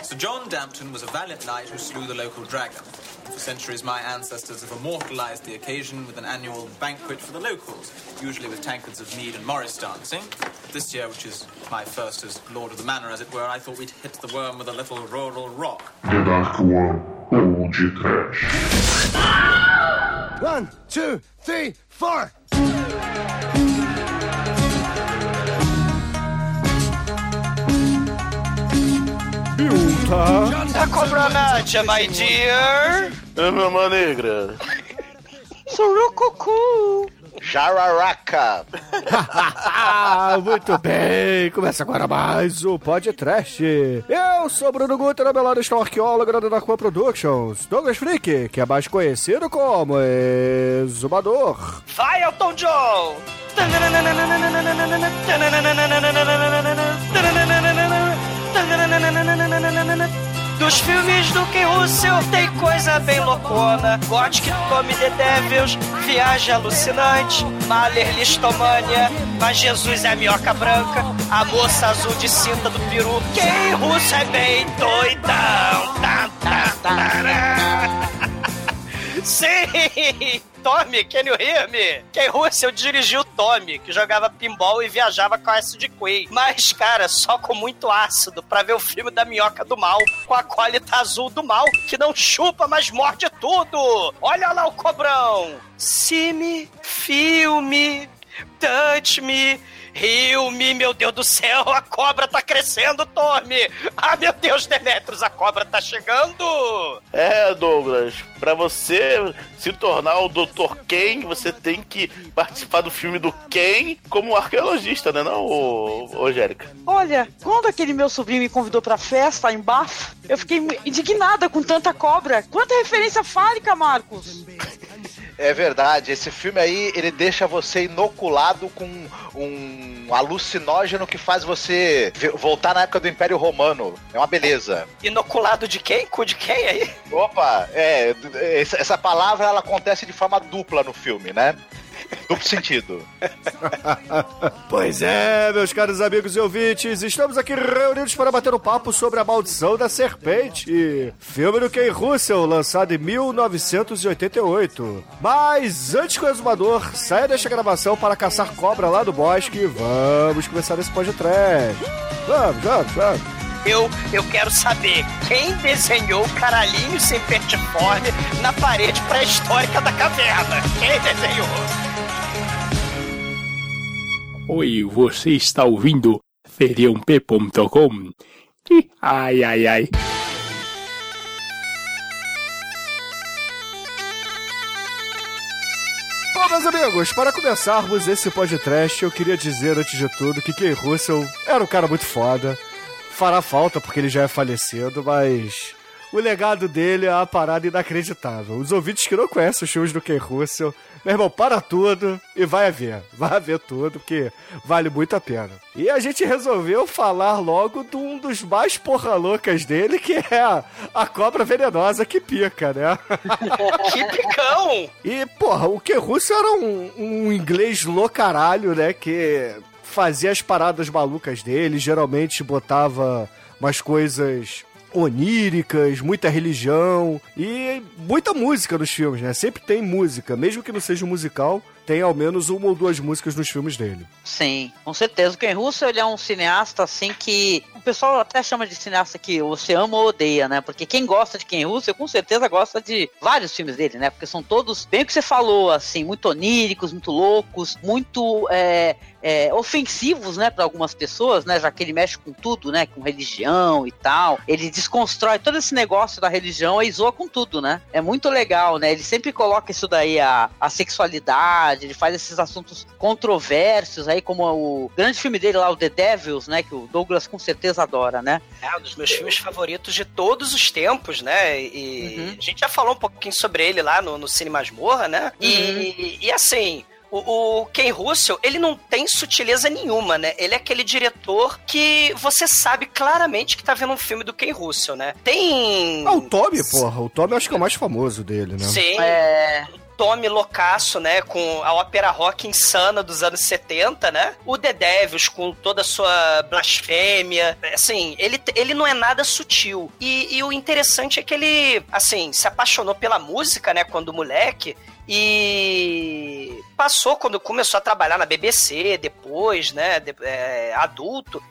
Sir John Dampton was a valiant knight who slew the local dragon. For centuries, my ancestors have immortalized the occasion with an annual banquet for the locals, usually with tankards of mead and Morris dancing. This year, which is my first as Lord of the Manor, as it were, I thought we'd hit the worm with a little rural rock. The Dark One, ou de trash. 1, 2, 3, 4! Tá cobronádia, my dear. É Mama Negra. Surucucu. Jararaca. Muito bem, começa agora mais o Podcast. Eu sou Bruno Guter, ao meu lado está o arqueólogo da Dark One Productions, Douglas Freak, que é mais conhecido como Exumador. Vai, Elton John. Dos filmes do Ken Russell tem coisa bem loucona. Gothic, Tommy the Devils, Viagem Alucinante, Mahler Listomania, Mas Jesus é a Minhoca Branca, A Moça Azul de Cinta do Peru. Ken Russell é bem doidão. Sim! Tommy, can you hear me? Ken Russell dirigiu Tommy, que jogava pinball e viajava com acid Queen. Mas, cara, só com muito ácido pra ver o filme da Minhoca do Mal, com a colita azul do mal, que não chupa, mas morde tudo. Olha lá o cobrão. See me, feel me, touch me, heal me, meu Deus do céu, a cobra tá crescendo, Tommy. Ah, meu Deus, Demetrius, a cobra tá chegando. É, Douglas, pra você se tornar o Dr. Ken, você tem que participar do filme do Ken como arqueologista, né não, ô Jérica? Olha, quando aquele meu sobrinho me convidou pra festa em Bath, eu fiquei indignada com tanta cobra. Quanta referência fálica, Marcos! É verdade, esse filme aí, ele deixa você inoculado com um alucinógeno que faz você voltar na época do Império Romano. É uma beleza. Inoculado de quem? Cu de quem aí? Opa, essa palavra, ela acontece de forma dupla no filme, né? Duplo sentido. Pois é, meus caros amigos e ouvintes, estamos aqui reunidos para bater um papo sobre A Maldição da Serpente, filme do Ken Russell, lançado em 1988. Mas antes que o exumador saia desta gravação para caçar cobra lá do bosque, vamos começar esse podcast. Vamos. Eu quero saber quem desenhou o caralhinho sem petiforme na parede pré-histórica da caverna. Quem desenhou? Oi, você está ouvindo feriump.com? Ai. Bom, meus amigos, para começarmos esse podcast, eu queria dizer antes de tudo que Ken Russell era um cara muito foda. Fará falta porque ele já é falecido, mas o legado dele é uma parada inacreditável. Os ouvintes que não conhecem os filmes do Ken Russell, meu irmão, para tudo e vai ver tudo, porque vale muito a pena. E a gente resolveu falar logo de um dos mais porra loucas dele, que é a cobra venenosa que pica, né? Que picão! E, porra, o Ken Russell era um inglês loucaralho, né, que fazia as paradas malucas dele, geralmente botava umas coisas oníricas, muita religião e muita música nos filmes, né? Sempre tem música, mesmo que não seja um musical, tem ao menos uma ou duas músicas nos filmes dele. Sim, com certeza. O Ken Russell, ele é um cineasta, assim, que o pessoal até chama de cineasta que você ama ou odeia, né? Porque quem gosta de Ken Russell, com certeza gosta de vários filmes dele, né? Porque são todos, bem o que você falou, assim, muito oníricos, muito loucos, muito ofensivos, né, para algumas pessoas, né? Já que ele mexe com tudo, né? Com religião e tal. Ele desconstrói todo esse negócio da religião e zoa com tudo, né? É muito legal, né? Ele sempre coloca isso daí, a sexualidade, ele faz esses assuntos controversos aí, como o grande filme dele lá, o The Devils, né? Que o Douglas com certeza adora, né? É um dos meus filmes favoritos de todos os tempos, né? E a gente já falou um pouquinho sobre ele lá no Cine Masmorra, né? E assim, o Ken Russell, ele não tem sutileza nenhuma, né? Ele é aquele diretor que você sabe claramente que tá vendo um filme do Ken Russell, né? Tem... Ah, o Tommy, porra. O Tommy eu acho que é o mais famoso dele, né? Sim. Tommy loucaço, né, com a ópera rock insana dos anos 70, né? O The Devils com toda a sua blasfêmia. Assim, ele não é nada sutil. E o interessante é que ele, assim, se apaixonou pela música, né, quando moleque. E passou, quando começou a trabalhar na BBC, depois, né, adulto,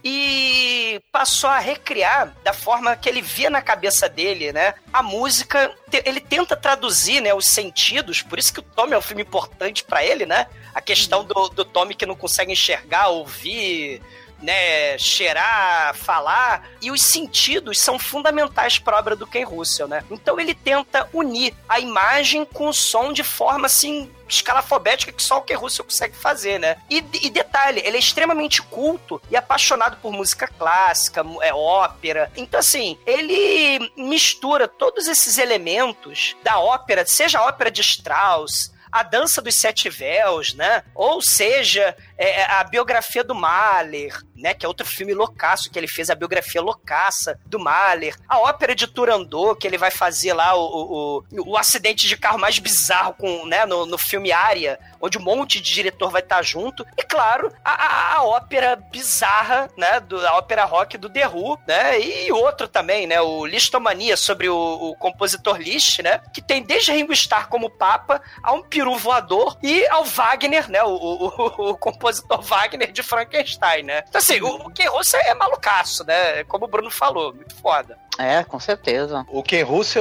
e passou a recriar da forma que ele via na cabeça dele, né, a música. Ele tenta traduzir, né, os sentidos, por isso que o Tommy é um filme importante pra ele, né, a questão do Tommy que não consegue enxergar, ouvir, né, cheirar, falar, e os sentidos são fundamentais para a obra do Ken Russell, né? Então ele tenta unir a imagem com o som de forma, assim, escalafobética que só o Ken Russell consegue fazer, né? E detalhe, ele é extremamente culto e apaixonado por música clássica, ópera. Então, assim, ele mistura todos esses elementos da ópera, seja a ópera de Strauss, a Dança dos Sete Véus, né? Ou seja, a biografia do Mahler, né? Que é outro filme loucaço que ele fez, a biografia loucaça do Mahler. A ópera de Turandot, que ele vai fazer lá o acidente de carro mais bizarro né? no filme Ária, onde um monte de diretor vai estar junto. E, claro, a ópera bizarra, né? A ópera rock do The Who, né? E outro também, né? O Listomania, sobre o compositor Liszt, né? Que tem desde Ringo Starr como Papa, a um peru voador e ao Wagner, né? O compositor Wagner de Frankenstein, né? Então, assim, o Ken Russell é malucaço, né? Como o Bruno falou, muito foda. É, com certeza. O Ken Russell,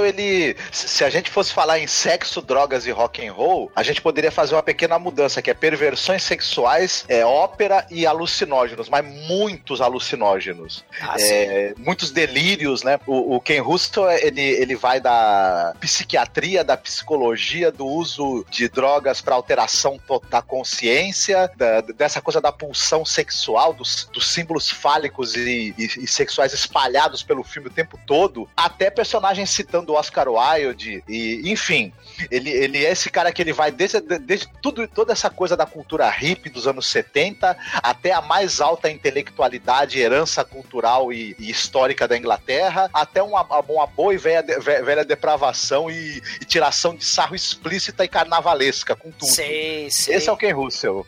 se a gente fosse falar em sexo, drogas e rock and roll, a gente poderia fazer uma pequena mudança, que é perversões sexuais, ópera e alucinógenos, mas muitos alucinógenos. Muitos delírios, né? O Ken Russell, ele vai da psiquiatria, da psicologia, do uso de drogas para alteração da consciência, dessa coisa da pulsão sexual, dos símbolos fálicos e sexuais espalhados pelo filme o tempo todo, até personagens citando Oscar Wilde, e enfim, ele é esse cara que ele vai desde toda essa coisa da cultura hippie dos anos 70 até a mais alta intelectualidade, herança cultural e histórica da Inglaterra, até uma boa e velha depravação e tiração de sarro explícita e carnavalesca com tudo. Sei. Esse é o Ken Russell.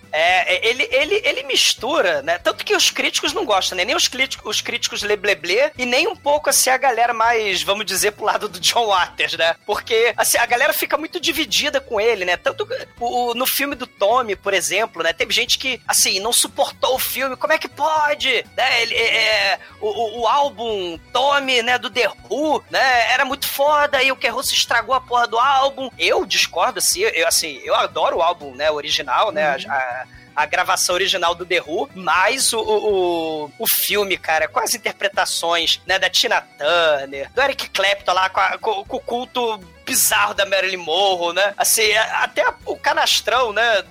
Ele mistura, né? Tanto que os críticos não gostam, né? Nem os críticos lebleble e nem um pouco assim a galera mais, vamos dizer, pro lado do John Waters, né? Porque assim, a galera fica muito dividida com ele, né? Tanto no filme do Tommy, por exemplo, né? Teve gente que, assim, não suportou o filme. Como é que pode? Né? O álbum Tommy, né? Do The Who, né? Era muito foda e o Ken Russell estragou a porra do álbum. Eu discordo, assim. Eu adoro o álbum, né? Original, né? A gravação original do The Who, mas o filme, cara, com as interpretações, né, da Tina Turner, do Eric Clapton lá, com o culto bizarro da Marilyn Monroe, né? Assim, até o canastrão, né?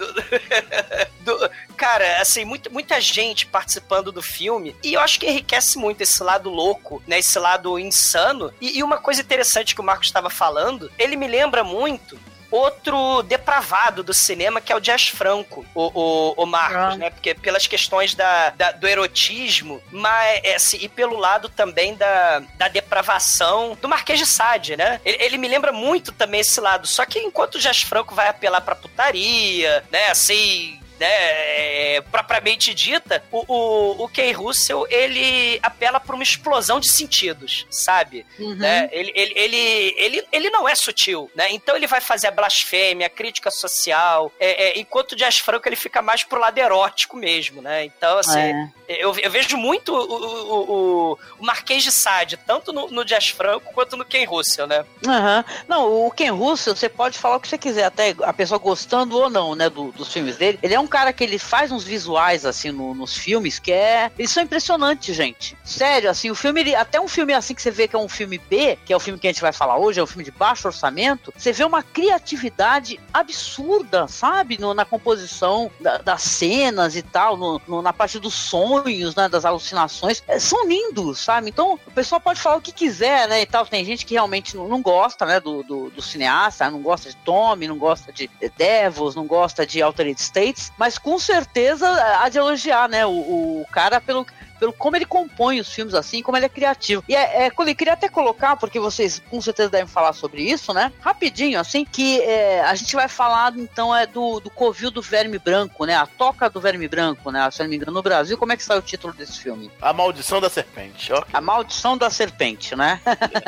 Cara, assim, muita gente participando do filme, e eu acho que enriquece muito esse lado louco, né? Esse lado insano. E uma coisa interessante que o Marcos estava falando, ele me lembra muito outro depravado do cinema, que é o Jazz Franco, o Marcos, né? Porque pelas questões do erotismo, mas, assim, e pelo lado também da depravação do Marquês de Sade, né? Ele me lembra muito também esse lado, só que enquanto o Jazz Franco vai apelar pra putaria, né? Assim, né, propriamente dita, o Ken Russell, ele apela para uma explosão de sentidos, sabe? Né? Ele não é sutil, né? Então ele vai fazer a blasfêmia, a crítica social, enquanto o Jazz Franco ele fica mais pro lado erótico mesmo, né? Então, assim, eu vejo muito o Marquês de Sade, tanto no Jazz Franco quanto no Ken Russell, né? Não, o Ken Russell, você pode falar o que você quiser, até a pessoa gostando ou não, né, dos filmes dele. Ele é um cara que ele faz uns visuais, assim, nos filmes, que eles são impressionantes, gente. Sério, assim, o filme, até um filme assim que você vê que é um filme B, que é o filme que a gente vai falar hoje, é um filme de baixo orçamento, você vê uma criatividade absurda, sabe? Na composição das cenas e tal, na parte dos sonhos, né, das alucinações. São lindos, sabe? Então, o pessoal pode falar o que quiser, né, e tal. Tem gente que realmente não gosta, né, do cineasta, não gosta de Tommy, não gosta de The Devils, não gosta de Altered States, mas com certeza há de elogiar, né, o cara pelo como ele compõe os filmes assim, como ele é criativo. E eu queria até colocar, porque vocês com certeza devem falar sobre isso, né? Rapidinho, assim, que a gente vai falar, então, do Covil do Verme Branco, né? A Toca do Verme Branco, né? Se não me engano, no Brasil, como é que sai o título desse filme? A Maldição da Serpente, ó. A Maldição da Serpente, né?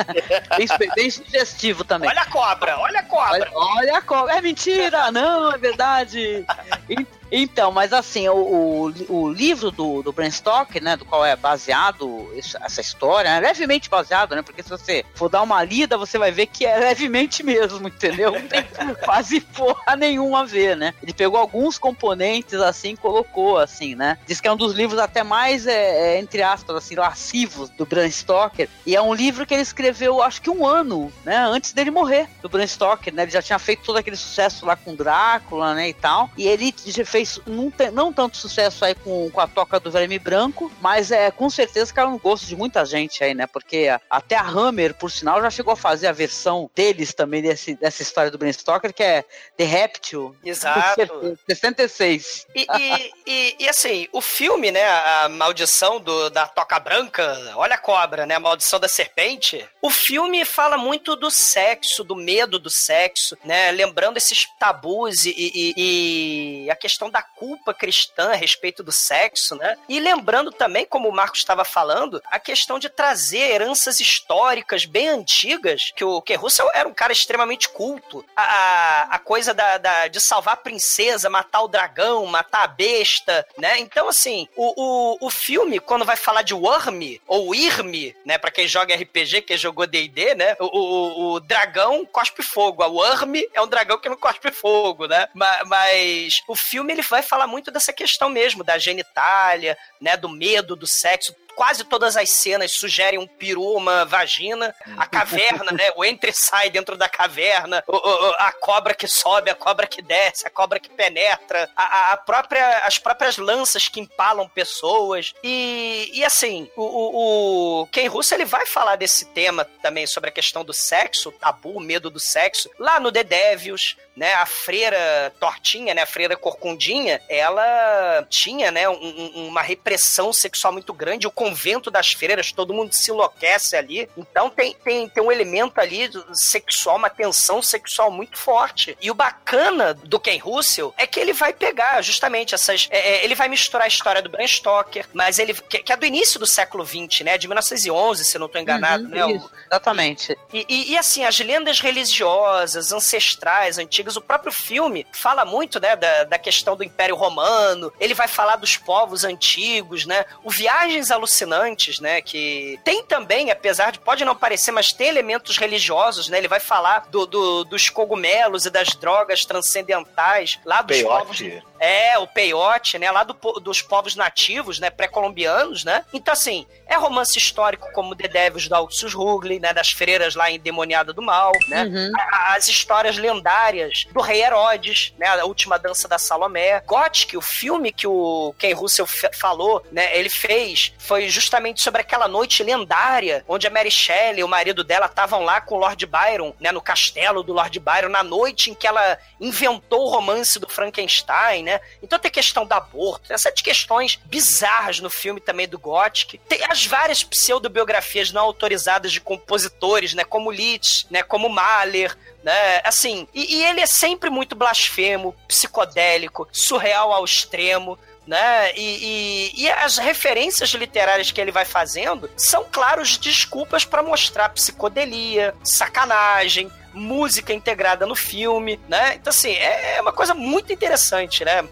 bem sugestivo também. Olha a cobra, olha a cobra. Olha a cobra. É mentira, não, é verdade. Então, mas assim, o livro do Bram Stoker, né, do qual é baseado essa história, é levemente baseado, né, porque se você for dar uma lida, você vai ver que é levemente mesmo, entendeu? Não tem quase porra nenhuma a ver, né? Ele pegou alguns componentes, assim, colocou, assim, né? Diz que é um dos livros até mais, entre aspas, assim, lascivos do Bram Stoker, e é um livro que ele escreveu, acho que 1 ano, né, antes dele morrer, do Bram Stoker, né? Ele já tinha feito todo aquele sucesso lá com Drácula, né, e tal, e ele já fez não tanto sucesso aí com a Toca do Verme Branco, mas com certeza caiu no gosto de muita gente aí, né? Porque até a Hammer, por sinal, já chegou a fazer a versão deles também dessa história do Bram Stoker, que é The Reptile. Exato. 66. E assim, o filme, né? A maldição da Toca Branca, olha a cobra, né? A maldição da serpente. O filme fala muito do sexo, do medo do sexo, né? Lembrando esses tabus e a questão da culpa cristã a respeito do sexo, né? E lembrando também, como o Marcos estava falando, a questão de trazer heranças históricas bem antigas, que o Ken Russell era um cara extremamente culto. A coisa de salvar a princesa, matar o dragão, matar a besta, né? Então, assim, o filme, quando vai falar de Worm, ou Irm, né? Pra quem joga RPG, quem jogou D&D, né? O dragão cospe fogo. A Worm é um dragão que não cospe fogo, né? Mas o filme, ele vai falar muito dessa questão mesmo, da genitália, né, do medo, do sexo. Quase todas as cenas sugerem um peru, uma vagina, a caverna, né? O entra e sai dentro da caverna, a cobra que sobe, a cobra que desce, a cobra que penetra, as próprias lanças que empalam pessoas. E assim, o Ken Russell, ele vai falar desse tema também, sobre a questão do sexo, o tabu, o medo do sexo, lá no The Devils, né? A freira tortinha, né? A freira corcundinha, ela tinha, né? Uma repressão sexual muito grande, o convento das freiras, todo mundo se enlouquece ali. Então tem um elemento ali sexual, uma tensão sexual muito forte. E o bacana do Ken Russell é que ele vai pegar justamente ele vai misturar a história do Bram Stoker, mas que é do início do século XX, né? De 1911, se eu não estou enganado, né? Isso, exatamente. E assim, as lendas religiosas, ancestrais, antigas, o próprio filme fala muito, né? Da questão do Império Romano, ele vai falar dos povos antigos, né? O Viagens Alucinantes, né? Que tem também, apesar de pode não parecer, mas tem elementos religiosos, né? Ele vai falar dos cogumelos e das drogas transcendentais lá dos povos... o peiote, né? Lá dos povos nativos, né? Pré-colombianos, né? Então, assim, é romance histórico como The Devils da Aldous Huxley, né? Das freiras lá em Endemoniada do Mal, né? Uhum. As histórias lendárias do Rei Herodes, né? A Última Dança da Salomé. Gothic, o filme que o Ken Russell falou, né? Ele fez, foi justamente sobre aquela noite lendária, onde a Mary Shelley e o marido dela estavam lá com o Lord Byron, né? No castelo do Lord Byron, na noite em que ela inventou o romance do Frankenstein, né? Então tem a questão do aborto, tem essas questões bizarras no filme também do Gothic. Tem as várias pseudobiografias não autorizadas de compositores, né? Como Liszt, né? Como Mahler, né? Assim, e ele é sempre muito blasfemo, psicodélico, surreal ao extremo, né? E as referências literárias que ele vai fazendo são, claro, desculpas para mostrar psicodelia, sacanagem, música integrada no filme, né? Então, assim, é uma coisa muito interessante, né?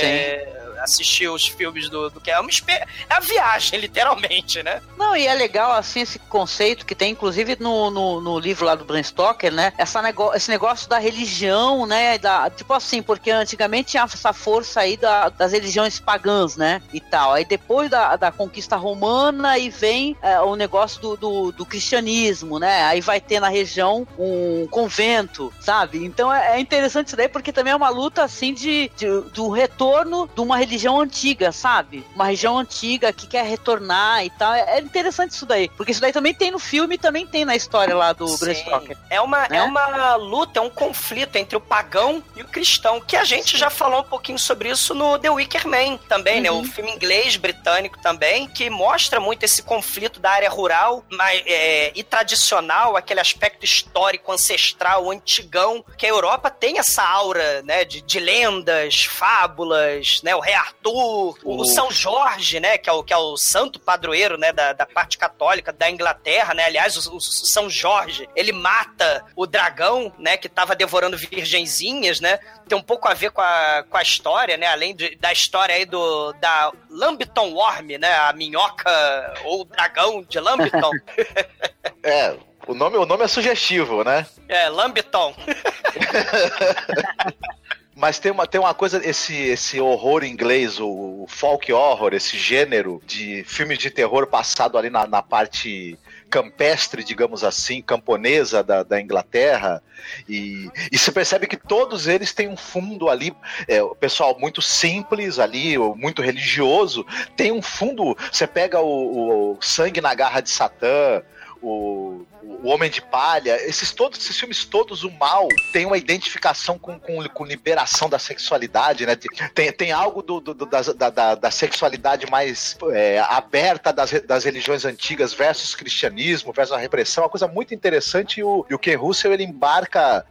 Assistir os filmes do que é a viagem, literalmente, né? Não, e é legal, assim, esse conceito que tem, inclusive, no livro lá do Bram Stoker, né? Esse negócio da religião, né? Tipo assim, porque antigamente tinha essa força aí das religiões pagãs, né? E tal. Aí depois da conquista romana, aí vem o negócio do cristianismo, né? Aí vai ter na região um convento, sabe? Então é interessante isso daí, porque também é uma luta, assim, do retorno de uma religião religião antiga, sabe? Uma região antiga que quer retornar e tal. É interessante isso daí, porque isso daí também tem no filme e também tem na história lá do Bram Stoker. É uma luta, é um conflito entre o pagão e o cristão, que a gente já falou um pouquinho sobre isso no The Wicker Man também, né? O filme inglês, britânico também, que mostra muito esse conflito da área rural e tradicional, aquele aspecto histórico, ancestral, antigão, que a Europa tem essa aura, né, de lendas, fábulas, né, o rei Arthur, o São Jorge, né, que é o santo padroeiro, né, da parte católica da Inglaterra, né, aliás, o São Jorge, ele mata o dragão, né, que estava devorando virgenzinhas, né, tem um pouco a ver com a história, né, além da história aí da Lambiton Worm, né, a minhoca ou o dragão de Lambiton. O nome é sugestivo, né? Lambiton. Mas tem uma coisa, esse horror inglês, o folk horror, esse gênero de filmes de terror passado ali na parte campestre, digamos assim, camponesa da Inglaterra, e você percebe que todos eles têm um fundo ali, o pessoal muito simples ali, muito religioso, tem um fundo, você pega o Sangue na Garra de Satã, o Homem de Palha, esses filmes todos, o mal tem uma identificação com liberação da sexualidade, né? Tem algo da sexualidade mais aberta das religiões antigas versus cristianismo, versus a repressão, uma coisa muito interessante, e o Ken Russell, ele embarca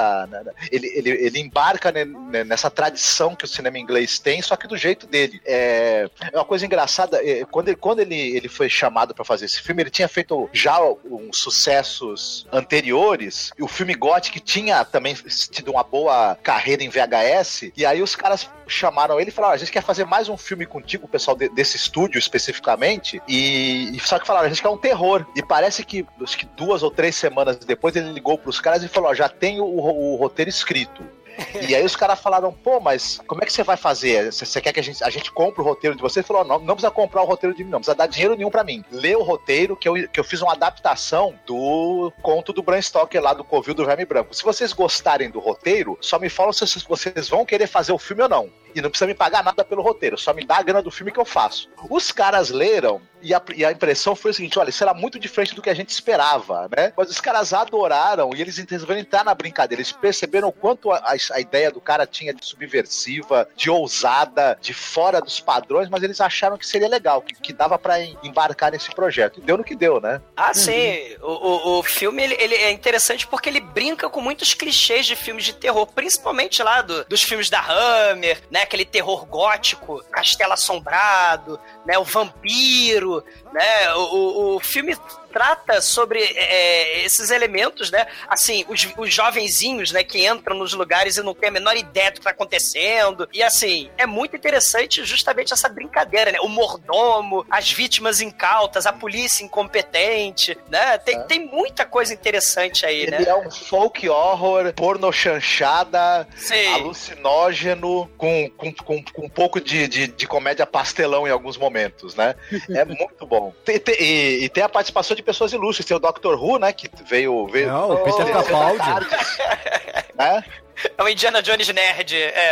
ele embarca nessa tradição que o cinema inglês tem, só que do jeito dele. É uma coisa engraçada, quando ele foi chamado para fazer esse filme, ele tinha feito já uns sucessos anteriores, e o filme Gothic tinha também tido uma boa carreira em VHS, e aí os caras chamaram ele e falaram: a gente quer fazer mais um filme contigo, o pessoal desse estúdio especificamente, e só que falaram: a gente quer um terror, e parece que acho que 2 ou 3 semanas depois ele ligou pros caras e falou: já tem o roteiro escrito. E aí os caras falaram: pô, mas como é que você vai fazer? Você quer que a gente compre o roteiro de você? Ele falou: não precisa comprar o roteiro de mim, não precisa dar dinheiro nenhum pra mim. Lê o roteiro, que eu fiz uma adaptação do conto do Bram Stoker lá, do Covil do Verme Branco. Se vocês gostarem do roteiro, só me falam se vocês vão querer fazer o filme ou não. E não precisa me pagar nada pelo roteiro, só me dá a grana do filme que eu faço. Os caras leram e a impressão foi o seguinte: olha, isso era muito diferente do que a gente esperava, né? Mas os caras adoraram e eles resolveram entrar na brincadeira. Eles perceberam o quanto a ideia do cara tinha de subversiva, de ousada, de fora dos padrões, mas eles acharam que seria legal, que dava pra embarcar nesse projeto. E deu no que deu, né? Ah, sim. O filme, ele é interessante porque ele brinca com muitos clichês de filmes de terror, principalmente lá dos filmes da Hammer, né? Aquele terror gótico, castelo assombrado, né? O vampiro, né? O filme trata sobre esses elementos, né? Assim, os jovenzinhos, né, que entram nos lugares e não tem a menor ideia do que tá acontecendo. E assim, é muito interessante justamente essa brincadeira, né? O mordomo, as vítimas incautas, a polícia incompetente, né? Tem muita coisa interessante aí, né? Ele é um folk horror, porno chanchada, alucinógeno, com um pouco de comédia pastelão em alguns momentos, né? É muito bom. E tem a participação de pessoas ilustres. Tem o Dr. Who, né? Que veio Não, o Peter Capaldi. Né? É o Indiana Jones nerd,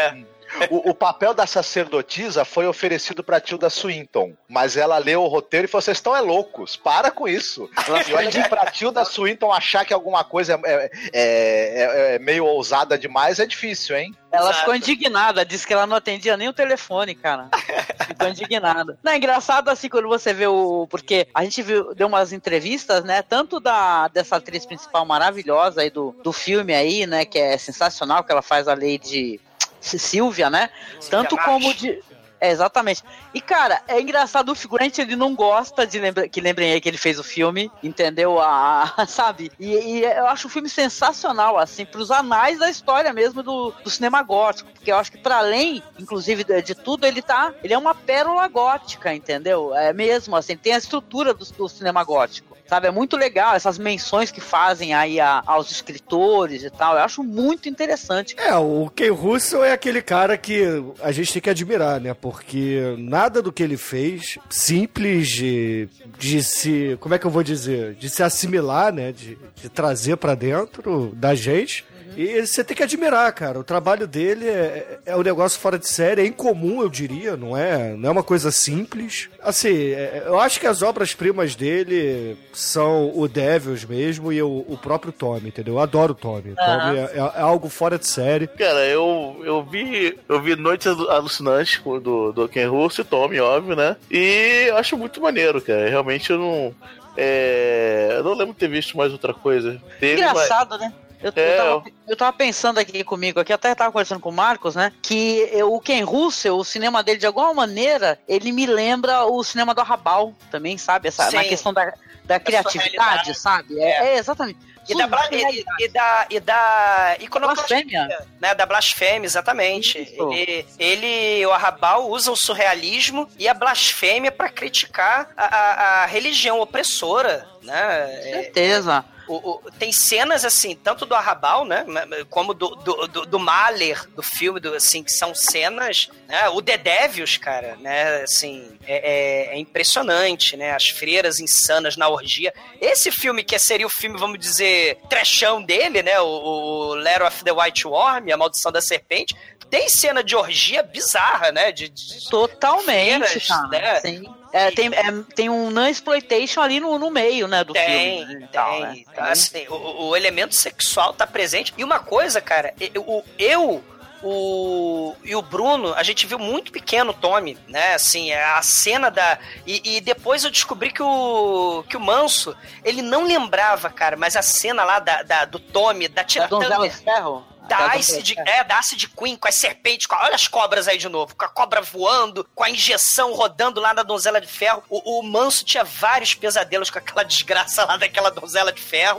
O papel da sacerdotisa foi oferecido pra Tilda Swinton, mas ela leu o roteiro e falou: vocês estão loucos, para com isso. E olha que pra Tilda Swinton achar que alguma coisa é meio ousada demais é difícil, hein? Ela ficou indignada, disse que ela não atendia nem o telefone, cara. Ficou indignada. Não, é engraçado assim quando você vê porque a gente deu umas entrevistas, né? Tanto dessa atriz principal maravilhosa aí do filme aí, né? Que é sensacional, que ela faz a Lady Silvia, né? Tanto como de... exatamente. E, cara, é engraçado, o figurante, ele não gosta que lembrem aí que ele fez o filme, entendeu? Sabe? E eu acho o filme sensacional, assim, pros anais da história mesmo do cinema gótico, porque eu acho que pra além, inclusive, de tudo, ele é uma pérola gótica, entendeu? É mesmo, assim, tem a estrutura do cinema gótico. Sabe, é muito legal essas menções que fazem aí aos escritores e tal. Eu acho muito interessante. O Ken Russell é aquele cara que a gente tem que admirar, né? Porque nada do que ele fez, simples de se... Como é que eu vou dizer? De se assimilar, né? De trazer pra dentro da gente. E você tem que admirar, cara. O trabalho dele é um negócio fora de série, é incomum, eu diria, não é uma coisa simples. Assim, eu acho que as obras-primas dele são o Devils mesmo e o próprio Tommy, entendeu? Eu adoro o Tommy. O Tommy é algo fora de série. Cara, eu vi Noites Alucinantes do Ken Russo e Tommy, óbvio, né? E eu acho muito maneiro, cara. Realmente eu não lembro de ter visto mais outra coisa dele. Engraçado, né? Eu tava pensando comigo, até tava conversando com o Marcos, né? Que o Ken Russell, o cinema dele, de alguma maneira, ele me lembra o cinema do Arrabal também, sabe? Na questão da criatividade, sabe? Exatamente. E da iconoclastia, né? Da blasfêmia, exatamente. O Arrabal usa o surrealismo e a blasfêmia pra criticar a religião opressora, né? Com certeza. Tem cenas, assim, tanto do Arrabal, né, como do Mahler, do filme, assim, que são cenas, né, o The Devils, cara, né, assim, é impressionante, né, as freiras insanas na orgia. Esse filme, que seria o filme, vamos dizer, trashão dele, né, o Lair of the White Worm, A Maldição da Serpente, tem cena de orgia bizarra, né, totalmente, freiras, cara, né? sim. Tem um non-exploitation ali no meio, né, do filme. Né, tem. Então, assim, o elemento sexual tá presente. E uma coisa, cara, eu e o Bruno, a gente viu muito pequeno o Tommy, né, assim, a cena e depois eu descobri que o Manso, ele não lembrava, cara, mas a cena lá do Tommy, da Titânia... Da Donzela de Ferro? Da Acid Queen, com as serpentes, olha as cobras aí de novo, com a cobra voando, com a injeção rodando lá na Donzela de Ferro. O Manso tinha vários pesadelos com aquela desgraça lá daquela Donzela de Ferro.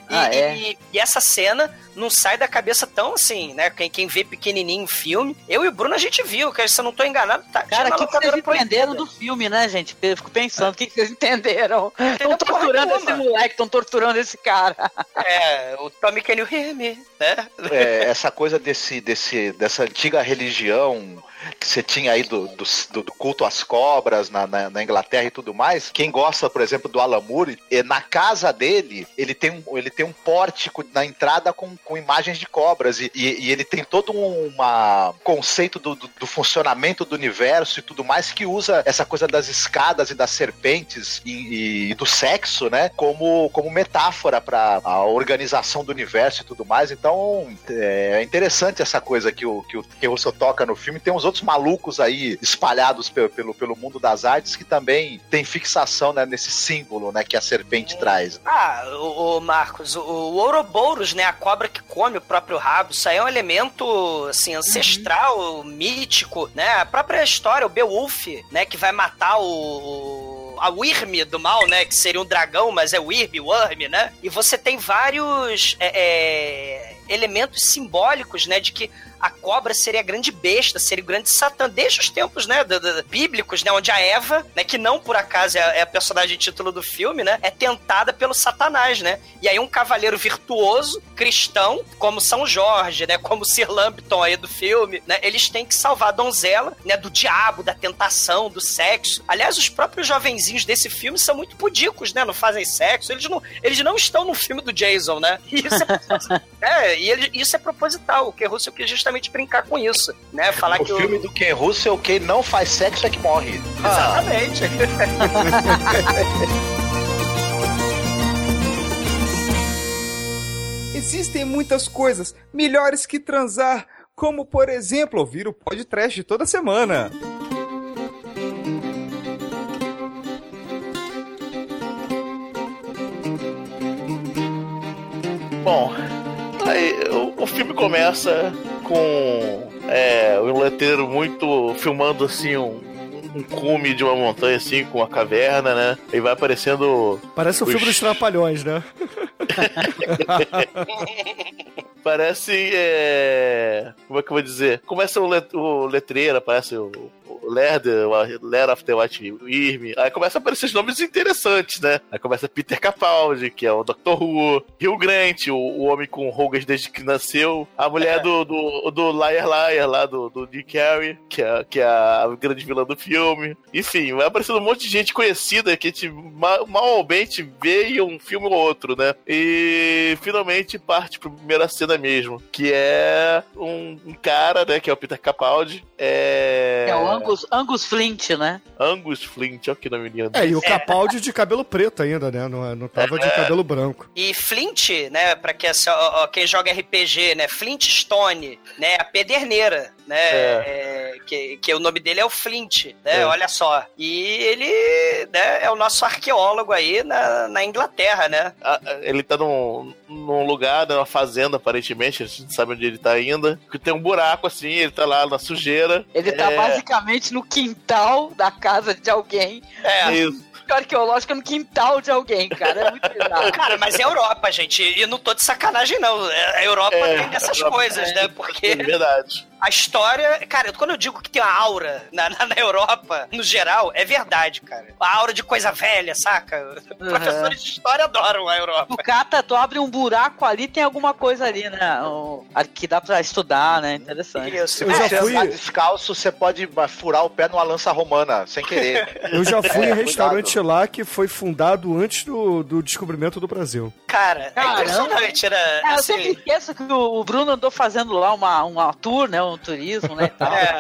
E essa cena não sai da cabeça tão assim, né? Quem vê pequenininho o filme, eu e o Bruno a gente viu, que se eu não tô enganado, tá. Cara, o que vocês entenderam do filme, né, gente? Eu fico pensando, o que vocês entenderam? Estão torturando esse moleque, estão torturando esse cara. O Tommy Can You Hear Me, né? Essa coisa dessa antiga religião que você tinha aí do culto às cobras na Inglaterra e tudo mais. Quem gosta, por exemplo, do Alan Moore, na casa dele, ele tem um pórtico na entrada com imagens de cobras e ele tem todo um conceito do funcionamento do universo e tudo mais, que usa essa coisa das escadas e das serpentes e do sexo, né, como metáfora para a organização do universo e tudo mais. Então é interessante essa coisa que o Russell toca no filme. Tem uns outros malucos aí espalhados pelo mundo das artes que também tem fixação, né, nesse símbolo, né, que a serpente traz. O Marcos, o Ouroboros, né, a cobra que come o próprio rabo, isso aí é um elemento, assim, ancestral, mítico, né, a própria história, o Beowulf, né, que vai matar a Wyrm do mal, né, que seria um dragão, mas é Worm, né, e você tem vários elementos simbólicos, né, de que a cobra seria a grande besta, seria o grande Satã, desde os tempos, né, bíblicos, né, onde a Eva, né, que não por acaso é a personagem título do filme, né, é tentada pelo Satanás, né, e aí um cavaleiro virtuoso, cristão, como São Jorge, né, como Sir Lambton aí do filme, né, eles têm que salvar a donzela, né, do diabo, da tentação, do sexo. Aliás, os próprios jovenzinhos desse filme são muito pudicos, né, não fazem sexo, eles não estão no filme do Jason, né, e isso é proposital, o que Russell quis justamente brincar com isso, né? Falar que o filme do Ken Russell, quem não faz sexo é que morre. Exatamente. Existem muitas coisas melhores que transar, como, por exemplo, ouvir o podcast toda semana. Bom, aí o filme começa com um letreiro muito filmando assim um cume de uma montanha assim com uma caverna, né? E vai aparecendo. Parece o filme dos Trapalhões, né? Parece. Como é que eu vou dizer? Começa o letreiro, aparece Lerder, Lair of the White Worm. Aí começa a aparecer os nomes interessantes, né? Aí começa Peter Capaldi, que é o Dr. Who, Hugh Grant, o homem com rugas desde que nasceu, a mulher do Liar lá, do Nick Carey, que é a grande vilã do filme. Enfim, vai aparecendo um monte de gente conhecida que a gente malmente vê em um filme ou outro, né? E finalmente parte pra primeira cena mesmo, que é um cara, né, que é o Peter Capaldi. É o Angus Flint, né? Angus Flint, olha que nome lindo. E o Capaldi de cabelo preto ainda, né? Não tava de cabelo branco. E Flint, né, pra quem joga RPG, né, Flintstone, né, a pederneira, né, que o nome dele é o Flint, né, olha só. E ele, né, é o nosso arqueólogo aí na Inglaterra, né. Ele tá num lugar, numa fazenda, aparentemente, a gente não sabe onde ele tá ainda, que tem um buraco assim, ele tá lá na sujeira. Ele tá basicamente no quintal da casa de alguém. Isso. Arqueológica no quintal de alguém, cara. É muito bizarro. Cara, mas é Europa, gente. E não tô de sacanagem, não. A Europa tem dessas coisas, né? Porque é verdade. A história... Cara, quando eu digo que tem uma aura na Europa, no geral, é verdade, cara. A aura de coisa velha, saca? Professores de história adoram a Europa. Tu abre um buraco ali, tem alguma coisa ali, né? Que dá pra estudar, né? Interessante. Isso. Se você andar descalço, você pode furar o pé numa lança romana, sem querer. Eu já fui em restaurante lá que foi fundado antes do descobrimento do Brasil. Cara, é impressionante, né? Eu sempre esqueço que o Bruno andou fazendo lá uma tour, né? Um turismo, né?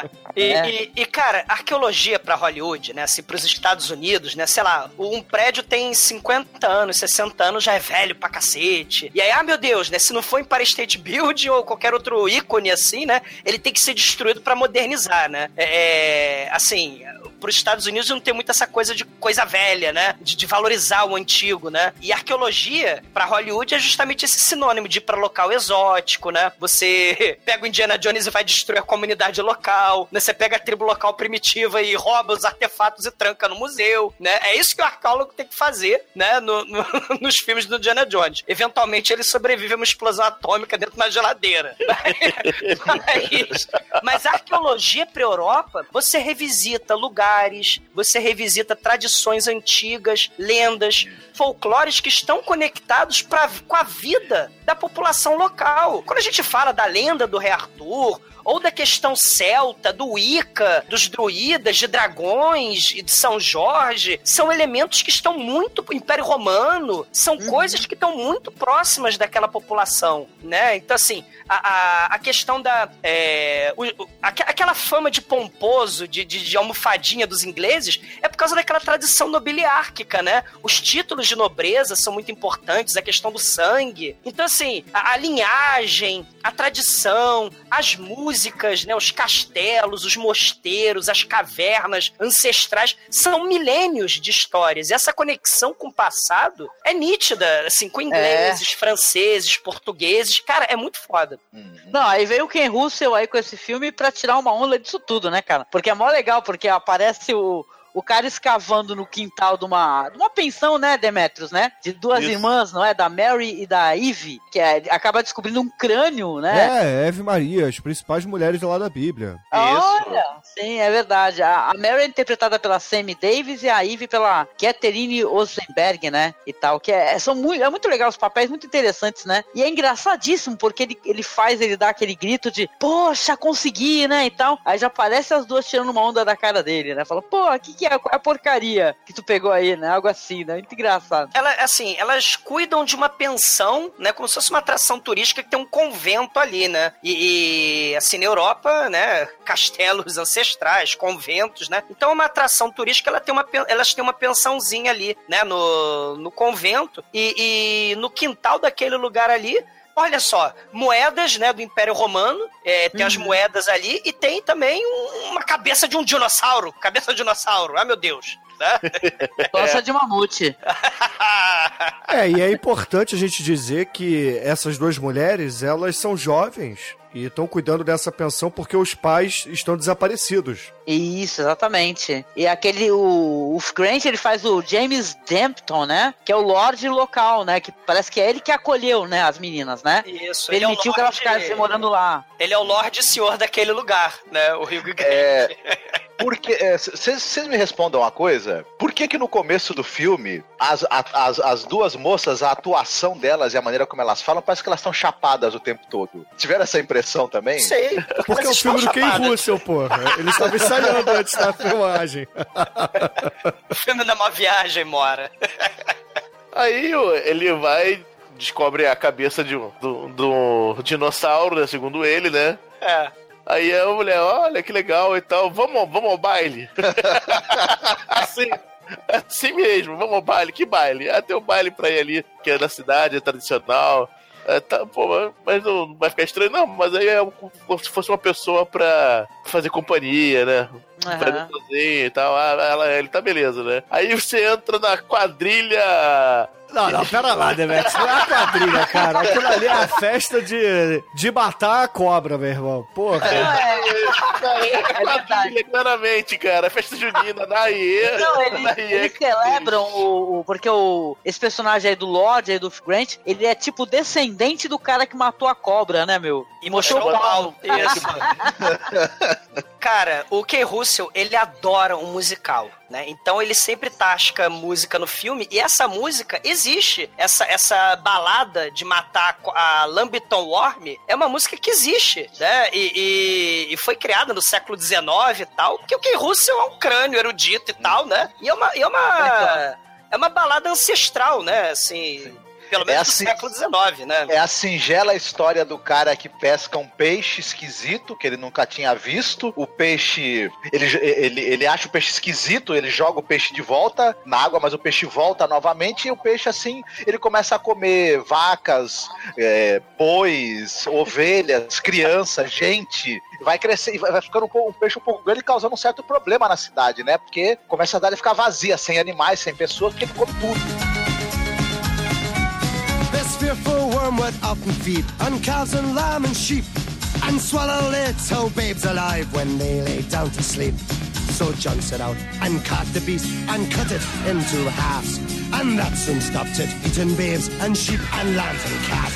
E tal. Cara, arqueologia pra Hollywood, né? Assim, pros Estados Unidos, né? Sei lá, um prédio tem 50 anos, 60 anos, já é velho pra cacete. E aí, meu Deus, né? Se não for Empire State Building ou qualquer outro ícone assim, né? Ele tem que ser destruído pra modernizar, né? Assim, pros Estados Unidos não tem muito essa coisa de coisa velha, né? De valorizar o antigo, né? E arqueologia, pra Hollywood, é justamente esse sinônimo de ir pra local exótico, né? Você pega o Indiana Jones e vai destruir a comunidade local, né? Você pega a tribo local primitiva e rouba os artefatos e tranca no museu, né? É isso que o arqueólogo tem que fazer, né? Nos filmes do Indiana Jones. Eventualmente, ele sobrevive a uma explosão atômica dentro da geladeira. Mas a arqueologia pra Europa, você revisita lugares, você revisita tradições antigas, lendas, folclores que estão conectados com a vida da população local. Quando a gente fala da lenda do Rei Arthur, ou da questão celta, do Wicca, dos druidas, de dragões e de São Jorge, são elementos que estão muito... Império Romano, são coisas que estão muito próximas daquela população, né? Então, assim, a questão da... aquela fama de pomposo, de almofadinha dos ingleses, é por causa daquela tradição nobiliárquica, né? Os títulos de nobreza são muito importantes, a questão do sangue. Então, assim, a linhagem, a tradição, as músicas, né? Os castelos, os mosteiros, as cavernas ancestrais, são milênios de histórias. E essa conexão com o passado é nítida, assim, com ingleses, franceses, portugueses. Cara, é muito foda. Não, aí veio o Ken Russell aí com esse filme pra tirar uma onda disso tudo, né, cara? Porque é mó legal, porque aparece o cara escavando no quintal de uma pensão, né, Demetrius, né? De duas irmãs, não é? Da Mary e da Eve, que acaba descobrindo um crânio, né? Eve e Maria, as principais mulheres lá da Bíblia. Olha, sim, é verdade. A Mary é interpretada pela Sammy Davis e a Eve pela Catherine Osenberg, né? E tal, que é muito legal, os papéis muito interessantes, né? E é engraçadíssimo, porque ele dá aquele grito de, poxa, consegui, né? E tal. Aí já aparece as duas tirando uma onda da cara dele, né? Fala, pô, que é a porcaria que tu pegou aí, né? Algo assim, né? Muito engraçado. Elas cuidam de uma pensão, né? Como se fosse uma atração turística que tem um convento ali, né? E assim, na Europa, né? Castelos ancestrais, conventos, né? Então, uma atração turística, elas têm uma pensãozinha ali, né? No convento. E no quintal daquele lugar ali, olha só, moedas, né, do Império Romano, tem as moedas ali, e tem também uma cabeça de um dinossauro. Cabeça de dinossauro, meu Deus. Gosta de mamute. E é importante a gente dizer que essas duas mulheres, elas são jovens e estão cuidando dessa pensão porque os pais estão desaparecidos. Isso, exatamente. E o Grant, ele faz o James Dempton, né? Que é o Lorde local, né? Que parece que é ele que acolheu, né? As meninas, né? Isso. Permitiu que elas ficassem morando lá. Ele é o Lorde Senhor daquele lugar, né? O Hugh Grant. Porque, vocês me respondam uma coisa, por que no começo do filme, as duas moças, a atuação delas e a maneira como elas falam, parece que elas estão chapadas o tempo todo? Tiveram essa impressão também? Sei. Porque é o filme do Ken Russell, porra. Ele estava ensaiando antes da filmagem. O filme da Uma Viagem, Mora. Aí ele vai, descobre a cabeça do dinossauro, né, segundo ele, né? É. Aí a mulher, olha que legal e tal, vamos ao baile. assim mesmo, vamos ao baile, que baile? Tem um baile pra ir ali, que é da cidade, é tradicional. Tá, pô, mas não vai ficar estranho, não, mas aí é como se fosse uma pessoa pra fazer companhia, né? Fazer sozinho e tal. Ele tá beleza, né? Aí você entra na quadrilha. Não, pera lá, Demetrius. Não é a quadrilha, cara. Aquilo ali é a festa de matar a cobra, meu irmão. Porra. Quadrilha, claramente, cara. Festa junina, daí. Não, eles celebram porque esse personagem aí do Lord, aí do Grant, ele é tipo descendente do cara que matou a cobra, né, meu? E mostrou o pau. Isso. Cara, o Ken Russell, ele adora um musical, né? Então ele sempre tasca música no filme, e essa música existe. Essa balada de matar a Lambiton Worm é uma música que existe, né? E foi criada no século XIX e tal, porque o Ken Russell é um crânio erudito e tal, né? E é uma balada ancestral, né? Assim... Pelo menos do século XIX, né? É a singela história do cara que pesca um peixe esquisito, que ele nunca tinha visto. O peixe, ele acha o peixe esquisito, ele joga o peixe de volta na água, mas o peixe volta novamente, e o peixe, assim, ele começa a comer vacas, bois, ovelhas, crianças, gente. Vai crescer, vai ficando um peixe um pouco grande, causando um certo problema na cidade, né? Porque começa a cidade a ficar vazia, sem animais, sem pessoas, porque ele come tudo. This fearful worm would often feed on cows and lamb and sheep, and swallow little babes alive when they lay down to sleep. So John set out and caught the beast and cut it into halves, and that soon stopped it eating babes and sheep and lambs and calves.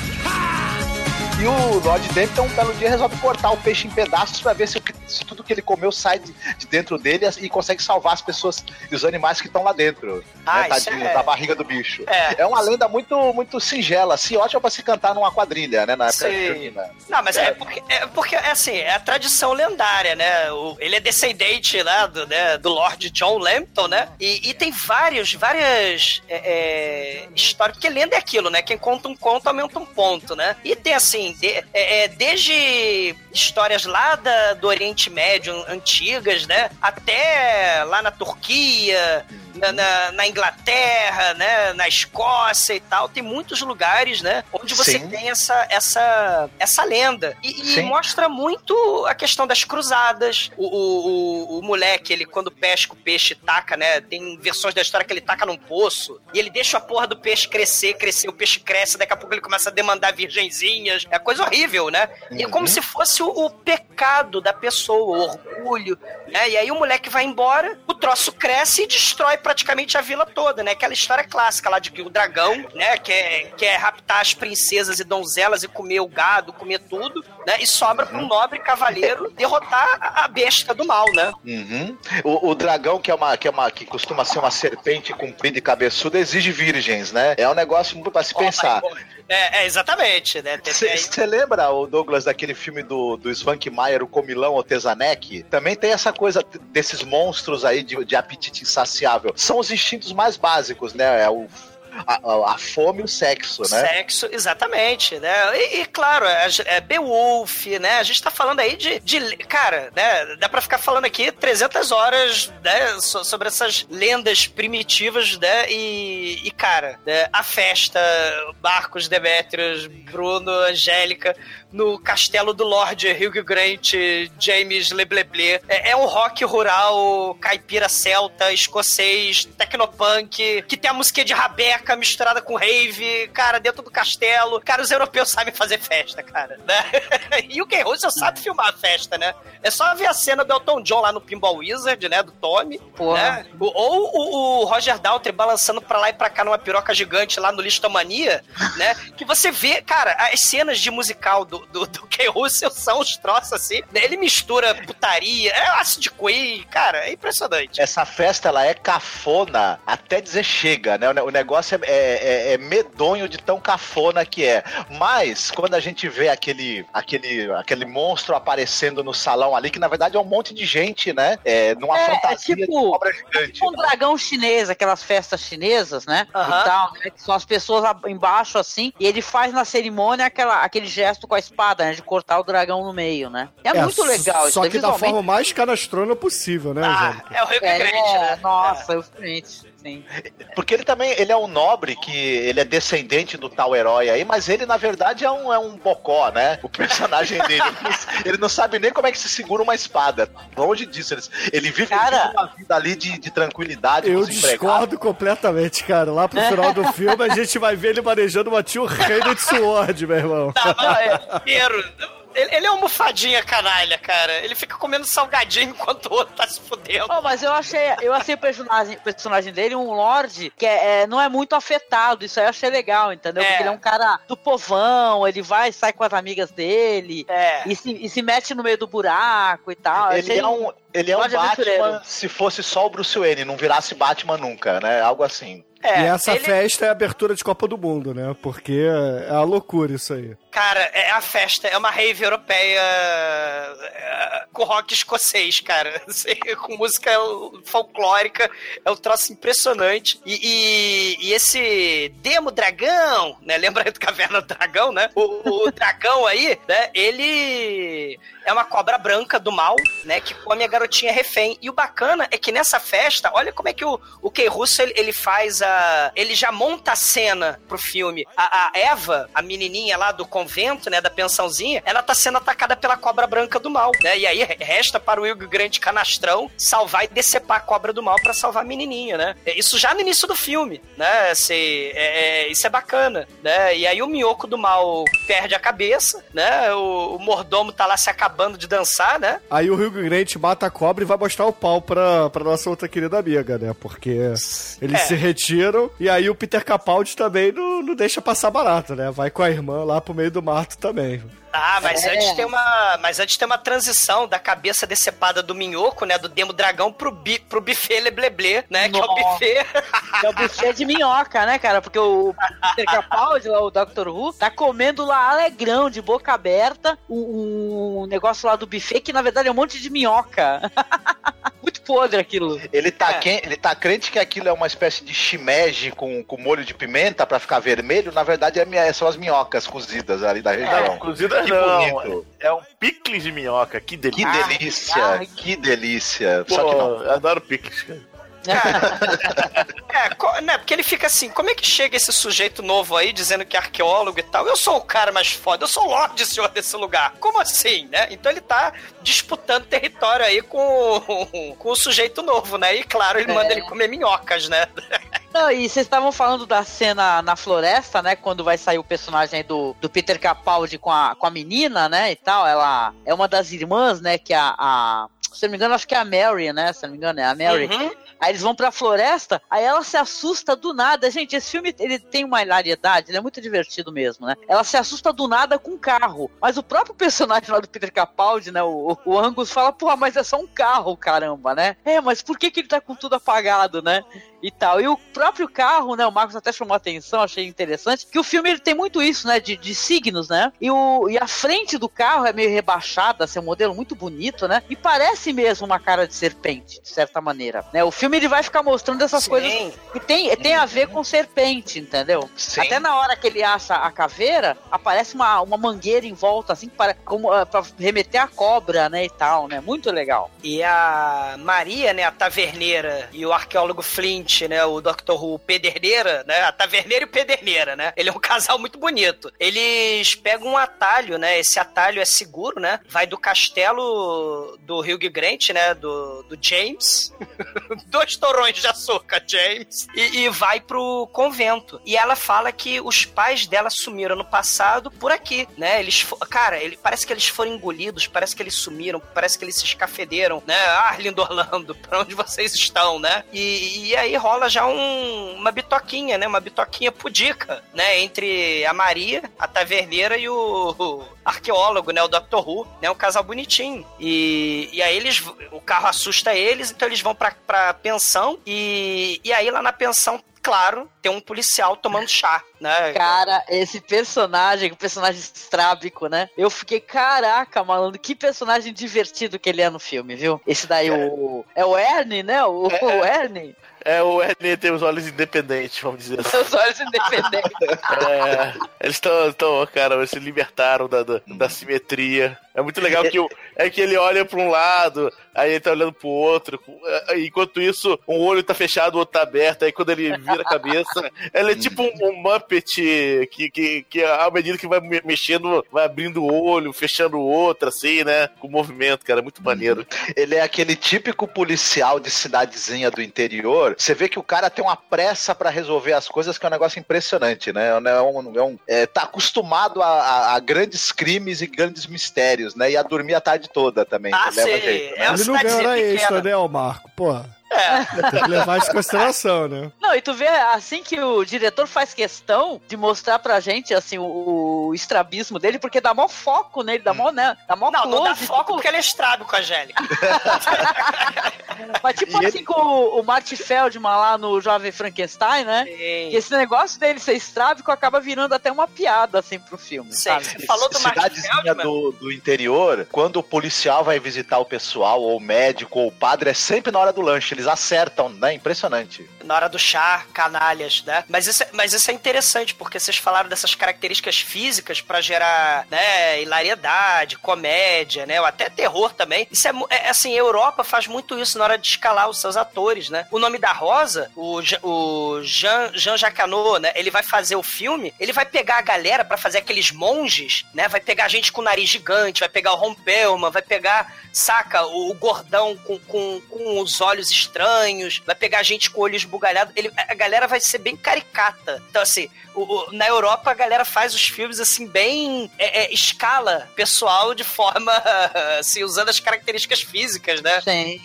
E o Lord Denton, um belo dia, resolve cortar o peixe em pedaços pra ver se tudo que ele comeu sai de dentro dele e consegue salvar as pessoas e os animais que estão lá dentro. Né, tadinho, da barriga do bicho. É uma lenda muito, muito singela, assim, ótima pra se cantar numa quadrilha, né? Na época junina. Não, mas é porque assim, é a tradição lendária, né? Ele é descendente lá do Lord John Lambton, né? E tem várias histórias, porque lenda é aquilo, né? Quem conta um conto aumenta um ponto, né? E tem assim, desde histórias lá do Oriente Médio antigas, né? Até lá na Turquia, na Inglaterra, né? Na Escócia e tal, tem muitos lugares, né? Onde você tem essa lenda. E mostra muito a questão das cruzadas. O moleque, ele quando pesca o peixe, taca, né? Tem versões da história que ele taca num poço e ele deixa a porra do peixe crescer, o peixe cresce, daqui a pouco ele começa a demandar virgenzinhas. É coisa horrível, né? E é como se fosse o pecado da pessoa, o orgulho, né? E aí o moleque vai embora, o troço cresce e destrói praticamente a vila toda, né? Aquela história clássica lá de que o dragão, né? Quer raptar as princesas e donzelas e comer o gado, comer tudo, né? E sobra para um nobre cavaleiro derrotar a besta do mal, né? O dragão, que costuma ser uma serpente comprida e cabeçuda, exige virgens, né? É um negócio muito pra se pensar. Exatamente, né? Você lembra, o Douglas, daquele filme do Svankmajer, o Comilão, o Tezanek? Também tem essa coisa desses monstros aí de apetite insaciável. São os instintos mais básicos, né? A fome e o sexo, né? Sexo, exatamente, né? E claro, Beowulf, né? A gente tá falando aí de cara, né? Dá pra ficar falando aqui 300 horas, né? Sobre essas lendas primitivas, né? E cara, né? A festa, Marcos, Demetrius, Bruno, Angélica, no castelo do Lord Hugh Grant, James Lebleble. É um rock rural, caipira celta, escocês, tecnopunk, que tem a música de rabeca eletrônica misturada com rave, cara, dentro do castelo. Cara, os europeus sabem fazer festa, cara, né? E o Ken Russell sabe filmar a festa, né? É só ver a cena do Elton John lá no Pinball Wizard, né? Do Tommy. Né? Ou o Roger Daltrey balançando pra lá e pra cá numa piroca gigante lá no Listomania, né? Que você vê, cara, as cenas de musical do Ken Russell são os troços assim. Né? Ele mistura putaria, Acid Queen, cara, é impressionante. Essa festa, ela é cafona até dizer chega, né? O negócio é medonho de tão cafona que é. Mas, quando a gente vê aquele monstro aparecendo no salão ali, que na verdade é um monte de gente, né? Numa fantasia de cobra gigante. Tipo um dragão chinês, aquelas festas chinesas, né? E tal, né? Que são as pessoas embaixo, assim, e ele faz na cerimônia aquele gesto com a espada, né? De cortar o dragão no meio, né? É muito legal. Só que da forma mais canastrona possível, né, Angélica? É o Rio Grande, né? Nossa, eu frente. Sim. Porque ele é um nobre, que ele é descendente do tal herói aí, mas ele, na verdade, é um bocó, né? O personagem dele. Ele não sabe nem como é que se segura uma espada. Longe disso. Ele vive uma vida ali de tranquilidade. Eu discordo completamente, cara. Lá pro final do filme, a gente vai ver ele manejando uma Tio Rated Sword, meu irmão. Tá, mas ele é uma almofadinha canalha, cara. Ele fica comendo salgadinho enquanto o outro tá se fudendo. Oh, mas eu achei o personagem dele um lorde que não é muito afetado. Isso aí eu achei legal, entendeu? Porque ele é um cara do povão, ele sai com as amigas dele e se mete no meio do buraco e tal. Ele é um Batman se fosse só o Bruce Wayne, não virasse Batman nunca, né? Algo assim. E essa festa é a abertura de Copa do Mundo, né? Porque é a loucura isso aí. Cara, é a festa, é uma rave europeia com rock escocês, cara. Com música folclórica, é um troço impressionante. E esse Demo Dragão, né? Lembra aí do Caverna do Dragão, né? O dragão aí, né? Ele é uma cobra branca do mal, né? Que come a garotinha refém. E o bacana é que nessa festa, olha como é que o Ken Russell, ele faz ele já monta a cena pro filme. A Eva, a menininha lá do convento, né, da pensãozinha, ela tá sendo atacada pela cobra branca do mal, né? E aí resta para o Hugh Grant canastrão salvar e decepar a cobra do mal pra salvar a menininha, né? Isso já no início do filme, né? Isso é bacana, né? E aí o minhoco do mal perde a cabeça, né? O mordomo tá lá se acabando de dançar, né? Aí o Hugh Grant mata a cobra e vai mostrar o pau pra nossa outra querida amiga, né? Porque eles se retiram e aí o Peter Capaldi também não deixa passar barato, né? Vai com a irmã lá pro meio do mato também. Mas antes tem uma transição da cabeça decepada do minhoco, né? Do Demo Dragão pro buffet Lebleble, né? Que é o buffet... É o buffet de minhoca, né, cara? Porque o Peter Capaldi, o Dr. Who, tá comendo lá alegrão, de boca aberta, um negócio lá do buffet que, na verdade, é um monte de minhoca. Muito podre aquilo. Ele tá crente que aquilo é uma espécie de shimeji com molho de pimenta pra ficar vermelho. Na verdade, são as minhocas cozidas ali da região. Cozidas não. Bonito. É um picles de minhoca. Que delícia. Que delícia. Pô, só que não. Eu adoro picles, cara. Né, porque ele fica assim, como é que chega esse sujeito novo aí dizendo que é arqueólogo e tal? Eu sou o cara mais foda, eu sou o Lorde Senhor desse lugar. Como assim, né? Então ele tá disputando território aí com o sujeito novo, né? E claro, ele manda ele comer minhocas, né? Não, e vocês estavam falando da cena na floresta, né? Quando vai sair o personagem do Peter Capaldi com a menina, né? E tal, ela é uma das irmãs, né? Que se não me engano, acho que é a Mary, né? Se não me engano, é a Mary. Uhum. Aí eles vão pra floresta, aí ela se assusta do nada. Gente, esse filme, ele tem uma hilariedade, ele é muito divertido mesmo, né? Ela se assusta do nada com um carro. Mas o próprio personagem lá do Peter Capaldi, né? O Angus fala, porra, mas é só um carro, caramba, né? Mas por que ele tá com tudo apagado, né? E tal. E o próprio carro, né? O Marcos até chamou a atenção, achei interessante, que o filme ele tem muito isso, né? De signos, né? E a frente do carro é meio rebaixada, assim, é um modelo muito bonito, né? E parece mesmo uma cara de serpente, de certa maneira, né? O filme ele vai ficar mostrando essas coisas que tem a ver com serpente, entendeu? Sim. Até na hora que ele acha a caveira, aparece uma mangueira em volta, assim, pra remeter a cobra, né? E tal, né? Muito legal. E a Maria, né? A taverneira e o arqueólogo Flint Grant, né, o Dr. Who Pederneira, né, a Taverneira e o Pederneira, né, ele é um casal muito bonito. Eles pegam um atalho, né, esse atalho é seguro, né, vai do castelo do Hugh Grant, né, do James, 2 torrões de açúcar, James, e vai pro convento. E ela fala que os pais dela sumiram no passado por aqui, né, parece que eles foram engolidos, parece que eles sumiram, parece que eles se escafederam, né, Lindo Orlando, pra onde vocês estão, né? E aí rola já uma bitoquinha, né? Uma bitoquinha pudica, né? Entre a Maria, a taverneira e o arqueólogo, né? O Dr. Who, né? Um casal bonitinho. E aí o carro assusta eles, então eles vão pra pensão e aí lá na pensão, claro, tem um policial tomando chá, né? Cara, esse personagem, o personagem estrábico, né? Eu fiquei, caraca, malandro, que personagem divertido que ele é no filme, viu? Esse daí, é o Ernie, né? O Ernie. É, o Ernie tem os olhos independentes, vamos dizer assim. Os olhos independentes. Eles estão, cara, eles se libertaram da simetria. É muito legal que ele olha pra um lado, aí ele tá olhando pro outro. Enquanto isso, um olho tá fechado, o outro tá aberto. Aí quando ele vira a cabeça, ele é tipo um Muppet que à medida que vai mexendo, vai abrindo o olho, fechando o outro, assim, né? Com movimento, cara, é muito maneiro. Ele é aquele típico policial de cidadezinha do interior. Você vê que o cara tem uma pressa pra resolver as coisas, que é um negócio impressionante, né? Tá acostumado a grandes crimes e grandes mistérios, né? E a dormir a tarde toda também. Leva Ele jeito, né? não ganha hora extra, né, o Marco? Pô. Tem que levar isso em consideração, né? Não, e tu vê, assim que o diretor faz questão de mostrar pra gente, assim, o estrabismo dele, porque dá mó foco nele, dá mó, né? Dá mó close. Não dá foco porque ele é estrábico, Angélica. Mas tipo assim, com o Marty Feldman lá no Jovem Frankenstein, né? Sim. Que esse negócio dele ser estrábico acaba virando até uma piada, assim, pro filme, sabe? Você falou do Marty Cidadezinha do interior, quando o policial vai visitar o pessoal, ou o médico, ou o padre, é sempre na hora do lanche. Eles acertam, né? Impressionante. Na hora do chá, canalhas, né? Mas isso é interessante, porque vocês falaram dessas características físicas pra gerar, né, hilariedade, comédia, né? Ou até terror também. Isso assim, a Europa faz muito isso na hora de escalar os seus atores, né? O Nome da Rosa, o Jean Jacquanot, né? Ele vai fazer o filme, ele vai pegar a galera pra fazer aqueles monges, né? Vai pegar gente com nariz gigante, vai pegar o Ron Perlman, vai pegar, saca, o gordão com os olhos estranhos, vai pegar gente com o olho esbugalhado. A galera vai ser bem caricata. Então, assim, na Europa a galera faz os filmes, assim, bem escala pessoal, de forma, assim, usando as características físicas, né? Sim.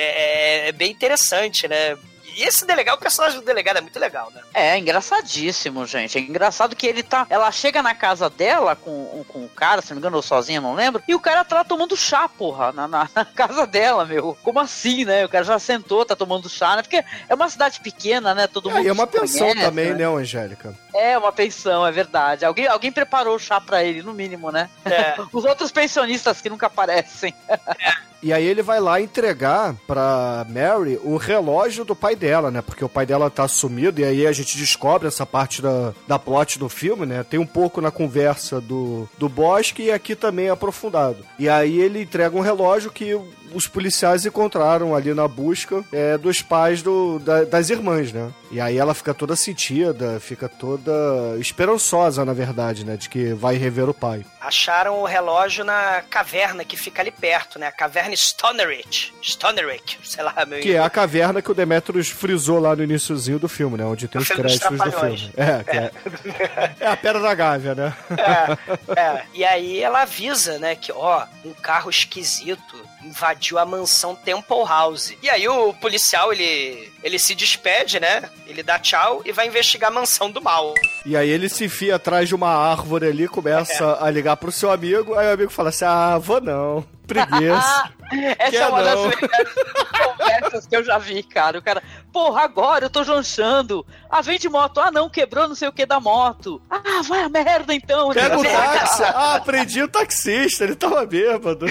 É bem interessante, né? E esse delegado, o personagem do delegado é muito legal, né? É engraçadíssimo, gente. É engraçado que ela chega na casa dela com o cara, se não me engano, ou sozinha, não lembro, e o cara tá lá tomando chá, porra, na casa dela, meu. Como assim, né? O cara já sentou, tá tomando chá, né? Porque é uma cidade pequena, né? Todo mundo E é uma pensão conhece, também, né, Angélica? É uma pensão, é verdade. Alguém preparou o chá pra ele, no mínimo, né? Os outros pensionistas que nunca aparecem. E aí ele vai lá entregar pra Mary o relógio do pai dela, né? Porque o pai dela tá sumido, e aí a gente descobre essa parte da plot do filme, né? Tem um pouco na conversa do Bosque e aqui também é aprofundado. E aí ele entrega um relógio que os policiais encontraram ali na busca dos pais das irmãs, né? E aí ela fica toda sentida, fica toda esperançosa, na verdade, né? De que vai rever o pai. Acharam o relógio na caverna que fica ali perto, né? A caverna Stonerich, sei lá, meu. Que é a caverna que o Demetrius frisou lá no iniciozinho do filme, né? Onde tem os créditos do filme. É a Pedra da Gávea, né? E aí ela avisa, né? Que, um carro esquisito invadiu a mansão Temple House. E aí o policial, ele se despede, né? Ele dá tchau e vai investigar a mansão do mal. E aí ele se enfia atrás de uma árvore ali, começa a ligar pro seu amigo, aí o amigo fala assim, vou não, preguiça. Essa é uma das melhores conversas que eu já vi, cara. O cara, porra, agora eu tô janchando. Vem de moto. Não, quebrou não sei o que da moto. Vai a merda então. Pega o táxi. Prendi o taxista, ele tava bêbado.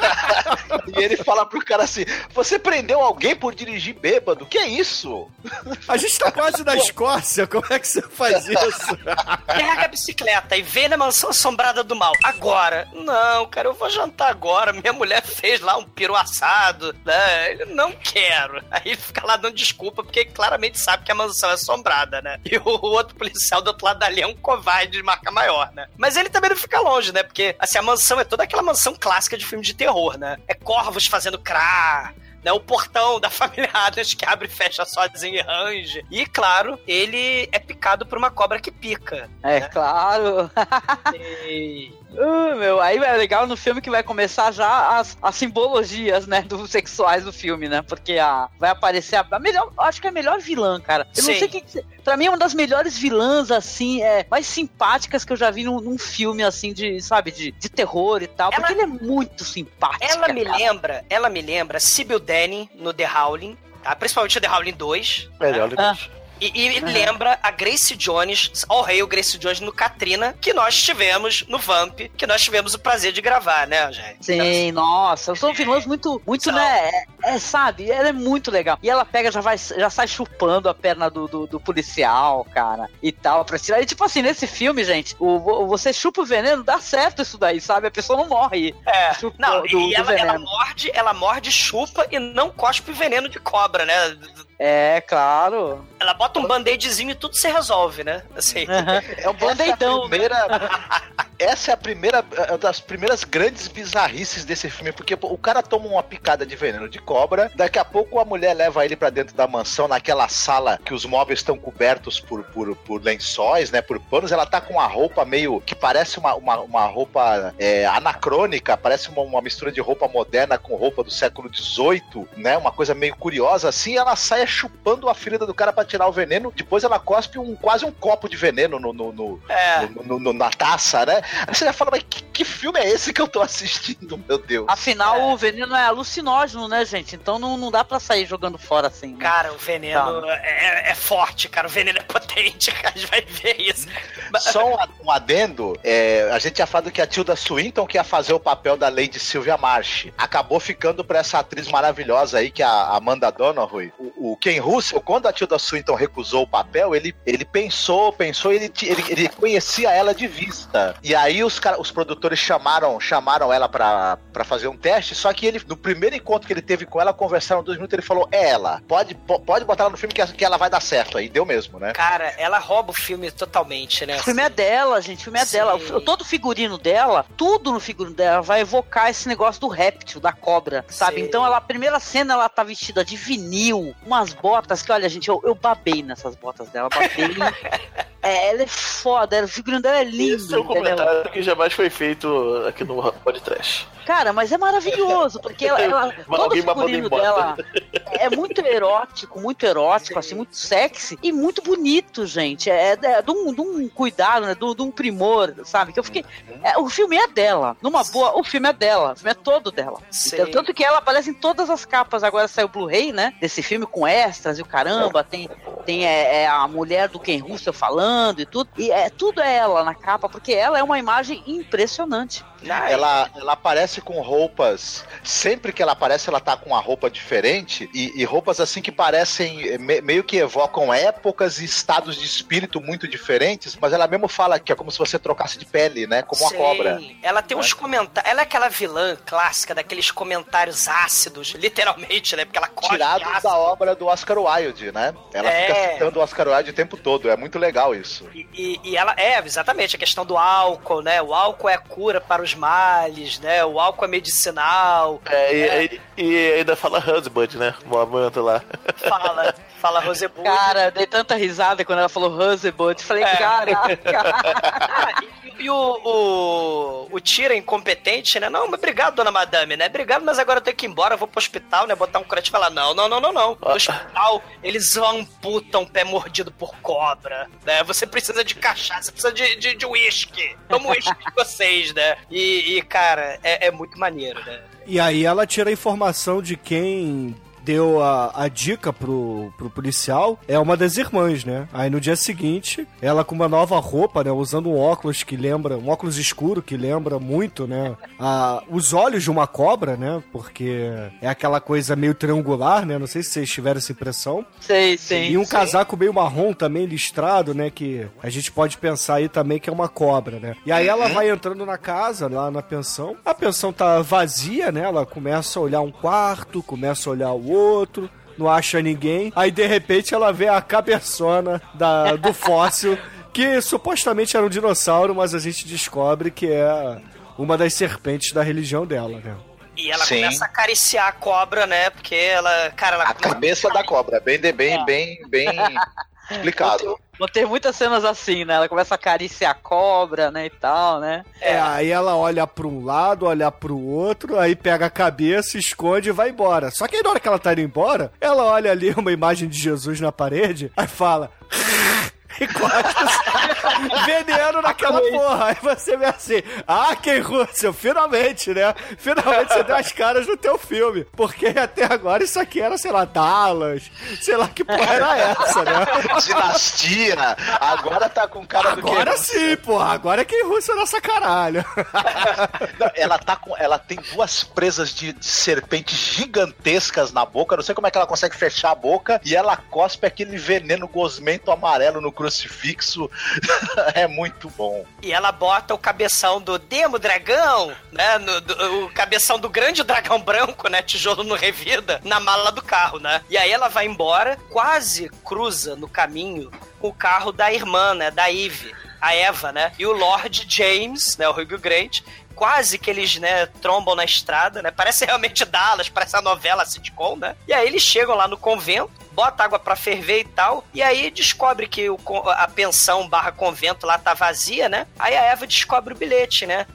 E ele fala pro cara assim, você prendeu alguém por dirigir bêbado? Que é isso? A gente tá quase na Escócia, como é que você faz isso? Pega a bicicleta e vem na mansão assombrada do mal. Agora. Não, cara, eu vou jantar agora. Minha mulher fez lá um peru assado, né? Eu não quero. Aí ele fica lá dando desculpa roupa, porque claramente sabe que a mansão é assombrada, né? E o outro policial do outro lado dali é um covarde de marca maior, né? Mas ele também não fica longe, né? Porque, assim, a mansão é toda aquela mansão clássica de filme de terror, né? É corvos fazendo crá, né? O portão da família Addams que abre e fecha sozinho e range. E, claro, ele é picado por uma cobra que pica. É, né? Claro. Meu, aí é legal no filme que vai começar já as simbologias, né, dos sexuais do filme, né, porque vai aparecer a melhor, acho que é a melhor vilã, cara. Eu não sei o que pra mim é uma das melhores vilãs, assim, mais simpáticas que eu já vi num filme, assim, sabe, de terror e tal, porque ele é muito simpático. Ela me lembra Sybil Danning no The Howling, tá? Principalmente no The Howling 2. Melhor de todos. E lembra a Grace Jones, All Hail Grace Jones no Katrina, que nós tivemos no Vamp, que nós tivemos o prazer de gravar, né, gente? Sim, nossa, são vilãs muito, né, sabe, ela é muito legal. E ela pega, já sai chupando a perna do policial, cara, e tal, pra tirar. E tipo assim, nesse filme, gente, você chupa o veneno, dá certo isso daí, sabe? A pessoa não morre. Ela morde, chupa e não cospe veneno de cobra, né? É, claro. Ela bota um band-aidzinho e tudo se resolve, né? Assim. É um band-aidão. Essa é a primeira das primeiras grandes bizarrices desse filme, porque o cara toma uma picada de veneno de cobra, daqui a pouco a mulher leva ele pra dentro da mansão, naquela sala que os móveis estão cobertos por lençóis, né, por panos, ela tá com uma roupa meio, que parece uma roupa anacrônica, parece uma mistura de roupa moderna com roupa do século XVIII, né, uma coisa meio curiosa assim, e ela sai chupando a ferida do cara pra tirar o veneno, depois ela cospe quase um copo de veneno na taça, né? Aí você já fala, mas que filme é esse que eu tô assistindo, meu Deus? Afinal, o veneno é alucinógeno, né, gente? Então não dá pra sair jogando fora assim. Né? Cara, o veneno é forte, cara. O veneno é potente, cara. A gente vai ver isso. Só um adendo, a gente tinha falado que a Tilda Swinton que ia fazer o papel da Lady Sylvia Marsh. Acabou ficando pra essa atriz maravilhosa aí, que é a Amanda Donohoe. O Ken Russell, quando a Tilda Swinton recusou o papel, ele pensou, ele conhecia ela de vista. E aí os produtores chamaram ela pra fazer um teste, só que ele, no primeiro encontro que ele teve com ela, conversaram 2 minutos, ele falou, ela, pode botar ela no filme que ela vai dar certo. Aí deu mesmo, né? Cara, ela rouba o filme totalmente, né? O filme é dela, gente, o filme é dela. Todo o figurino dela, tudo no figurino dela vai evocar esse negócio do réptil, da cobra, sabe? Sim. Então, a primeira cena, ela tá vestida de vinil, umas botas que, olha, gente, eu babei nessas botas dela, babei. Ela é foda, o figurino dela é lindo. Esse é um comentário que jamais foi feito aqui no podcast. Cara, mas é maravilhoso, porque todo o figurino dela é muito erótico, assim, muito sexy e muito bonito, gente. De um cuidado, né, de um primor, sabe? Que eu fiquei... o filme é dela. Numa boa, o filme é dela. O filme é todo dela. Então, tanto que ela aparece em todas as capas. Agora saiu o Blu-ray, né? Desse filme com extras e o caramba. Tem a mulher do Ken Russell falando e tudo. E tudo é ela na capa, porque ela é uma imagem impressionante. Ela aparece com roupas, sempre que ela aparece ela tá com uma roupa diferente e roupas assim que parecem, meio que evocam épocas e estados de espírito muito diferentes, mas ela mesmo fala que é como se você trocasse de pele, né, como uma cobra. Ela tem uns comentários, ela é aquela vilã clássica daqueles comentários ácidos, literalmente, né, porque ela corta tirados da obra do Oscar Wilde, né, ela fica citando o Oscar Wilde o tempo todo, é muito legal isso. E ela, exatamente, a questão do álcool, né, o álcool é a cura para os males, né, o álcool é medicinal. E ainda fala Rosebud, né? Uma manta lá. Fala Rosebud. Cara, dei tanta risada quando ela falou Rosebud. Falei, caraca. E o Tira incompetente, né? Não, mas obrigado, dona Madame, né? Obrigado, mas agora eu tenho que ir embora, eu vou pro hospital, né? Botar um crante e falar, não. No hospital, eles amputam o pé mordido por cobra, né? Você precisa de cachaça, precisa de uísque. Toma uísque de vocês, né? E cara, é muito maneiro, né? E aí ela tira a informação de quem deu a dica pro policial, é uma das irmãs, né? Aí no dia seguinte, ela com uma nova roupa, né? Usando um óculos que lembra, um óculos escuro que lembra muito, né? Os olhos de uma cobra, né? Porque é aquela coisa meio triangular, né? Não sei se vocês tiveram essa impressão. Sim. E um casaco meio marrom também listrado, né? Que a gente pode pensar aí também que é uma cobra, né? E aí ela vai entrando na casa, lá na pensão. A pensão tá vazia, né? Ela começa a olhar um quarto, começa a olhar o outro, não acha ninguém. Aí, de repente, ela vê a cabeçona do fóssil, que supostamente era um dinossauro, mas a gente descobre que é uma das serpentes da religião dela, né? E ela começa a acariciar a cobra, né? Porque ela, cara, ela... A cabeça da cobra, bem explicado. Vão ter muitas cenas assim, né? Ela começa a acariciar a cobra, né, e tal, né? Aí ela olha pra um lado, olha pro outro, aí pega a cabeça, esconde e vai embora. Só que aí na hora que ela tá indo embora, ela olha ali uma imagem de Jesus na parede, aí fala... E corta veneno naquela porra. Aí você vê assim, Ken Russell, finalmente, né? Finalmente você deu as caras no teu filme. Porque até agora isso aqui era, sei lá, Dallas. sei lá que porra era essa, né? Dinastia. Agora tá com cara do Agora Ken sim, Russell. Porra. Agora é Ken Russell nessa caralho. Não, ela tem duas presas de serpentes gigantescas na boca. Não sei como é que ela consegue fechar a boca. E ela cospe aquele veneno gosmento amarelo no crucifixo. É muito bom. E ela bota o cabeção do Demo Dragão, né? O cabeção do grande dragão branco, né? Tijolo no revida, na mala do carro, né? E aí ela vai embora, quase cruza no caminho com o carro da irmã, né? Da Eve, a Eva, né? E o Lord James, né? O Hugh Grant, quase que eles, né, trombam na estrada, né? Parece realmente Dallas, parece a novela sitcom, né? E aí eles chegam lá no convento, bota água pra ferver e tal, e aí descobre que a pensão / convento lá tá vazia, né? Aí a Eva descobre o bilhete, né?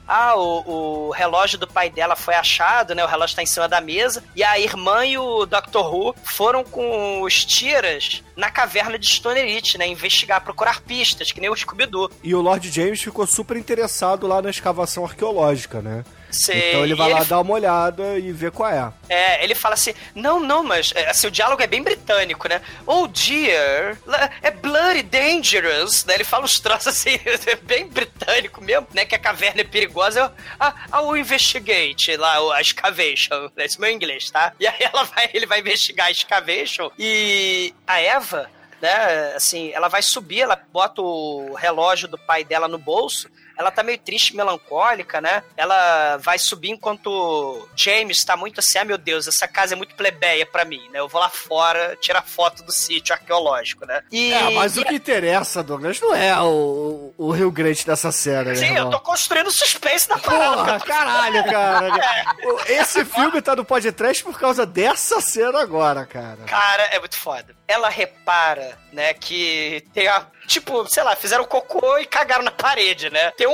O relógio do pai dela foi achado, né? O relógio tá em cima da mesa, e a irmã e o Dr. Who foram com os tiras na caverna de Stonerite, né? Investigar, procurar pistas, que nem o Scooby-Doo. E o Lord James ficou super interessado lá na escavação arqueológica, né? Sei. Então ele vai lá dar uma olhada e ver qual é. Ele fala assim, não, mas assim, o diálogo é bem britânico, né? Oh dear, é bloody dangerous, né? Ele fala uns troços assim, bem britânico mesmo, né? Que a caverna é perigosa. I'll investigate lá, a excavation, esse é meu inglês, tá? E aí ele vai investigar a excavation e a Eva, né, assim, ela vai subir, ela bota o relógio do pai dela no bolso, ela tá meio triste, melancólica, né? Ela vai subir enquanto James tá muito assim, meu Deus, essa casa é muito plebeia pra mim, né? Eu vou lá fora tirar foto do sítio arqueológico, né? Mas o que interessa, Douglas, não é o Hugh Grant dessa cena, né? Sim, eu tô construindo suspense da parada. Porra, caralho, cara. Esse filme tá no podcast por causa dessa cena agora, cara. Cara, é muito foda. Ela repara, né, que tem a... Tipo, sei lá, fizeram cocô e cagaram na parede, né? Tem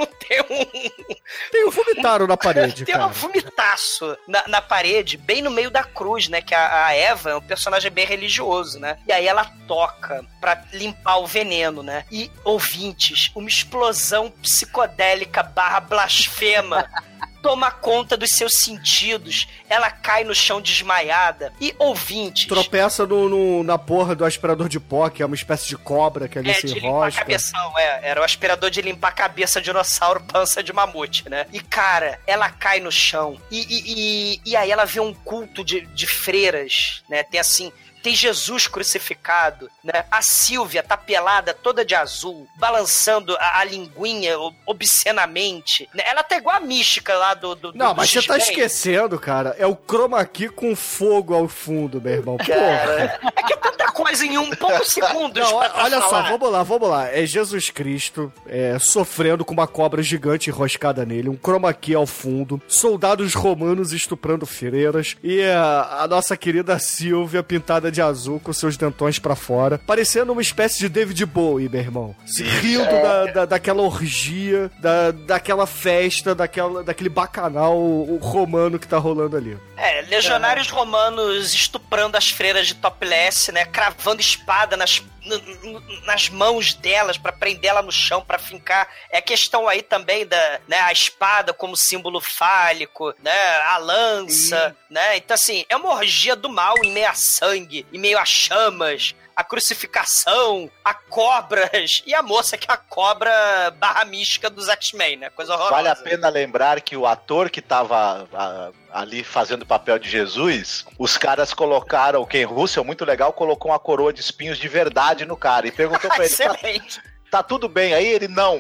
um vomitaram na parede, tem um vomitaço na parede, bem no meio da cruz, né? Que a Eva é um personagem bem religioso, né? E aí ela toca pra limpar o veneno, né? E, ouvintes, uma explosão psicodélica / blasfema toma conta dos seus sentidos. Ela cai no chão desmaiada. E, ouvintes... Tropeça na porra do aspirador de pó, que é uma espécie de cobra que ali se enrosca. Limpar a cabeção, era o aspirador de limpar a cabeça de dinossauro, pança de mamute, né? E, cara, ela cai no chão. E aí ela vê um culto de freiras, né? Tem Jesus crucificado, né? A Sílvia tá pelada, toda de azul, balançando a linguinha obscenamente. Né? Ela tá igual a mística lá do Não, mas você tá esquecendo, cara. É o chroma key com fogo ao fundo, meu irmão. Porra. É que é tanta coisa em poucos segundos. Não, olha só, vamos lá. É Jesus Cristo sofrendo com uma cobra gigante enroscada nele, um chroma key ao fundo, soldados romanos estuprando freiras e a nossa querida Sílvia pintada de azul com seus dentões pra fora, parecendo uma espécie de David Bowie, meu irmão. Rindo daquela orgia, daquela festa, daquele bacanal romano que tá rolando ali. Legionários romanos estuprando as freiras de topless, né? Cravando espada nas mãos delas pra prender ela no chão, pra fincar. É a questão aí também a espada como símbolo fálico, né? A lança, né? Então, assim, é uma orgia do mal em meio a sangue, em meio a chamas, a crucificação, a cobras e a moça que é a cobra / mística dos X-Men, né? Coisa horrorosa. Vale a pena lembrar que o ator que tava ali fazendo o papel de Jesus, os caras colocaram, o Ken Russell, muito legal, colocou uma coroa de espinhos de verdade no cara e perguntou pra ele... Excelente. Tá tudo bem aí? Ele, não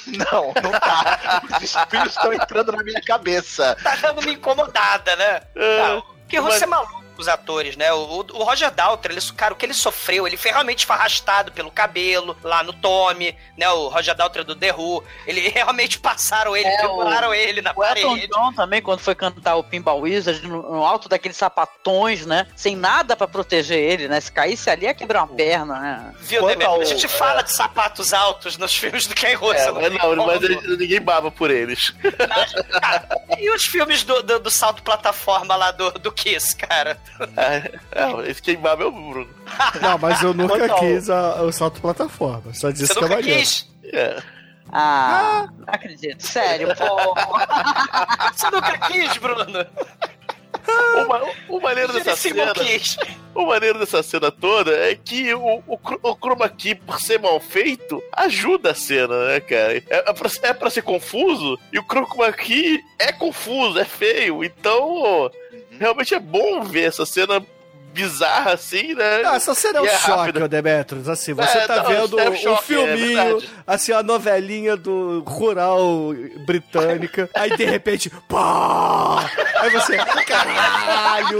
tá. Os espinhos estão entrando na minha cabeça. Tá dando uma incomodada, né? Ken Russell é maluco. os atores, né? O Roger Daltrey, cara, o que ele sofreu, ele foi realmente arrastado pelo cabelo lá no Tommy, né? O Roger Daltrey do The Who, ele realmente passaram ele, penduraram ele na parede. O Elton John também, quando foi cantar o Pinball Wizard no alto daqueles sapatões, né? Sem nada pra proteger ele, né? Se caísse ali, ia quebrar uma perna, né? Viu, Demetrio? A gente fala de sapatos altos nos filmes do Ken Russell. Mas ninguém baba por eles. Cara, e os filmes do salto plataforma lá do Kiss, cara? Esse quem baba é o Bruno. Não, mas eu nunca quis o salto plataforma. Só disse que é maneiro. Você nunca quis? Não acredito. Sério, pô. Você nunca quis, Bruno? O maneiro dessa cena toda é que o chroma key, por ser mal feito, ajuda a cena, né, cara? É pra ser confuso, e o chroma key é confuso, é feio, então realmente é bom ver essa cena bizarra assim, né? Não, essa cena é um choque, ô Demetrius. Assim, você tá vendo um filminho, assim, a novelinha do rural britânica, aí de repente, pá! Aí você, caralho!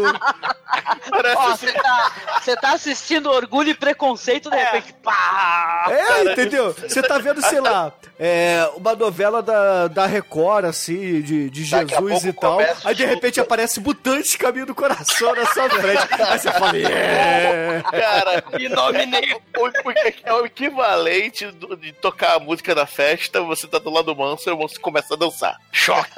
Você tá assistindo Orgulho e Preconceito, de repente, pá! Entendeu? Você tá vendo, sei lá, uma novela da Record, assim, de Jesus e tal, aí de repente aparece Mutantes Caminho do Coração na sua frente. Aí você fala, cara, é o equivalente de tocar a música na festa, você tá do lado do Manso e o Manso começa a dançar. Choque!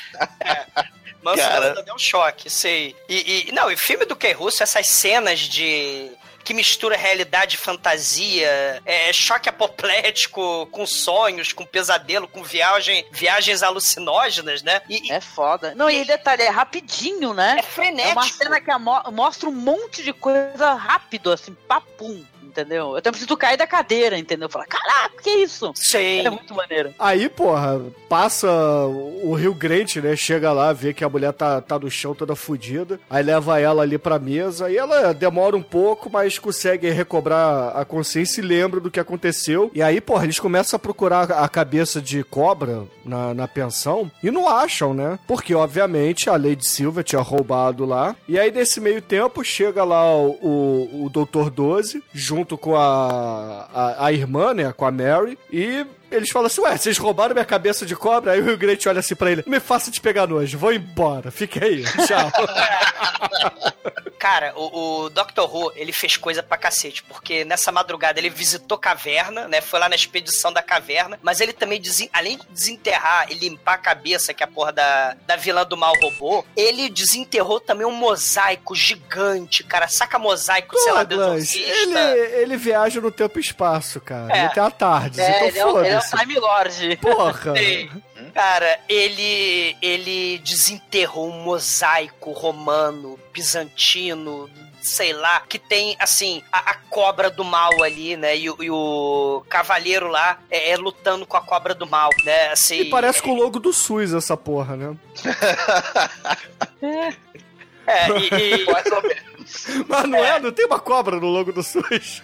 Manso deu um choque, sei. E filme do Ken Russell, essas cenas que mistura realidade e fantasia, choque apoplético com sonhos, com pesadelo, com viagens alucinógenas, né? É foda. Não, e detalhe, é rapidinho, né? É frenético. É uma cena que mostra um monte de coisa rápido, assim, papum. Entendeu? Eu até preciso cair da cadeira, entendeu? Falar, caraca, que isso? Sim. É muito maneiro. Aí, porra, passa o Rio Grande, né? Chega lá, vê que a mulher tá no chão toda fodida. Aí leva ela ali pra mesa. E ela demora um pouco, mas consegue recobrar a consciência e lembra do que aconteceu. E aí, porra, eles começam a procurar a cabeça de cobra na pensão e não acham, né? Porque, obviamente, a Lady Silva tinha roubado lá. E aí, nesse meio tempo, chega lá o Dr. 12, junto com a irmã, né, com a Mary, e eles falam assim, vocês roubaram minha cabeça de cobra? Aí o Rio Grande olha assim pra ele, não me faça te pegar nojo, vou embora, fica aí, tchau. Cara, o Dr. Who, ele fez coisa pra cacete, porque nessa madrugada ele visitou caverna, né, foi lá na expedição da caverna, mas ele também, além de desenterrar e limpar a cabeça que a porra da vilã do mal roubou, ele desenterrou também um mosaico gigante, cara, saca mosaico, sei lá, do exorcista. Ele viaja no tempo e espaço, cara, ele tem a tarde, então foda-se. Ele é o Time Lord. Porra! Cara, ele desenterrou um mosaico romano, bizantino, sei lá, que tem, assim, a cobra do mal ali, né? E o cavaleiro lá lutando com a cobra do mal, né? Assim, e parece com o logo do SUS essa porra, né? Mais ou menos. Mas não tem uma cobra no logo do SUS.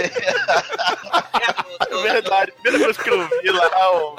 É verdade, a primeira coisa que eu vi lá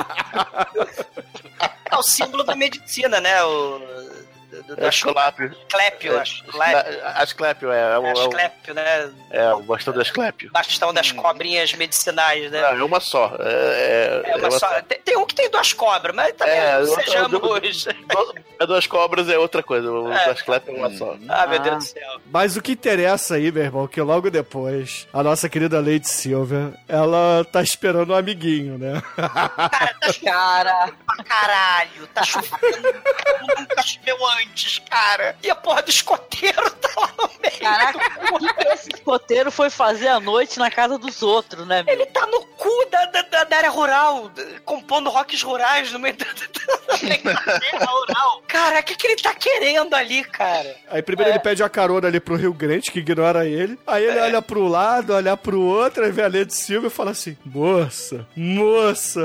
é o símbolo da medicina, né? Asclepio. Asclepio, né? O bastão do Asclepio. Bastão das cobrinhas medicinais, né? Não, é uma só. É uma só. Tem um que tem 2 cobras, mas também sejamos... É 2 cobras, é outra coisa. O Asclepio é uma só. Ah, meu Deus do céu. Mas o que interessa aí, meu irmão, que logo depois, a nossa querida Lady Silva, ela tá esperando um amiguinho, né? Cara, pra caralho. Tá chovendo. Nunca choveu antes, cara. E a porra do escoteiro tá lá no meio. Caraca, o que esse escoteiro foi fazer à noite na casa dos outros, né? Ele tá no cu da área rural, compondo rocks rurais no meio da terra rural. Cara, o que ele tá querendo ali, cara? Aí primeiro ele pede a carona ali pro Rio Grande, que ignora ele. Aí ele olha pro lado, olha pro outro, aí vê a Lady Silva e fala assim, moça,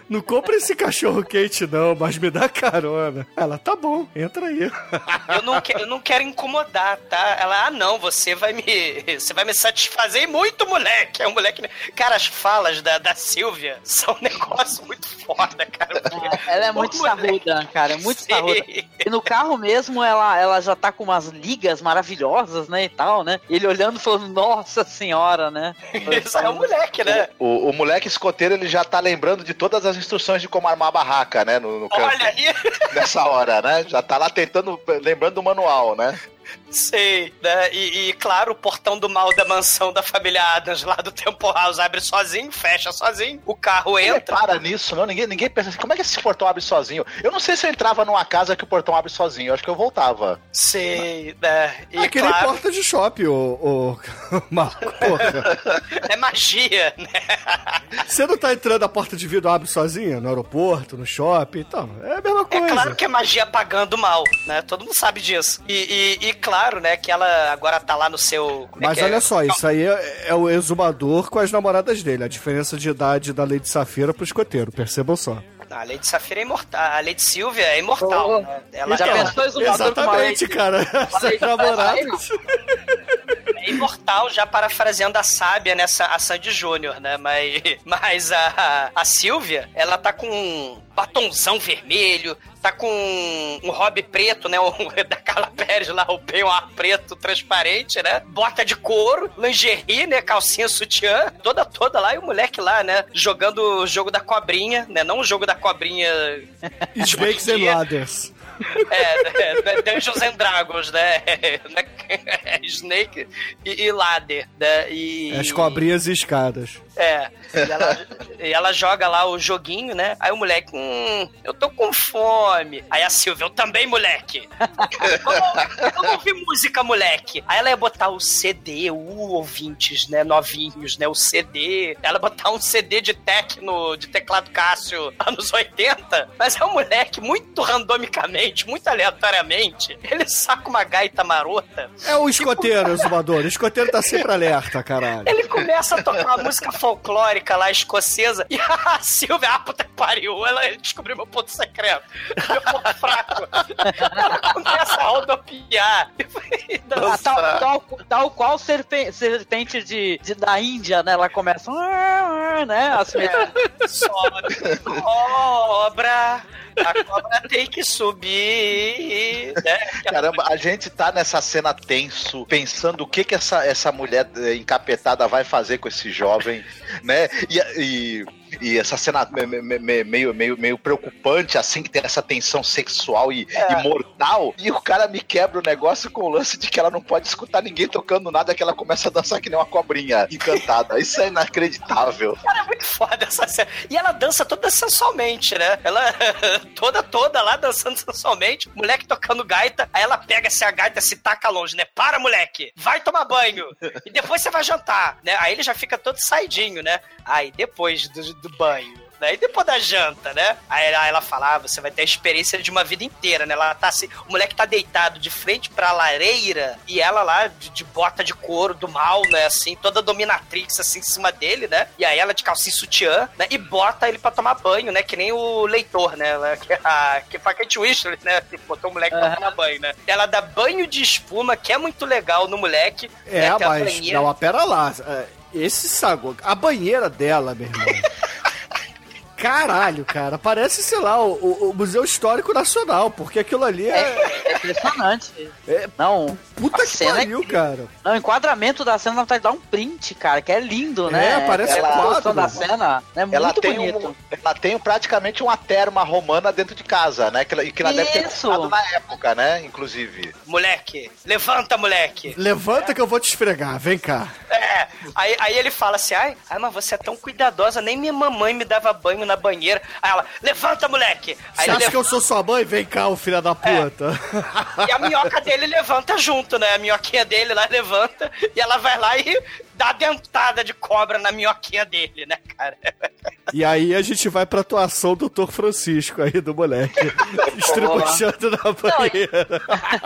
Não compra esse cachorro quente não, mas me dá carona. Ela, tá bom, entra aí. Eu não quero incomodar, tá? Ela, não, você vai me satisfazer muito, moleque. É um moleque... Cara, as falas da Silvia são um negócio muito foda, cara. Ela é muito sarruda, cara, é muito sarruda. E no carro mesmo, ela já tá com umas ligas maravilhosas, né, e tal, né? E ele olhando e falando, nossa senhora, né? Isso é um moleque, né? O moleque escoteiro, ele já tá lembrando de todas as instruções de como armar a barraca, né? No Olha aí! Nessa hora, né? Já tá lá lembrando do manual, né? Sei, né? E claro, o portão do mal da mansão da família Adams lá do Temple House abre sozinho, fecha sozinho, o carro entra. Não para nisso, não? Ninguém pensa assim, como é que esse portão abre sozinho? Eu não sei se eu entrava numa casa que o portão abre sozinho, eu acho que eu voltava. Sei, né? E é que nem porta de shopping, o Marco, porra. É magia, né? Você não tá entrando, a porta de vidro abre sozinha no aeroporto, no shopping, então, é a mesma coisa. É claro que é magia apagando o mal, né? Todo mundo sabe disso. E claro, né, que ela agora tá lá no seu... Mas olha só, isso aí é o exumador com as namoradas dele. A diferença de idade da Lady Safira pro escoteiro, percebam só. A Lady Safira é imortal, a Lady Silvia é imortal, né? Ela já pensou exumador com uma Lady... cara, essas namoradas... É imortal, já parafraseando a sábia, né, a Sandy Júnior, né, mas a Silvia, ela tá com um batonzão vermelho, tá com um hobby preto, né, da Carla Pérez lá, o peioar preto transparente, né, bota de couro, lingerie, né, calcinha sutiã, toda lá, e o moleque lá, né, jogando o jogo da cobrinha, né, não o jogo da cobrinha... Snakes and Ladders. Dungeons and Dragons, né? Snake e Ladder, né? As cobrinhas e escadas. E ela joga lá o joguinho, né? Aí o moleque, eu tô com fome. Aí a Silvia, eu também, moleque. Vamos ouvir música, moleque. Aí ela ia botar o CD, ouvintes, né? Novinhos, né? O CD. Ela ia botar um CD de techno, de teclado Cássio, anos 80. Mas é um moleque muito randomicamente, muito aleatoriamente. Ele saca uma gaita marota. É o escoteiro, o exumador. O escoteiro tá sempre alerta, caralho. Ele começa a tocar uma música folclórica lá, escocesa, e a Silvia, puta que pariu, ela descobriu meu ponto secreto, meu ponto fraco. Ela começa a rodopiar. Tal qual serpente da Índia, né? Ela começa, né? Assim, Cobra. A cobra tem que subir, né? Caramba, a gente tá nessa cena tenso, pensando o que essa mulher encapetada vai fazer com esse jovem, né? E essa cena meio preocupante, assim, que tem essa tensão sexual e mortal, e o cara me quebra o negócio com o lance de que ela não pode escutar ninguém tocando nada, que ela começa a dançar que nem uma cobrinha encantada. Isso é inacreditável. Cara, é muito foda essa cena. E ela dança toda sensualmente, né? Ela toda lá dançando sensualmente, moleque tocando gaita, aí ela pega a gaita, se taca longe, né? Para, moleque! Vai tomar banho! E depois você vai jantar, né? Aí ele já fica todo saidinho, né? Aí depois do banho, né? E depois da janta, né? Aí ela fala, você vai ter a experiência de uma vida inteira, né? Ela tá assim, o moleque tá deitado de frente pra lareira e ela lá de bota de couro do mal, né? Assim, toda dominatrix assim em cima dele, né? E aí ela de calcinha sutiã, né? E bota ele pra tomar banho, né? Que nem o leitor, né? Que foi a Kate Winslet, né? Que botou o moleque pra tomar banho, né? Ela dá banho de espuma, que é muito legal no moleque. Né? Mas não, pera lá. Esse saco, a banheira dela, meu irmão. Caralho, cara, parece, sei lá, o Museu Histórico Nacional, porque aquilo ali é impressionante. Não, puta que pariu, cara. Não, o enquadramento da cena vai dar um print, cara, que é lindo, né? Parece a construção da cena é muito bonito. Ela tem praticamente uma terma romana dentro de casa, né? Que ela deve ter usado na época, né? Inclusive. Moleque, levanta, moleque. Levanta que eu vou te esfregar, vem cá. Aí ele fala assim, mas você é tão cuidadosa, nem minha mamãe me dava banho na banheira. Aí ela, levanta, moleque! Aí você acha que eu sou sua mãe? Vem cá, ô filho da puta. E a minhoca dele levanta junto, né? A minhoquinha dele lá levanta e ela vai lá e dá dentada de cobra na minhoquinha dele, né, cara? E aí a gente vai pra atuação do Dr. Francisco aí, do moleque. Estribuchando na banheira.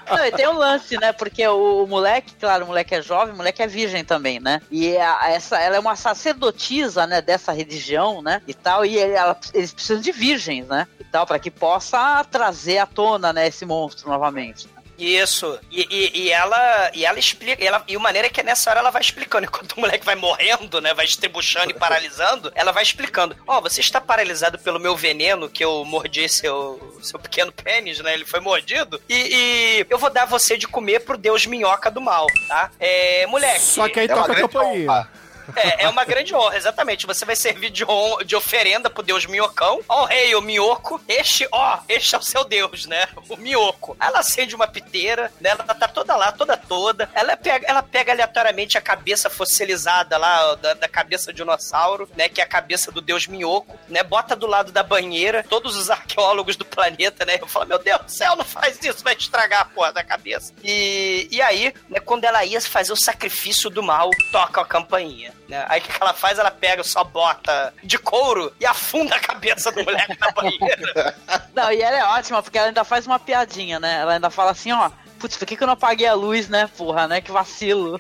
Não, e tem um lance, né? Porque o moleque, claro, o moleque é jovem, o moleque é virgem também, né? E ela é uma sacerdotisa, né, dessa religião, né? E tal, e eles precisam de virgens, né? E tal, pra que possa trazer à tona, né, esse monstro novamente. Isso. E ela explica. E a maneira é que nessa hora ela vai explicando. Enquanto o moleque vai morrendo, né? Vai estrebuchando e paralisando, ela vai explicando. Você está paralisado pelo meu veneno, que eu mordi seu pequeno pênis, né? Ele foi mordido. E eu vou dar você de comer pro deus minhoca do mal, tá? Moleque. Só que aí toca a campainha. É uma grande honra, exatamente. Você vai servir de oferenda pro deus minhocão. Rei, o minhoco. Este é o seu deus, né? O minhoco. Ela acende uma piteira, né? Ela tá toda lá, toda. Ela pega aleatoriamente a cabeça fossilizada lá, da cabeça de dinossauro, né? Que é a cabeça do deus minhoco, né? Bota do lado da banheira. Todos os arqueólogos do planeta, né? Eu falo, meu Deus do céu, não faz isso, vai estragar a porra da cabeça. E aí, né? Quando ela ia fazer o sacrifício do mal, toca a campainha. Né? Aí o que ela faz? Ela pega sua bota de couro e afunda a cabeça do moleque na banheira. Não, e ela é ótima, porque ela ainda faz uma piadinha, né? Ela ainda fala assim, putz, por que eu não apaguei a luz, né, porra, né? Que vacilo.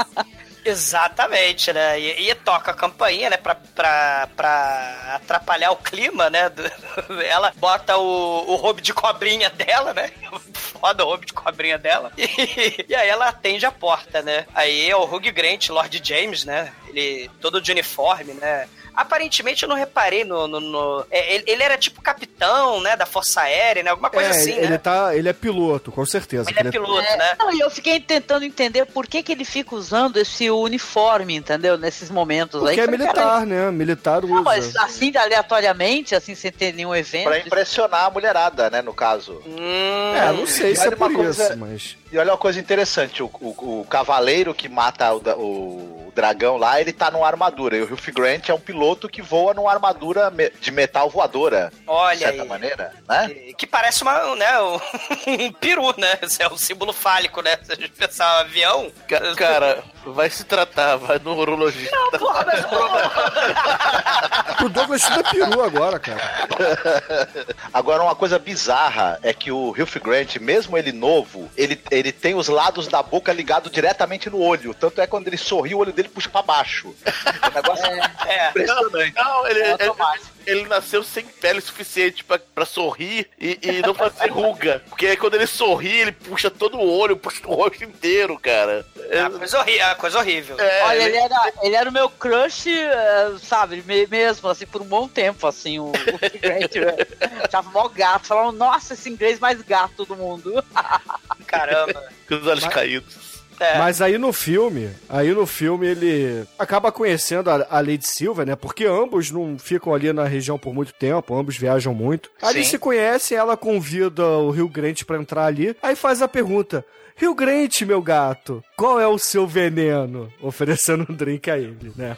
Exatamente, né? E toca a campainha, né? Pra atrapalhar o clima, né? Ela bota o roubo de cobrinha dela, né? Foda o roubo de cobrinha dela. E aí ela atende a porta, né? Aí é o Hugh Grant, Lord James, né? Ele todo de uniforme, né? Aparentemente eu não reparei ele era tipo capitão, né, da Força Aérea, né, alguma coisa assim, né? Ele é piloto, com certeza. Ele é piloto, né? Não, e eu fiquei tentando entender por que ele fica usando esse uniforme, entendeu? Nesses momentos. Porque aí. É militar, né? Militar usa. Não, mas assim, aleatoriamente, assim, sem ter nenhum evento. Pra impressionar a mulherada, né, no caso. Não sei se é por isso, mas... E olha uma coisa interessante, o cavaleiro que mata o dragão lá, ele tá numa armadura, e o Hugh Grant é um piloto que voa numa armadura de metal voadora. Olha, de certa maneira, né? Que parece um peru, né? Esse é o símbolo fálico, né? Se a gente pensar um avião... Cara, vai se tratar, vai no urologista. Não, porra, O Douglas estuda peru agora, cara. Agora, uma coisa bizarra é que o Hugh Grant, mesmo ele novo, ele tem os lados da boca ligados diretamente no olho. Tanto é que quando ele sorri, o olho dele puxa pra baixo. O negócio é impressionante. Não, ele nasceu sem pele suficiente pra sorrir e não fazer ruga. Porque aí quando ele sorri, ele puxa todo o olho, puxa o rosto inteiro, cara. Coisa horrível. Olha, ele era o meu crush, sabe, mesmo, assim, por um bom tempo, assim, o Grant. Tava mó gato, falava, nossa, esse inglês mais gato do mundo. Caramba. Com os olhos caídos. Mas aí no filme ele acaba conhecendo a Lady Silver, né? Porque ambos não ficam ali na região por muito tempo, ambos viajam muito. Aí eles se conhecem, ela convida o Hugh Grant pra entrar ali, aí faz a pergunta: Hugh Grant, meu gato, qual é o seu veneno? Oferecendo um drink a ele, né?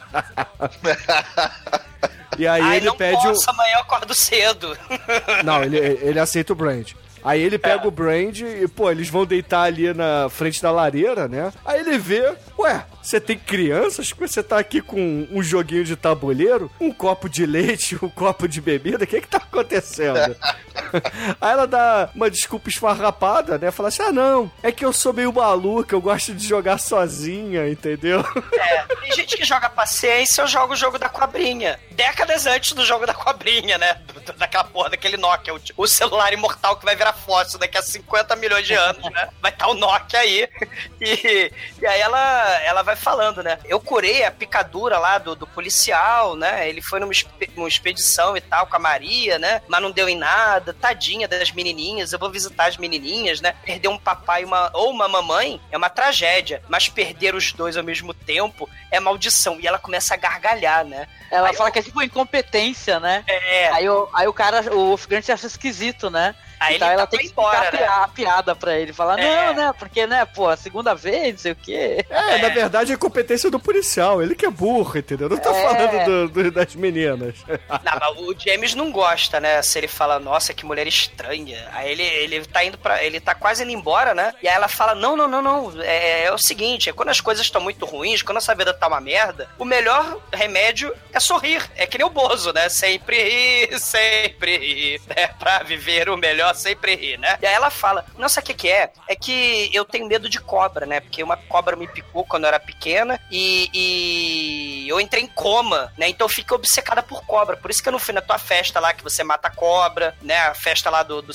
E aí ele pede amanhã eu acordo cedo. Não, ele aceita o Brand. Aí ele pega o Brand e, eles vão deitar ali na frente da lareira, né? Aí ele vê, você tem crianças? Você tá aqui com um joguinho de tabuleiro, um copo de leite, um copo de bebida, o que tá acontecendo? Aí ela dá uma desculpa esfarrapada, né? Fala assim, não, é que eu sou meio maluca, eu gosto de jogar sozinha, entendeu? Tem gente que joga paciência, eu jogo o jogo da cobrinha. Décadas antes do jogo da cobrinha, né? Daquela porra, daquele Nokia, o celular imortal que vai virar fóssil daqui a 50 milhões de anos, né? Vai estar o Nokia aí. E aí ela vai falando, né? Eu curei a picadura lá do policial, né? Ele foi numa expedição e tal com a Maria, né? Mas não deu em nada. Tadinha das menininhas, eu vou visitar as menininhas, né? Perder um papai ou uma mamãe é uma tragédia, mas perder os dois ao mesmo tempo é maldição. E ela começa a gargalhar, né? Ela fala que é tipo incompetência, né? Aí o cara, o Grant acha esquisito, né? Aí então ela tem que explicar embora, a piada pra ele. Falar, não, né? Porque, né, a segunda vez, não sei o quê. Na verdade, é competência do policial. Ele que é burro, entendeu? Não tá falando das meninas. Não, mas o James não gosta, né? Se ele fala, nossa, que mulher estranha. Aí ele tá indo pra... Ele tá quase indo embora, né? E aí ela fala, não. É o seguinte, quando as coisas estão muito ruins, quando a sua vida tá uma merda, o melhor remédio é sorrir. É que nem o Bozo, né? Sempre rir, né? Pra viver o melhor, sempre rir, né? E aí ela fala, não, sabe o que é? É que eu tenho medo de cobra, né? Porque uma cobra me picou quando eu era pequena e eu entrei em coma, né? Então eu fiquei obcecada por cobra. Por isso que eu não fui na tua festa lá, que você mata a cobra, né? A festa lá do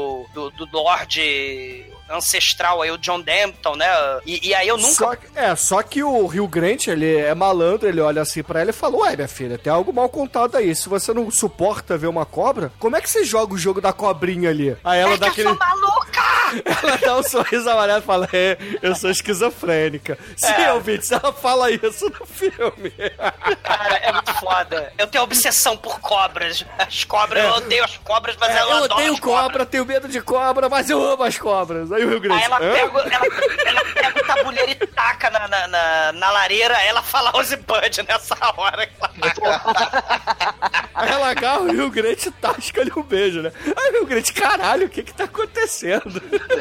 Lorde ancestral aí, o John Dampton, né? E aí eu nunca... Só que o Hugh Grant, ele é malandro, ele olha assim pra ela e fala, ué, minha filha, tem algo mal contado aí. Se você não suporta ver uma cobra, como é que você joga o jogo da cobrinha ali? Aí ela dá aquele... eu sou maluca! Ela dá um sorriso amarelo e fala, eu sou esquizofrênica. Sim, ouvintes, ela fala isso no filme. Cara, é muito foda. Eu tenho obsessão por cobras. As cobras, eu odeio as cobras, mas eu adoro as cobras. Eu odeio cobra, tenho medo de cobra, mas eu amo as cobras. Aí o Rio Grande... Aí ela pega o tabuleiro e taca na lareira, ela fala Rosebud nessa hora. Aí ela agarra o Rio Grande e tasca ali um beijo, né? Aí o Rio Grande, caralho, o que tá acontecendo?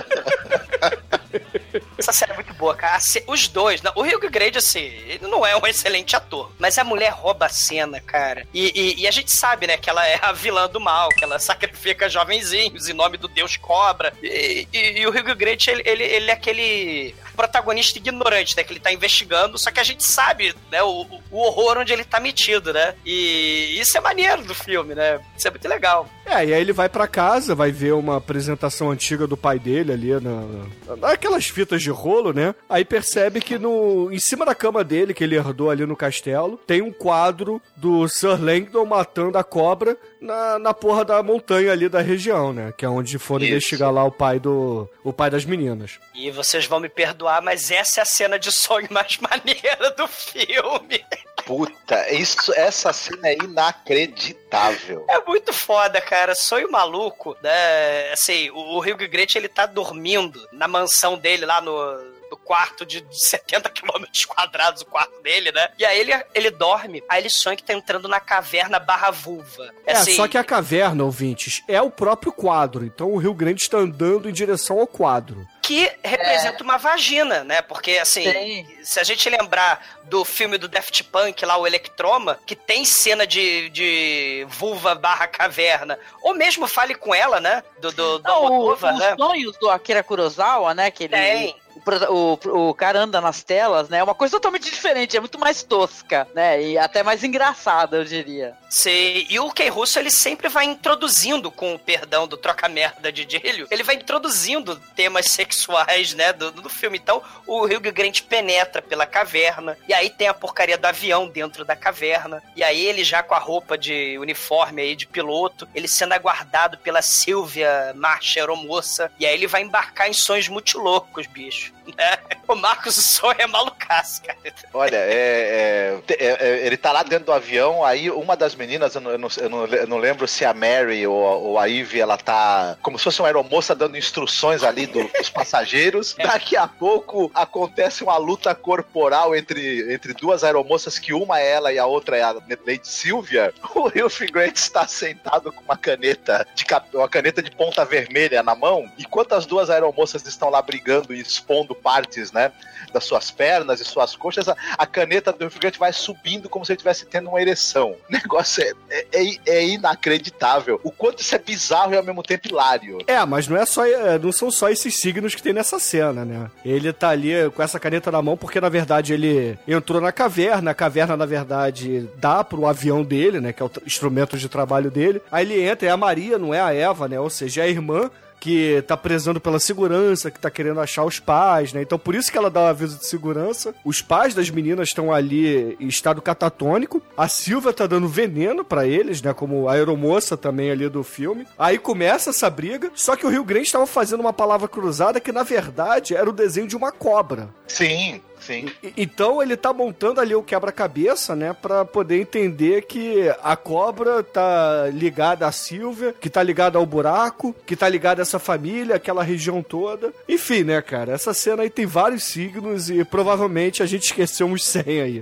Essa série é muito boa, cara. Os dois, o Hugh Grant, assim, ele não é um excelente ator, mas a mulher rouba a cena, cara. E a gente sabe, né, que ela é a vilã do mal, que ela sacrifica jovenzinhos em nome do Deus Cobra. E o Hugh Grant, ele é aquele protagonista ignorante, né, que ele tá investigando, só que a gente sabe, né, o horror onde ele tá metido, né? E isso é maneiro do filme, né? Isso é muito legal. E aí ele vai pra casa, vai ver uma apresentação antiga do pai dele ali, naquelas fitas de rolo, né? Aí percebe que em cima da cama dele, que ele herdou ali no castelo, tem um quadro do Sir Langdon matando a cobra na porra da montanha ali da região, né? Que é onde foram investigar lá o pai das meninas. E vocês vão me perdoar, mas essa é a cena de sonho mais maneira do filme. Puta, essa cena é inacreditável. É muito foda, cara. Sonho maluco, né? Assim, o Hugh Grant, ele tá dormindo na mansão dele lá no quarto de 70 quilômetros quadrados, o quarto dele, né? E aí ele dorme, aí ele sonha que tá entrando na caverna /vulva. Assim, só que a caverna, ouvintes, é o próprio quadro. Então o Rio Grande está andando em direção ao quadro. Que representa uma vagina, né? Porque, assim, se a gente lembrar do filme do Daft Punk, lá, o Electroma, que tem cena de vulva /caverna, ou mesmo Fale com Ela, né? Do Almodóvar, né? Os sonhos do Akira Kurosawa, né? Que ele... Tem. O cara anda nas telas, né? É uma coisa totalmente diferente, é muito mais tosca, né? E até mais engraçada, eu diria. Sim, e o Ken Russo, ele sempre vai introduzindo, com o perdão do troca-merda de Dílio, ele vai introduzindo temas sexuais, né, do filme. Então, o Hugh Grant penetra pela caverna, e aí tem a porcaria do avião dentro da caverna, e aí ele já com a roupa de uniforme aí de piloto, ele sendo aguardado pela Sylvia Marcha, aeromoça, e aí ele vai embarcar em sonhos muito loucos, bicho. O Marcos, o sonho é malucaço, cara. Olha, ele tá lá dentro do avião, aí uma das meninas, eu não lembro se a Mary ou a Ivy, ela tá como se fosse uma aeromoça dando instruções ali dos passageiros. Daqui a pouco acontece uma luta corporal entre duas aeromoças, que uma é ela e a outra é a Lady Sylvia. O Hugh Grant está sentado com uma caneta de ponta vermelha na mão, enquanto as duas aeromoças estão lá brigando e expondo partes, né, das suas pernas e suas coxas, a caneta do Hugh Grant vai subindo como se ele estivesse tendo uma ereção. O negócio é inacreditável. O quanto isso é bizarro e ao mesmo tempo hilário. Mas não são só esses signos que tem nessa cena, né? Ele tá ali com essa caneta na mão porque, na verdade, ele entrou na caverna. A caverna, na verdade, dá pro avião dele, né, que é o instrumento de trabalho dele. Aí ele entra, é a Maria, não é a Eva, né? Ou seja, é a irmã que tá prezando pela segurança, que tá querendo achar os pais, né? Então por isso que ela dá o aviso de segurança. Os pais das meninas estão ali em estado catatônico. A Silvia tá dando veneno pra eles, né? Como a aeromoça também ali do filme. Aí começa essa briga, só que o Hugh Grant tava fazendo uma palavra cruzada que na verdade era o desenho de uma cobra. Sim. Sim. Então ele tá montando ali o quebra-cabeça, né? Pra poder entender que a cobra tá ligada à Sylvia, que tá ligada ao buraco, que tá ligada a essa família, aquela região toda. Enfim, né, cara? Essa cena aí tem vários signos e provavelmente a gente esqueceu uns 100 aí.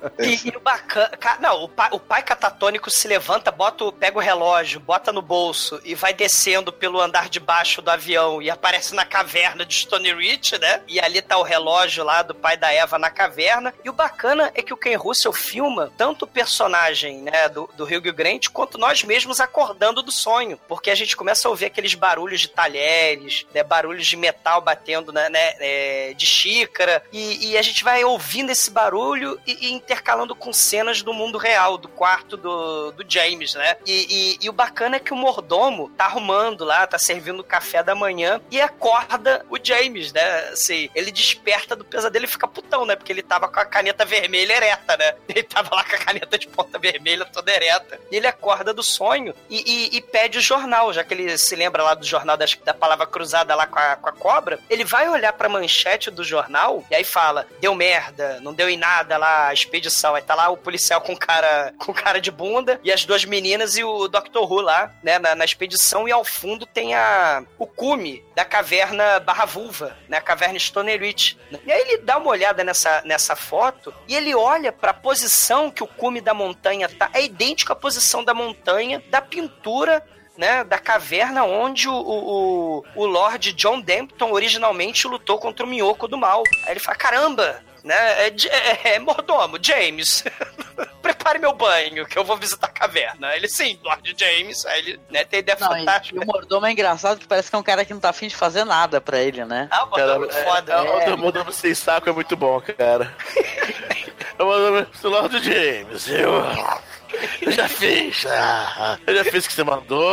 E o bacana... Não, o pai catatônico se levanta, pega o relógio, bota no bolso e vai descendo pelo andar de baixo do avião e aparece na caverna de Stone Ridge, né? E ali tá o relógio lá do pai da Eva na caverna. E o bacana é que o Ken Russell filma tanto o personagem, né, do Hugh Grant, quanto nós mesmos acordando do sonho. Porque a gente começa a ouvir aqueles barulhos de talheres, né, barulhos de metal batendo, né, de xícara. E a gente vai ouvindo esse barulho e intercalando com cenas do mundo real, do quarto do James, né? E o bacana é que o mordomo tá arrumando lá, tá servindo o café da manhã e acorda o James, né? Assim, ele desperta do pesadelo e fica putão, né? Porque ele tava com a caneta vermelha ereta, né? Ele tava lá com a caneta de ponta vermelha toda ereta. E ele acorda do sonho e pede o jornal, já que ele se lembra lá do jornal da palavra cruzada lá com a cobra. Ele vai olhar pra manchete do jornal e aí fala, deu merda, não deu em nada lá a expedição. Aí tá lá o policial com cara de bunda e as duas meninas e o Dr. Who lá, né, na expedição, e ao fundo tem o cume da caverna Barra Vulva, né, a caverna Stone Ridge. E aí ele dá uma olhada nessa foto e ele olha pra posição que o cume da montanha tá, é idêntico à posição da montanha da pintura, né, da caverna onde o Lord John Denton originalmente lutou contra o Minhoco do Mal. Aí ele fala, caramba, né, mordomo, James, prepare meu banho, que eu vou visitar a caverna. Ele, sim, Lord James. Aí ele, né, tem ideia fantástica. E o mordomo é engraçado, que parece que é um cara que não tá afim de fazer nada pra ele, né? Ah, o mordomo é foda. O mordomo sem saco é muito bom, cara. O mordomo, Lord James, eu já fiz o que você mandou.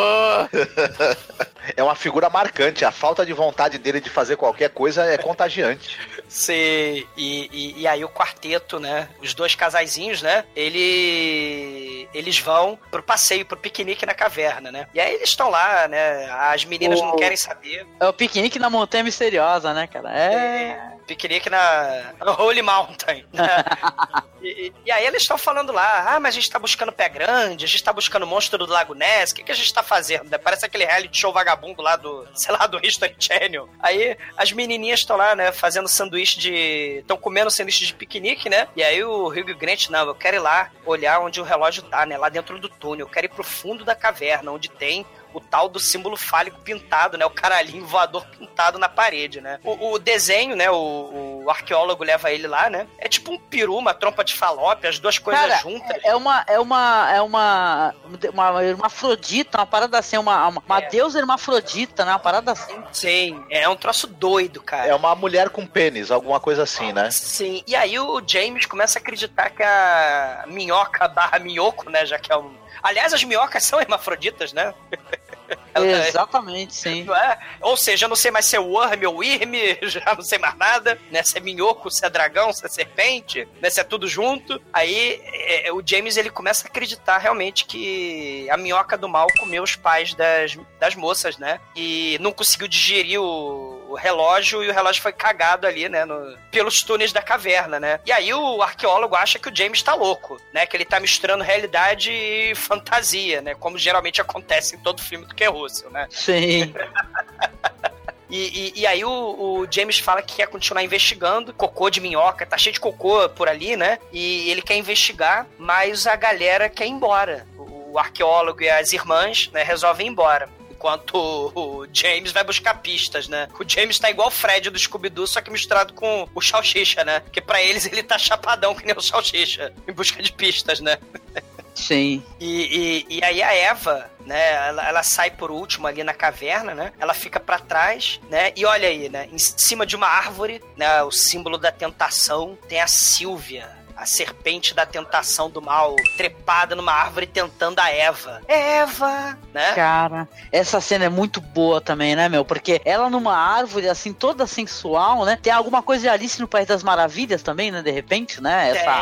É uma figura marcante. A falta de vontade dele de fazer qualquer coisa é contagiante. Sim, e aí o quarteto, né? Os dois casaizinhos, né? Eles vão pro passeio, pro piquenique na caverna, né? E aí eles estão lá, né? As meninas não querem saber. É o piquenique na Montanha Misteriosa, né, cara? Piquenique na Holy Mountain. E aí eles estão falando lá, mas a gente tá buscando pé grande, a gente tá buscando monstro do Lago Ness, o que a gente tá fazendo? Parece aquele reality show vagabundo lá do History Channel. Aí as menininhas estão lá, né, fazendo estão comendo sanduíche de piquenique, né? E aí o Hugh Grant, não, eu quero ir lá olhar onde o relógio tá, né, lá dentro do túnel, eu quero ir pro fundo da caverna, onde tem o tal do símbolo fálico pintado, né? O caralhinho voador pintado na parede, né? O desenho, né? O arqueólogo leva ele lá, né? É tipo um peru, uma trompa de falópia, as duas coisas juntas. É uma hermafrodita, uma parada assim, uma deusa hermafrodita, né? Uma parada assim. Sim, é um troço doido, cara. É uma mulher com pênis, alguma coisa assim, né? Sim, e aí o James começa a acreditar que a minhoca / minhoco, né? Já que é um... Aliás, as minhocas são hermafroditas, né? Exatamente, sim. Ou seja, eu não sei mais se é worm ou irm, já não sei mais nada, né? Se é minhoco, se é dragão, se é serpente, né? Se é tudo junto. Aí o James, ele começa a acreditar realmente que a minhoca do mal comeu os pais das moças, né? E não conseguiu digerir o relógio, e o relógio foi cagado ali, né, pelos túneis da caverna, né? E aí o arqueólogo acha que o James tá louco, né? Que ele tá misturando realidade e fantasia, né? Como geralmente acontece em todo filme do Ken Russell, né? Sim. E aí o James fala que quer continuar investigando. Cocô de minhoca, tá cheio de cocô por ali, né? E ele quer investigar, mas a galera quer ir embora. O arqueólogo e as irmãs, né, resolvem ir embora. Enquanto o James vai buscar pistas, né? O James tá igual o Fred do Scooby-Doo, só que misturado com o Salsicha, né? Porque pra eles ele tá chapadão que nem o Salsicha, em busca de pistas, né? Sim. E aí a Eva, né, ela sai por último ali na caverna, né? Ela fica pra trás, né? E olha aí, né? Em cima de uma árvore, né? O símbolo da tentação, tem a Sylvia, a serpente da tentação do mal, trepada numa árvore tentando a Eva. Eva! Né? Cara, essa cena é muito boa também, né, meu? Porque ela numa árvore, assim, toda sensual, né? Tem alguma coisa de Alice no País das Maravilhas também, né? De repente, né?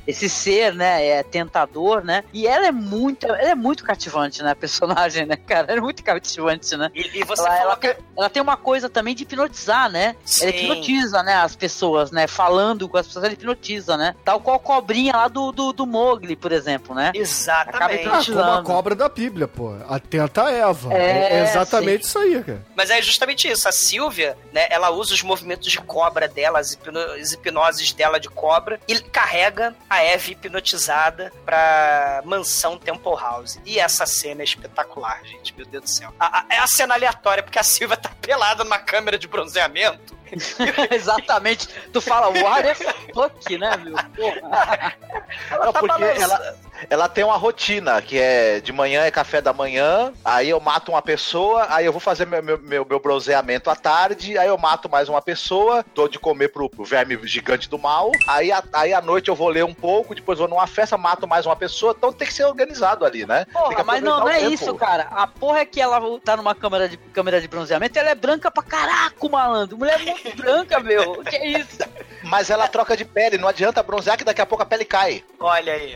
esse ser, né, tentador, né? E ela é muito cativante, né, a personagem, né, cara? Ela é muito cativante, né? E você falou que... ela tem uma coisa também de hipnotizar, né? Sim. Ela hipnotiza, né, as pessoas, né? Falando com as pessoas, ela hipnotiza, né? Tal qual a cobrinha lá do Mowgli, por exemplo, né? Exatamente. Como a cobra da Bíblia, pô. Atenta a Eva. É exatamente isso aí, cara. Mas é justamente isso. A Sylvia, né, ela usa os movimentos de cobra dela, as hipnoses dela de cobra, e carrega a Eve hipnotizada pra mansão Temple House. E essa cena é espetacular, gente. Meu Deus do céu. É a cena aleatória, porque a Sylvia tá pelada numa câmera de bronzeamento. Exatamente. Tu fala, what the fuck, né, meu? Porra. Não, porque ela tem uma rotina, que é de manhã é café da manhã, aí eu mato uma pessoa, aí eu vou fazer meu bronzeamento à tarde, aí eu mato mais uma pessoa, dou de comer pro verme gigante do mal, aí à noite eu vou ler um pouco, depois vou numa festa, mato mais uma pessoa, então tem que ser organizado ali, né? Porra, mas não é isso, cara. A porra é que ela tá numa câmera de bronzeamento, ela é branca pra caraca, malandro. Mulher muito branca, meu. Que isso? Mas ela troca de pele, não adianta bronzear que daqui a pouco a pele cai. Olha aí.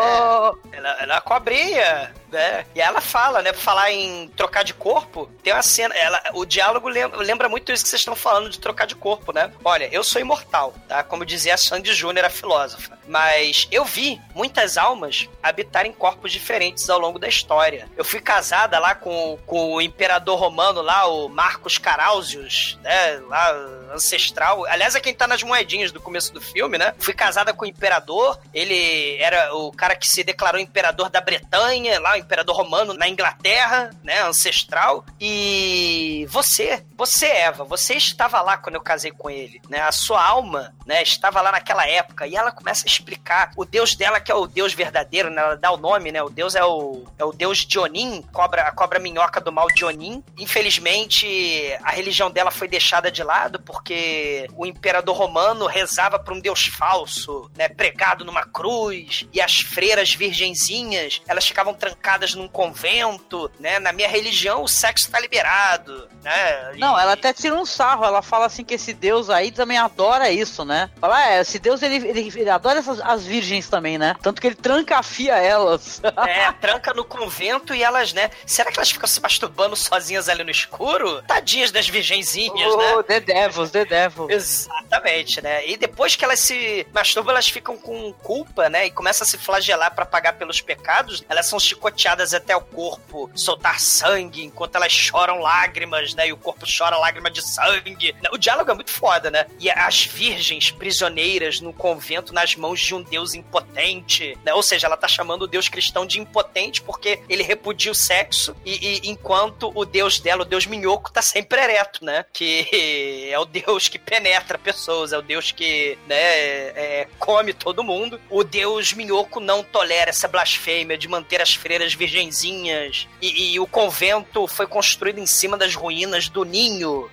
Ela é cobrinha, né? E ela fala, né? Por falar em trocar de corpo, tem uma cena. O diálogo lembra muito isso que vocês estão falando de trocar de corpo, né? Olha, eu sou imortal, tá? Como dizia a Sandy Júnior, a filósofa. Mas eu vi muitas almas habitarem corpos diferentes ao longo da história. Eu fui casada lá com o imperador romano lá, o Marcos Carausius, né? Lá, ancestral. Aliás, é quem tá nas moedinhas do começo do filme, né? Fui casada com o imperador. Ele era o cara que se declarou imperador da Bretanha, lá, o imperador romano na Inglaterra, né? Ancestral. E você, Eva, você estava lá quando eu casei com ele, né? A sua alma, né? Estava lá naquela época. E ela começa a explicar o deus dela, que é o deus verdadeiro, né? Ela dá o nome, né? O deus é o deus Dionim, a cobra minhoca do mal Dionim. Infelizmente, a religião dela foi deixada de lado porque o imperador romano rezava para um deus falso, né? Pregado numa cruz. E as freiras virgenzinhas, elas ficavam trancadas num convento, né? Na minha religião, o sexo tá liberado, né? Não, ela até tira um sarro. Ela fala assim que esse deus aí também adora isso, né? Fala, esse deus, ele adora as virgens também, né? Tanto que ele trancafia elas. Tranca no convento e elas, né? Será que elas ficam se masturbando sozinhas ali no escuro? Tadinhas das virgenzinhas, né? The Devils. Exatamente, né? E depois que elas se masturbam, elas ficam com culpa, né? E começam a se flagelar pra pagar pelos pecados. Elas são chicoteadas até o corpo soltar sangue, enquanto elas choram lágrimas, né? E o corpo chora lágrima de sangue. O diálogo é muito foda, né? E as virgens prisioneiras no convento nas mãos de um deus impotente, né? Ou seja, ela tá chamando o deus cristão de impotente porque ele repudia o sexo e enquanto o deus dela, o deus minhoco, tá sempre ereto, né? Que é o deus que penetra pessoas, é o deus que, né, come todo mundo. O deus minhoco não tolera essa blasfêmia de manter as freiras virgenzinhas e o convento foi construído em cima das ruínas do ninho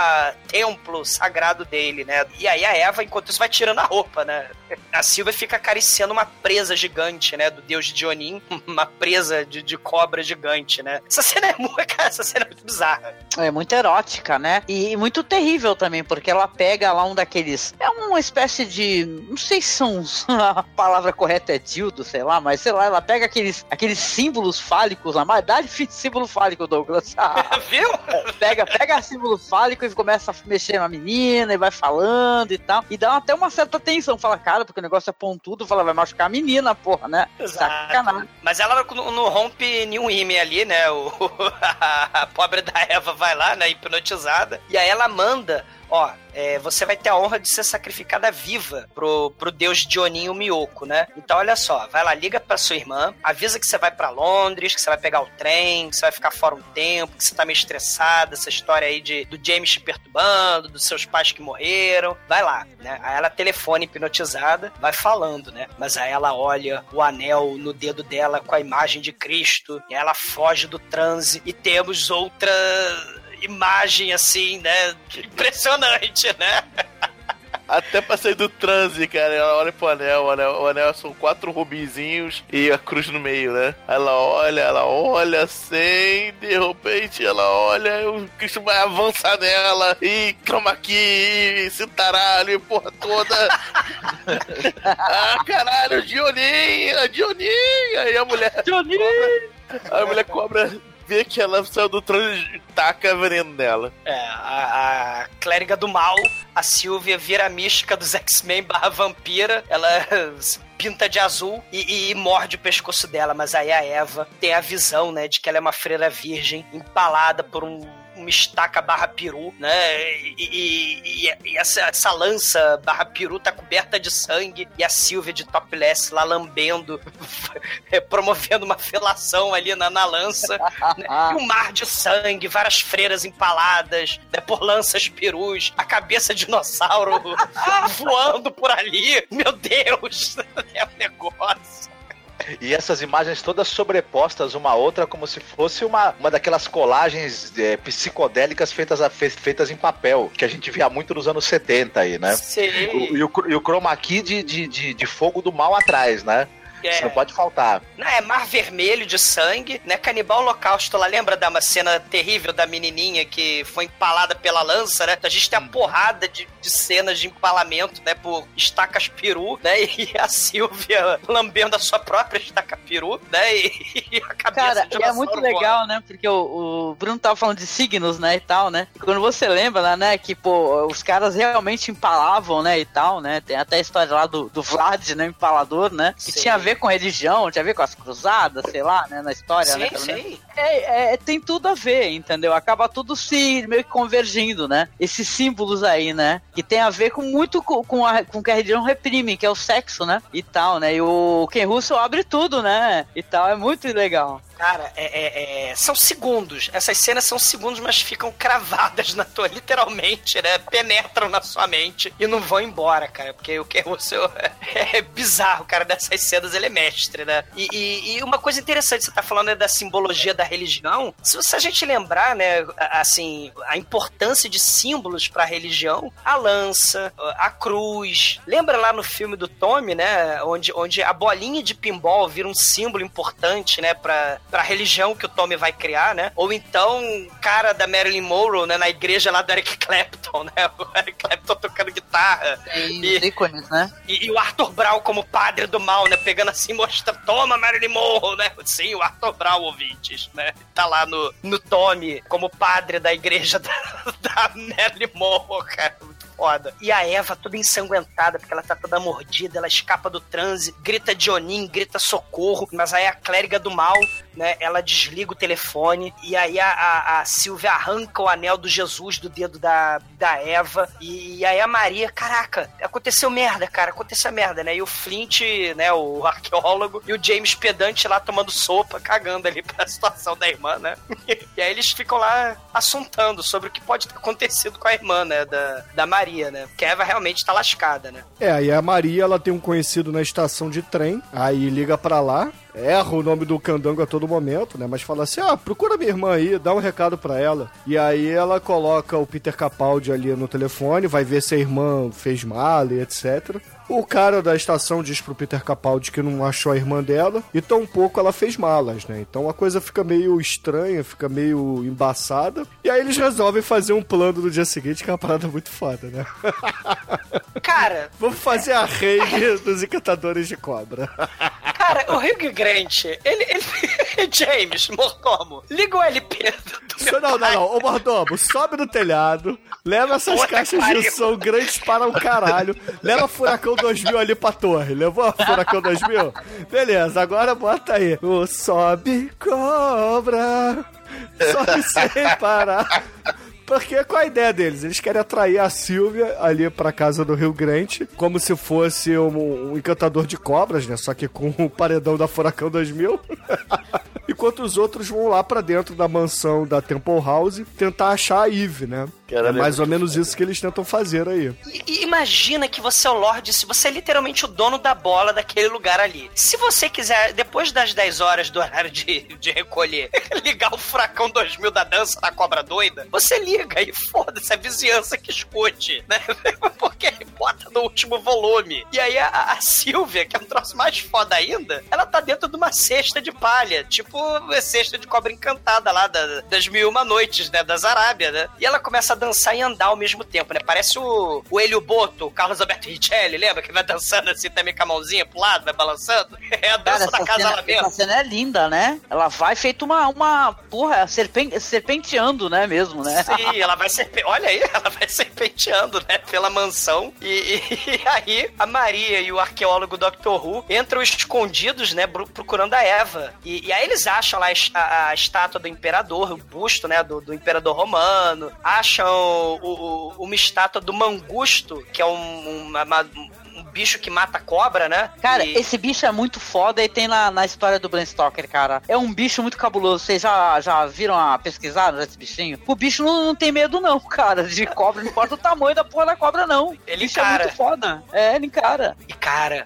/ templo sagrado dele, né? E aí a Eva, enquanto isso, vai tirando a roupa, né? A Sylvia fica acariciando uma presa gigante, né? Do deus Dionim, uma presa de cobra gigante, né? Essa cena é muito bizarra. É muito erótica, né? E muito terrível também, porque ela pega lá um daqueles... É uma espécie de... Não sei se são... A palavra correta é dildo, sei lá, mas sei lá, ela pega aqueles símbolos fálicos lá, mas dá de símbolo fálico, Douglas. Viu? Pega símbolo fálico e começa a mexer na menina e vai falando e tal. E dá até uma certa tensão. Fala, cara, porque o negócio é pontudo, fala, vai machucar a menina, porra, né? Exato. Sacanagem. Mas ela não rompe nenhum ímã ali, né? A pobre da Eva vai lá, né? Hipnotizada. E aí ela manda... você vai ter a honra de ser sacrificada viva pro deus Dioninho Miyoko, né? Então, olha só, vai lá, liga pra sua irmã, avisa que você vai pra Londres, que você vai pegar o trem, que você vai ficar fora um tempo, que você tá meio estressada, essa história aí do James te perturbando, dos seus pais que morreram. Vai lá, né? Aí ela telefona hipnotizada, vai falando, né? Mas aí ela olha o anel no dedo dela com a imagem de Cristo, e ela foge do transe, e temos outra... imagem assim, né? Impressionante, né? Até pra sair do transe, cara, ela olha pro anel, o anel são 4 rubizinhos e a cruz no meio, né? Ela olha assim, de repente ela olha, o Cristo vai avançar nela e chroma key, cintaralho e porra toda. Ah, caralho, Dioninha! Aí a mulher cobra vê que ela saiu do transe e taca veneno nela. A clériga do mal, a Sylvia vira a mística dos X-Men / vampira, ela se pinta de azul e morde o pescoço dela, mas aí a Eva tem a visão, né, de que ela é uma freira virgem empalada por uma estaca / peru, né? E essa lança / peru tá coberta de sangue e a Sylvia de topless lá lambendo, promovendo uma felação ali na lança, né? E um mar de sangue, várias freiras empaladas, né, por lanças perus, a cabeça de dinossauro voando por ali. Meu Deus! É um negócio. E essas imagens todas sobrepostas uma a outra, como se fosse uma daquelas colagens psicodélicas feitas em papel, que a gente via muito nos anos 70 aí, né? Sim. E o chroma key de fogo do mal atrás, né? Isso não pode faltar. Não, é mar vermelho de sangue, né? Canibal Holocausto lá, lembra da uma cena terrível da menininha que foi empalada pela lança, né? Então a gente tem a porrada de cenas de empalamento, né? Por estacas peru, né? E a Sylvia lambendo a sua própria estaca peru, né? E a cabeça de é muito legal, né? Porque o Bruno tava falando de signos, né? E tal, né? E quando você lembra, né? Que, pô, os caras realmente empalavam, né? E tal, né? Tem até a história lá do Vlad, né? Empalador, né? Que tinha a ver com religião, tinha a ver com as cruzadas, sei lá, né, na história, né? Sim. Tem tudo a ver, entendeu? Acaba tudo se meio que convergindo, né? Esses símbolos aí, né? Que tem a ver muito com que a religião reprime, que é o sexo, né? E tal, né? E o Ken Russell abre tudo, né? E tal, é muito legal. Cara, são segundos. Essas cenas são segundos, mas ficam cravadas na tua, literalmente, né? Penetram na sua mente e não vão embora, cara. Porque o Ken Russell é bizarro, cara. Dessas cenas ele é mestre, né? E uma coisa interessante, você tá falando, né, da simbologia da religião. Se a gente lembrar, né, assim, a importância de símbolos pra religião, a lança, a cruz. Lembra lá no filme do Tommy, né? Onde a bolinha de pinball vira um símbolo importante, né? Pra religião que o Tommy vai criar, né? Ou então, cara da Marilyn Monroe, né? Na igreja lá do Eric Clapton, né? O Eric Clapton tocando guitarra. E ícones, né? E o Arthur Brown como padre do mal, né? Pegando assim, mostrando, toma Marilyn Monroe, né? Sim, o Arthur Brown, ouvintes, né? Tá lá no Tommy como padre da igreja da Marilyn Monroe, cara. Foda. E a Eva toda ensanguentada, porque ela tá toda mordida, ela escapa do transe, grita Dionin, grita socorro, mas aí a clériga do mal, né, ela desliga o telefone, e aí a Sylvia arranca o anel do Jesus do dedo da Eva, e aí a Maria, caraca, aconteceu merda, né, e o Flint, né, o arqueólogo, e o James pedante lá tomando sopa, cagando ali pra situação da irmã, né, e aí eles ficam lá assuntando sobre o que pode ter acontecido com a irmã, né, da Maria, né? Porque a Eva realmente tá lascada, né? Aí a Maria, ela tem um conhecido na estação de trem, aí liga pra lá, erra o nome do candango a todo momento, né? Mas fala assim, procura minha irmã aí, dá um recado pra ela. E aí ela coloca o Peter Capaldi ali no telefone, vai ver se a irmã fez mala e etc. O cara da estação diz pro Peter Capaldi que não achou a irmã dela e tampouco ela fez malas, né? Então a coisa fica meio estranha, fica meio embaçada. E aí eles resolvem fazer um plano no dia seguinte, que é uma parada muito foda, né? Cara... Vamos fazer a rave dos encantadores de cobra. Cara, o Hugh Grant, ele James, mordomo, liga o LP do meu pai. Não. Ô, mordomo, sobe no telhado, leva essas caixas de som grandes para o caralho, leva Furacão 2000 ali pra torre. Levou a Furacão 2000? Beleza, agora bota aí. O sobe cobra, sobe sem parar. Porque qual a ideia deles? Eles querem atrair a Sylvia ali pra casa do Rio Grande, como se fosse um encantador de cobras, né? Só que com o paredão da Furacão 2000. Enquanto os outros vão lá pra dentro da mansão da Temple House tentar achar a Eve, né? É mais ou menos isso que eles tentam fazer aí. E imagina que você é o Lorde, se você é literalmente o dono da bola daquele lugar ali. Se você quiser, depois das 10 horas do horário de recolher, ligar o Furacão 2000 da dança da Cobra Doida, você liga e foda-se, a vizinhança que escute, né? Porque ele bota no último volume. E aí a Silvia, que é um troço mais foda ainda, ela tá dentro de uma cesta de palha, tipo a cesta de cobra encantada lá das 1001 Noites, né? Das Arábia, né? E ela começa a dançar e andar ao mesmo tempo, né? Parece o Hélio Boto, o Carlos Alberto Richelli, lembra? Que vai dançando assim também com a mãozinha pro lado, vai balançando. É a dança da casa lá mesmo. Essa cena é linda, né? Ela vai feito uma porra, serpenteando, né? Mesmo, né? Sim, ela vai olha aí, ela vai serpenteando, né? Pela mansão. E aí a Maria e o arqueólogo Dr. Who entram escondidos, né? Procurando a Eva. E aí eles acham lá a estátua do imperador, o busto, né? Do imperador romano. Acham uma estátua do Mangusto, que é um bicho que mata cobra, né? Cara, esse bicho é muito foda e tem na história do Bram Stoker, cara. É um bicho muito cabuloso. Vocês já viram pesquisaram esse bichinho? O bicho não tem medo não, cara, de cobra. Não importa o tamanho da porra da cobra, não. Ele encara. É muito foda. É, ele encara. E, cara,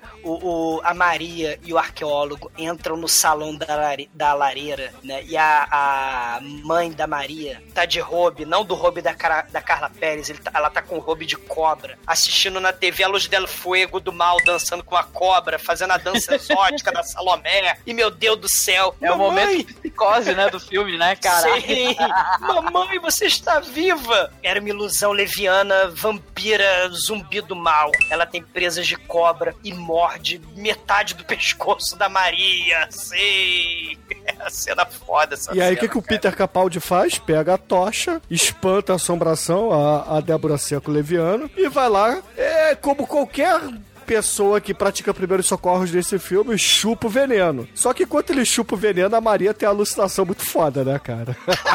a Maria e o arqueólogo entram no salão da lareira, né? E a mãe da Maria tá de robe, não do robe da Carla Pérez, ela tá com robe de cobra, assistindo na TV a Luz del Fuego do Mal, dançando com a cobra, fazendo a dança exótica da Salomé. E, meu Deus do céu. É o momento de psicose, né, do filme, né, cara? Sim. Mamãe, você está viva. Era uma ilusão leviana, vampira, zumbi do mal. Ela tem presas de cobra e morde metade do pescoço da Maria. Sim. É a cena foda essa E aí, o que o Peter Capaldi faz? Pega a tocha, espanta a assombração, a Débora Seco Leviano, e vai lá, como qualquer pessoa que pratica primeiros socorros nesse filme, chupa o veneno. Só que enquanto ele chupa o veneno, a Maria tem uma alucinação muito foda, né, cara?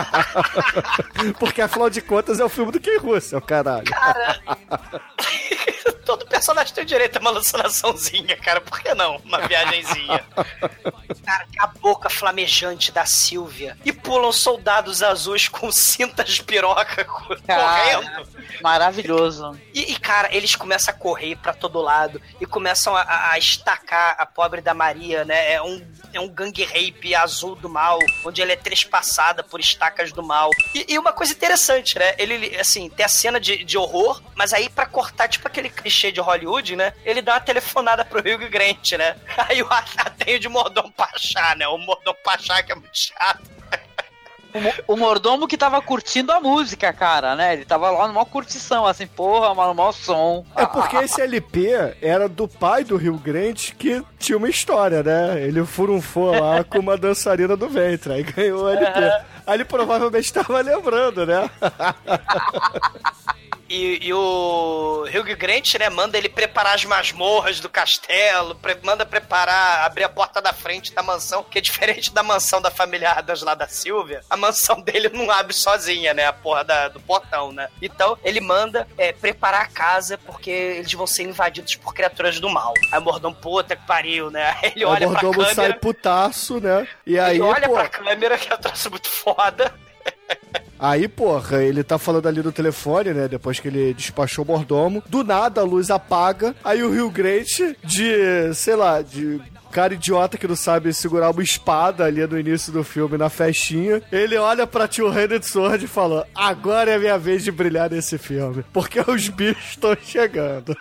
Porque, afinal de contas, é o filme do Ken Russell, caralho. Cara... Todo personagem tem direito a uma alucinaçãozinha, cara. Por que não? Uma viagenzinha. Cara, que a boca flamejante da Silvia. E pulam soldados azuis com cintas de piroca correndo. Maravilhoso. E, cara, eles começam a correr pra todo lado e começam a estacar a pobre da Maria, né? É um gangue rape azul do mal, onde ela é trespassada por estacas do mal. E uma coisa interessante, né? Ele, assim, tem a cena de horror, mas aí pra cortar, tipo aquele clichê de Hollywood, né? Ele dá uma telefonada pro Hugh Grant, né? Aí tem o de Mordomo Pachá, né? O Mordomo Pachá que é muito chato. O mordomo que tava curtindo a música, cara, né? Ele tava lá numa curtição, assim, porra, mano, maior som. É porque esse LP era do pai do Hugh Grant, que tinha uma história, né? Ele furunfou lá com uma dançarina do ventre, aí ganhou o LP. Aí ele provavelmente estava lembrando, né? E o Hugh Grant, né, manda ele preparar as masmorras do castelo, manda abrir a porta da frente da mansão, que é diferente da mansão da família Adams lá da Silvia. A mansão dele não abre sozinha, né, a porra do portão, né. Então, ele manda preparar a casa, porque eles vão ser invadidos por criaturas do mal. Aí o mordomo, puta que pariu, né, aí ele olha pra câmera... O mordomo sai putaço, né, e aí... Ele olha pra câmera, que é um troço muito foda... Aí, porra, ele tá falando ali no telefone, né? Depois que ele despachou o mordomo. Do nada, a luz apaga. Aí o Hugh Grant, de cara idiota que não sabe segurar uma espada ali no início do filme, na festinha, ele olha pra Two-Handed Sword e fala: agora é a minha vez de brilhar nesse filme, porque os bichos estão chegando.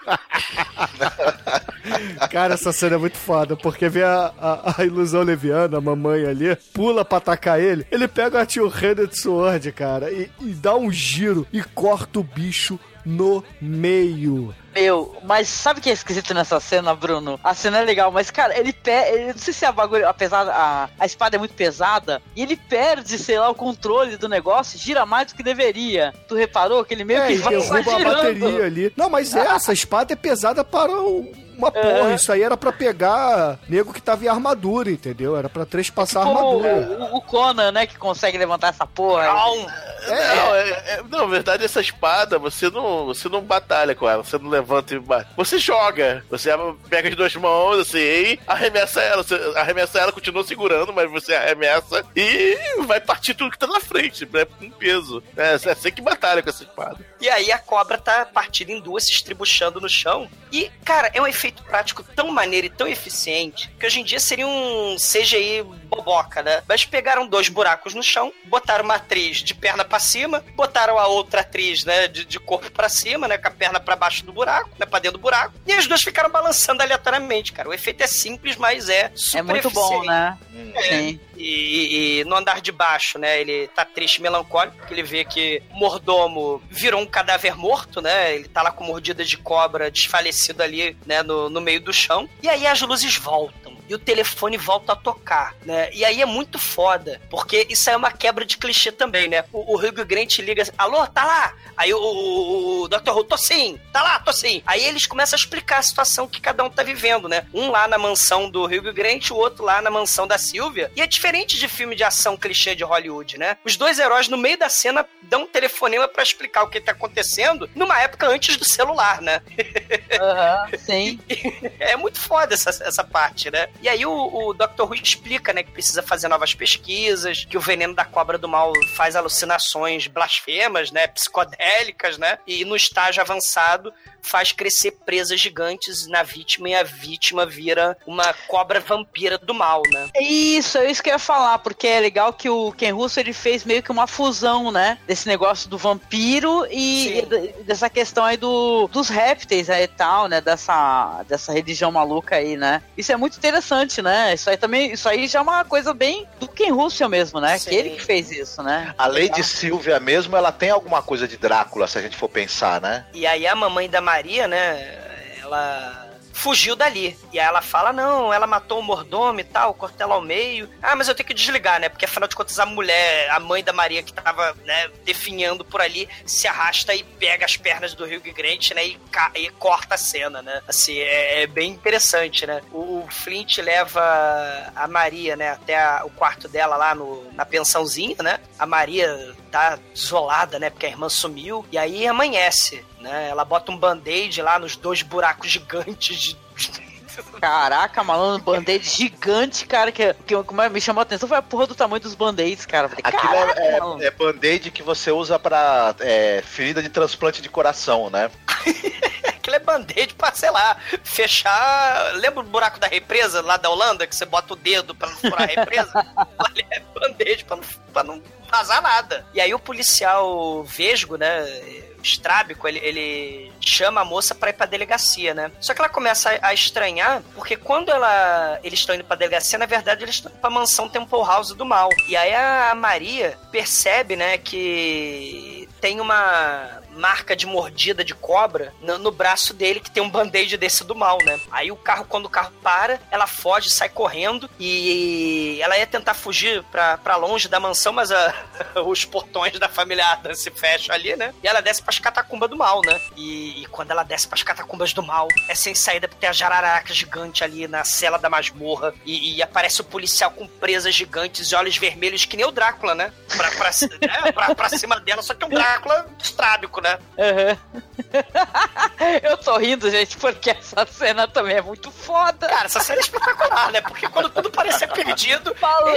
Cara, essa cena é muito foda, porque vê a ilusão leviana, a mamãe ali, pula pra atacar ele pega a Two-Handed Sword, cara, e dá um giro e corta o bicho no meio. Mas sabe o que é esquisito nessa cena, Bruno? A cena é legal, mas, cara, ele não sei se é a bagulho, apesar a espada é muito pesada, e ele perde, sei lá, o controle do negócio, gira mais do que deveria. Tu reparou que ele meio que vai derruba a bateria ali. Não, mas essa espada é pesada para uma porra. Isso aí era pra pegar nego que tava em armadura, entendeu? Era pra trespassar a armadura. O Conan, né, que consegue levantar essa porra. Não, na verdade, essa espada, você não batalha com ela, você não levanta e bate. Você joga, você pega as duas mãos, assim, arremessa ela, continua segurando, mas você arremessa e vai partir tudo que tá na frente, né, com peso. É assim que batalha com essa espada. E aí a cobra tá partida em duas, se estribuchando no chão. E, cara, é um efeito prático tão maneiro e tão eficiente que hoje em dia seria um CGI boboca, né? Mas pegaram 2 buracos no chão, botaram uma atriz de perna pra cima, botaram a outra atriz, né, de corpo pra cima, né, com a perna pra baixo do buraco, né, pra dentro do buraco, e as duas ficaram balançando aleatoriamente, cara. O efeito é simples, mas é super muito eficiente. bom, né? Sim. E no andar de baixo, né, ele tá triste e melancólico, porque ele vê que o mordomo virou um cadáver morto, né, ele tá lá com mordida de cobra, desfalecido ali, né, no meio do chão, e aí as luzes voltam. E o telefone volta a tocar, né? E aí é muito foda, porque isso aí é uma quebra de clichê também, né? O Hugh Grant liga, alô, tá lá? Aí o Dr. Who, tô sim, tá lá, tô sim. Aí eles começam a explicar a situação que cada um tá vivendo, né? Um lá na mansão do Hugh Grant, o outro lá na mansão da Sylvia. E é diferente de filme de ação clichê de Hollywood, né? Os 2 heróis, no meio da cena, dão um telefonema pra explicar o que tá acontecendo numa época antes do celular, né? Sim. É muito foda essa parte, né? E aí o Dr. Who explica, né, que precisa fazer novas pesquisas, que o veneno da cobra do mal faz alucinações blasfemas, né, psicodélicas, né, e no estágio avançado faz crescer presas gigantes na vítima e a vítima vira uma cobra vampira do mal, né? Isso, é isso que eu ia falar, porque é legal que o Ken Russo ele fez meio que uma fusão, né, desse negócio do vampiro e dessa questão aí dos répteis aí e tal, né, dessa religião maluca aí, né? Isso é muito interessante, né? Isso aí já é uma coisa bem do Ken Russo mesmo, né? Sim. Que ele que fez isso, né? A Lady Sylvia mesmo, ela tem alguma coisa de Drácula, se a gente for pensar, né? E aí a mamãe da Maria, né, ela fugiu dali. E aí ela fala, não, ela matou o mordomo e tal, cortou ela ao meio. Ah, mas eu tenho que desligar, né? Porque afinal de contas a mulher, a mãe da Maria que tava, né, definhando por ali, se arrasta e pega as pernas do Hugh Grant, né, e corta a cena, né? Assim, é bem interessante, né? O Flint leva a Maria, né, até o quarto dela lá na pensãozinha, né? A Maria tá isolada, né, porque a irmã sumiu. E aí amanhece, né? Ela bota um band-aid lá nos 2 buracos gigantes Caraca, malandro, band-aid gigante, cara, que me chamou a atenção foi a porra do tamanho dos band-aids, cara. Falei, aquilo é band-aid que você usa pra ferida de transplante de coração, né? Aquilo é band-aid pra, sei lá, fechar... Lembra o buraco da represa lá da Holanda, que você bota o dedo pra não furar a represa? É band-aid pra não vazar nada. E aí o policial vesgo, né, estrábico, ele chama a moça pra ir pra delegacia, né? Só que ela começa a estranhar, porque quando eles estão indo pra delegacia, na verdade eles estão pra mansão Temple House do mal. E aí a Maria percebe, né, que tem uma marca de mordida de cobra no braço dele, que tem um band-aid desse do mal, né? Aí quando o carro para, ela foge, sai correndo e ela ia tentar fugir pra longe da mansão, mas os portões da família Adams se fecham ali, né? E ela desce pras catacumbas do mal, né? E quando ela desce pras catacumbas do mal, é sem saída porque tem a jararaca gigante ali na cela da masmorra e aparece o policial com presas gigantes e olhos vermelhos que nem o Drácula, né? Pra cima dela, só que é um Drácula estrábico, né? Uhum. Eu tô rindo, gente, porque essa cena também é muito foda. Cara, essa cena é espetacular, né? Porque quando tudo parecia perdido,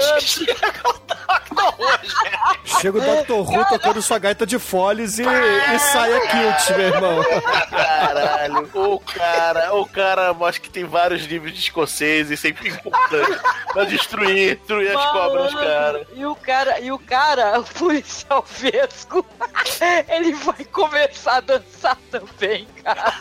chega o Dr. Who tocando sua gaita de foles e sai a Kilt, meu irmão. Caralho, o cara acho que tem vários níveis de escocês e sempre importante pra destruir as cobras, cara. E o cara, o policial vesgo, ele vai começar a dançar também, cara.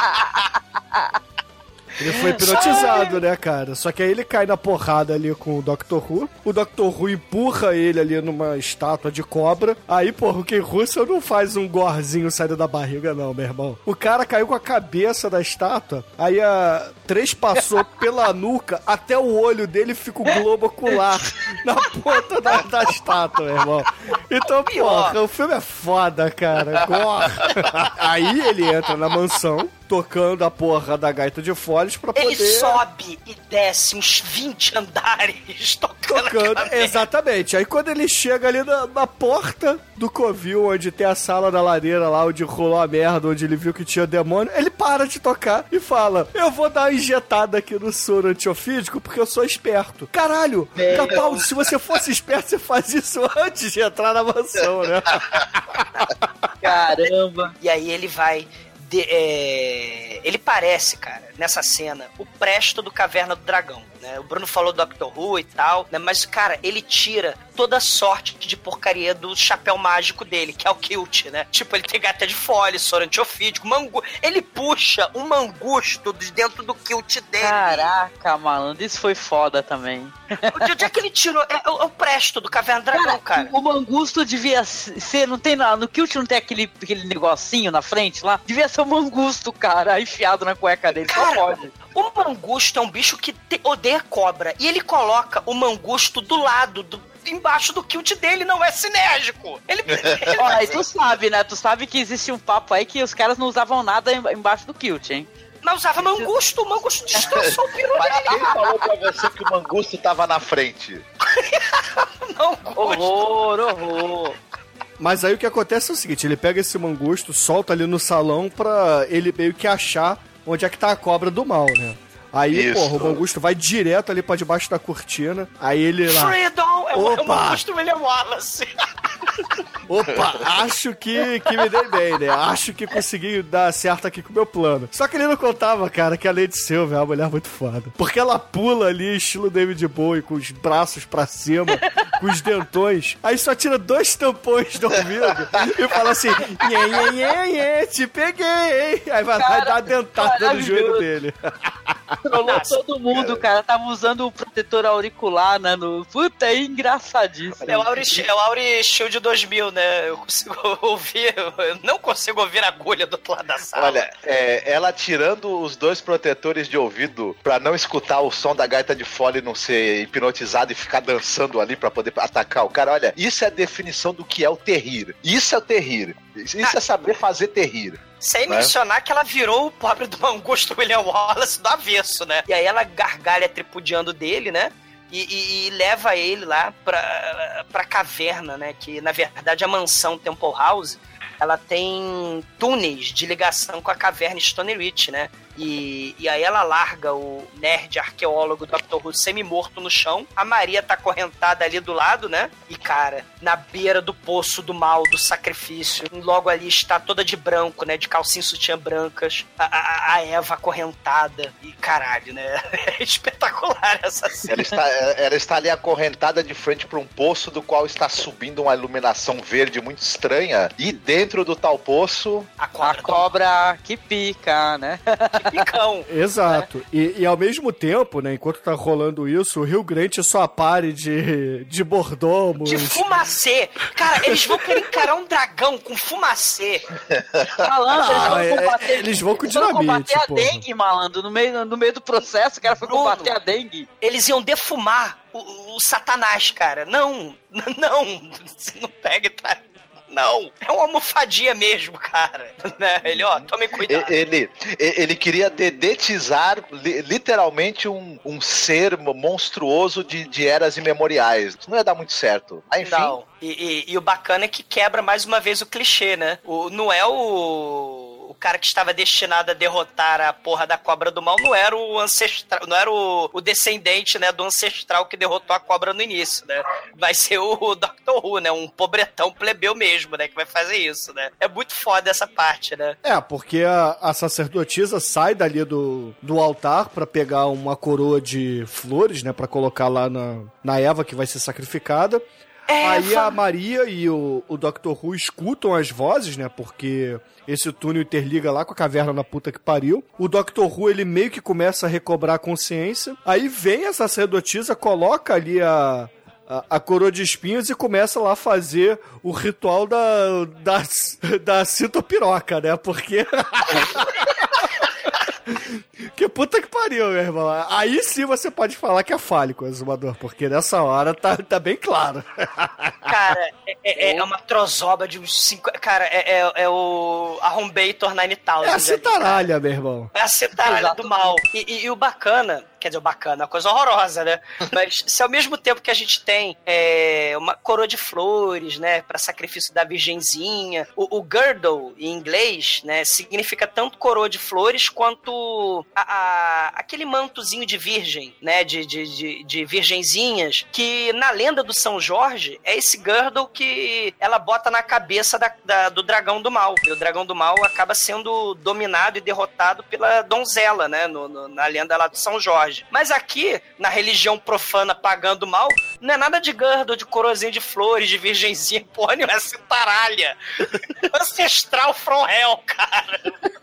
Ele foi hipnotizado, né, cara? Só que aí ele cai na porrada ali com o Dr. Who. O Dr. Who empurra ele ali numa estátua de cobra. Aí, porra, o Ken Russell não faz um gorzinho saindo da barriga, não, meu irmão. O cara caiu com a cabeça da estátua. Aí a trespassou pela nuca até o olho dele fica o globo ocular na ponta da estátua, meu irmão. Então, porra, o filme é foda, cara. Gore. Aí ele entra na mansão. tocando a porra da gaita de foles pra poder... Ele sobe e desce uns 20 andares tocando. Exatamente. Aí quando ele chega ali na porta do covil, onde tem a sala da lareira lá, onde rolou a merda, onde ele viu que tinha demônio, ele para de tocar e fala: eu vou dar uma injetada aqui no soro antiofídico porque eu sou esperto. Caralho, Capaldi, se você fosse esperto, você faz isso antes de entrar na mansão, né? Caramba. E aí ele vai... ele parece, cara, nessa cena, o Presto do Caverna do Dragão, né? O Bruno falou do Doctor Who e tal, né? Mas, cara, ele tira toda a sorte de porcaria do chapéu mágico dele, que é o Kilt, né? Tipo, ele tem gaita de folha, soro antiofídico, ele puxa um mangusto de dentro do Kilt dele. Caraca, malandro, isso foi foda também. De onde é que ele tirou? É o Presto do Caverna do Dragão, cara. O mangusto devia ser, não tem nada, no Kilt não tem aquele negocinho na frente lá? Devia ser o mangusto, cara, enfiado na cueca dele, cara, só pode. O mangusto é um bicho que odeia cobra, e ele coloca o mangusto do lado, embaixo do kilt dele, não é sinérgico. Ó, e tu sabe, né? Tu sabe que existe um papo aí que os caras não usavam nada embaixo do kilt, hein? Mas usava mangusto, o mangusto destroçou o peru dele. Quem falou pra você que o mangusto tava na frente? Horror. Mas aí o que acontece é o seguinte, ele pega esse mangusto, solta ali no salão pra ele meio que achar onde é que tá a cobra do mal, né? Aí, porra, o mangusto vai direto ali pra debaixo da cortina, aí ele lá... Freedom! É o mangusto William Wallace. Opa, acho que me dei bem, né? Acho que consegui dar certo aqui com o meu plano. Só que ele não contava, cara, que a Lady Sylvia é uma mulher muito foda. Porque ela pula ali, estilo David Bowie, com os braços pra cima, com os dentões. Aí só tira 2 tampões do ouvido e fala assim: te peguei. Aí vai lá e dá uma dentada no joelho dele. Trollou todo mundo, cara. Tava usando o protetor auricular, né? Puta, é engraçadíssimo. É o Auri Shield 2000, né? Eu consigo ouvir, eu não consigo ouvir a agulha do outro lado da sala. Olha, ela tirando os 2 protetores de ouvido pra não escutar o som da gaita de fole e não ser hipnotizado e ficar dançando ali pra poder atacar o cara. Olha, isso é a definição do que é o terrir. Isso é o terrir. Isso é saber fazer terrir. Sem mencionar que ela virou o pobre do mangusto William Wallace do avesso, né? E aí ela gargalha tripudiando dele, né? E leva ele lá pra caverna, né? Que, na verdade, a mansão Temple House, ela tem túneis de ligação com a caverna Stonerich, né? E aí ela larga o nerd arqueólogo Dr. Who semi-morto no chão. A Maria tá acorrentada ali do lado, né? E, cara, na beira do poço do mal, do sacrifício, logo ali está toda de branco, né? De calcinha e sutiã brancas. A Eva acorrentada. E, caralho, né? É espetacular essa cena. Ela está ali acorrentada de frente para um poço do qual está subindo uma iluminação verde muito estranha. E dentro do tal poço... A cobra que pica, né? Picão. Exato. E ao mesmo tempo, né, enquanto tá rolando isso, o Rio Grande só pare de mordomos. De fumacê. Cara, eles vão querer encarar um dragão com fumacê. Malandro, eles vão com dinamite, combater a porra. dengue, malandro. No meio do processo, o cara foi combater a dengue. Eles iam defumar o Satanás, cara. Não pega e traz. Não, é uma almofadinha mesmo, cara. Ele, tome cuidado. Ele queria dedetizar literalmente um ser monstruoso de eras imemoriais. Isso não ia dar muito certo. Mas, enfim. Não, e o bacana é que quebra mais uma vez o clichê, né? Não é o cara que estava destinado a derrotar a porra da cobra do mal, não era o ancestral, não era o descendente, né, do ancestral que derrotou a cobra no início, né? Vai ser o Dr. Who, né? Um pobretão plebeu mesmo, né? Que vai fazer isso, né? É muito foda essa parte, né? Porque a sacerdotisa sai dali do altar pra pegar uma coroa de flores, né? Pra colocar lá na Eva que vai ser sacrificada. Aí a Maria e o Dr. Who escutam as vozes, né? Porque esse túnel interliga lá com a caverna na puta que pariu. O Dr. Who, ele meio que começa a recobrar a consciência. Aí vem a sacerdotisa, coloca ali a coroa de espinhos e começa lá a fazer o ritual da citopiroca, né? Porque... Que puta que pariu, meu irmão. Aí sim você pode falar que é fálico, Exumador, porque nessa hora tá bem claro. Cara, é uma trozoba de uns 5... Cara, é o Arrombator 9000. É a cetaralha, meu irmão. É a cetaralha do mal. E o bacana... Quer dizer, o bacana, é uma coisa horrorosa, né? Mas se ao mesmo tempo que a gente tem uma coroa de flores, né, para sacrifício da virgenzinha, o girdle, em inglês, né, significa tanto coroa de flores quanto aquele mantozinho de virgem, né, de virgenzinhas, que na lenda do São Jorge é esse girdle que ela bota na cabeça do dragão do mal. E o dragão do mal acaba sendo dominado e derrotado pela donzela, né, na lenda lá do São Jorge. Mas aqui, na religião profana pagando mal, não é nada de girdle, de coroazinha de flores, de virgenzinha, porra, não é cintaralha. Ancestral from hell, cara.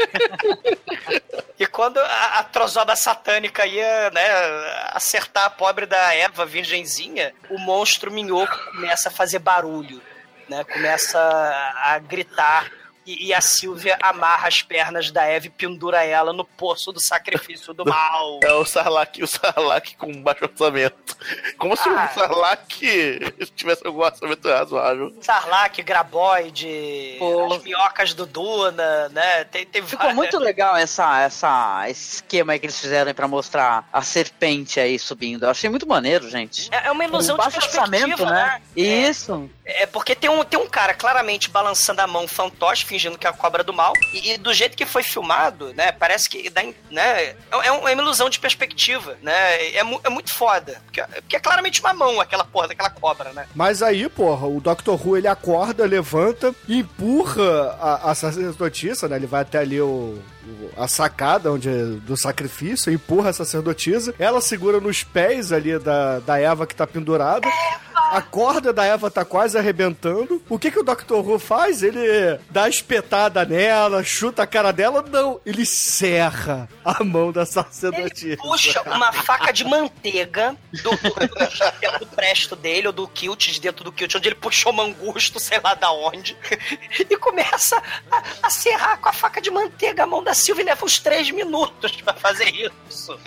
E quando a trozoba satânica ia, né, acertar a pobre da Eva, virgenzinha, o monstro minhoco começa a fazer barulho, né, começa a gritar. E a Sylvia amarra as pernas da Eve e pendura ela no poço do sacrifício do mal. É o Sarlacc com baixo orçamento. Como se o Sarlacc tivesse algum orçamento razoável. Sarlacc, Graboid, as minhocas do Duna, né? Tem Ficou muito legal esse esquema aí que eles fizeram pra mostrar a serpente aí subindo. Eu achei muito maneiro, gente. É uma ilusão de perspectiva, né? Isso. É porque tem um cara claramente balançando a mão fantoche, fingindo que é a cobra do mal, e do jeito que foi filmado, né, parece que dá, né, é uma ilusão de perspectiva, né, é muito foda, porque é claramente uma mão aquela porra daquela cobra, né. Mas aí, porra, o Dr. Who, ele acorda, levanta e empurra a sacerdotisa, né, ele vai até ali a sacada do sacrifício, empurra a sacerdotisa, ela segura nos pés ali da Eva que tá pendurada, a corda da Eva tá quase arrebentando. O que o Dr. Who faz? Ele dá a espetada nela, chuta a cara dela, não, ele serra a mão da sacerdotisa. Ele puxa uma faca de manteiga do chapéu do presto dele, ou do kilt, de dentro do kilt, onde ele puxou mangusto, sei lá da onde, e começa a serrar com a faca de manteiga a mão da Sylvia e leva uns 3 minutos pra fazer isso.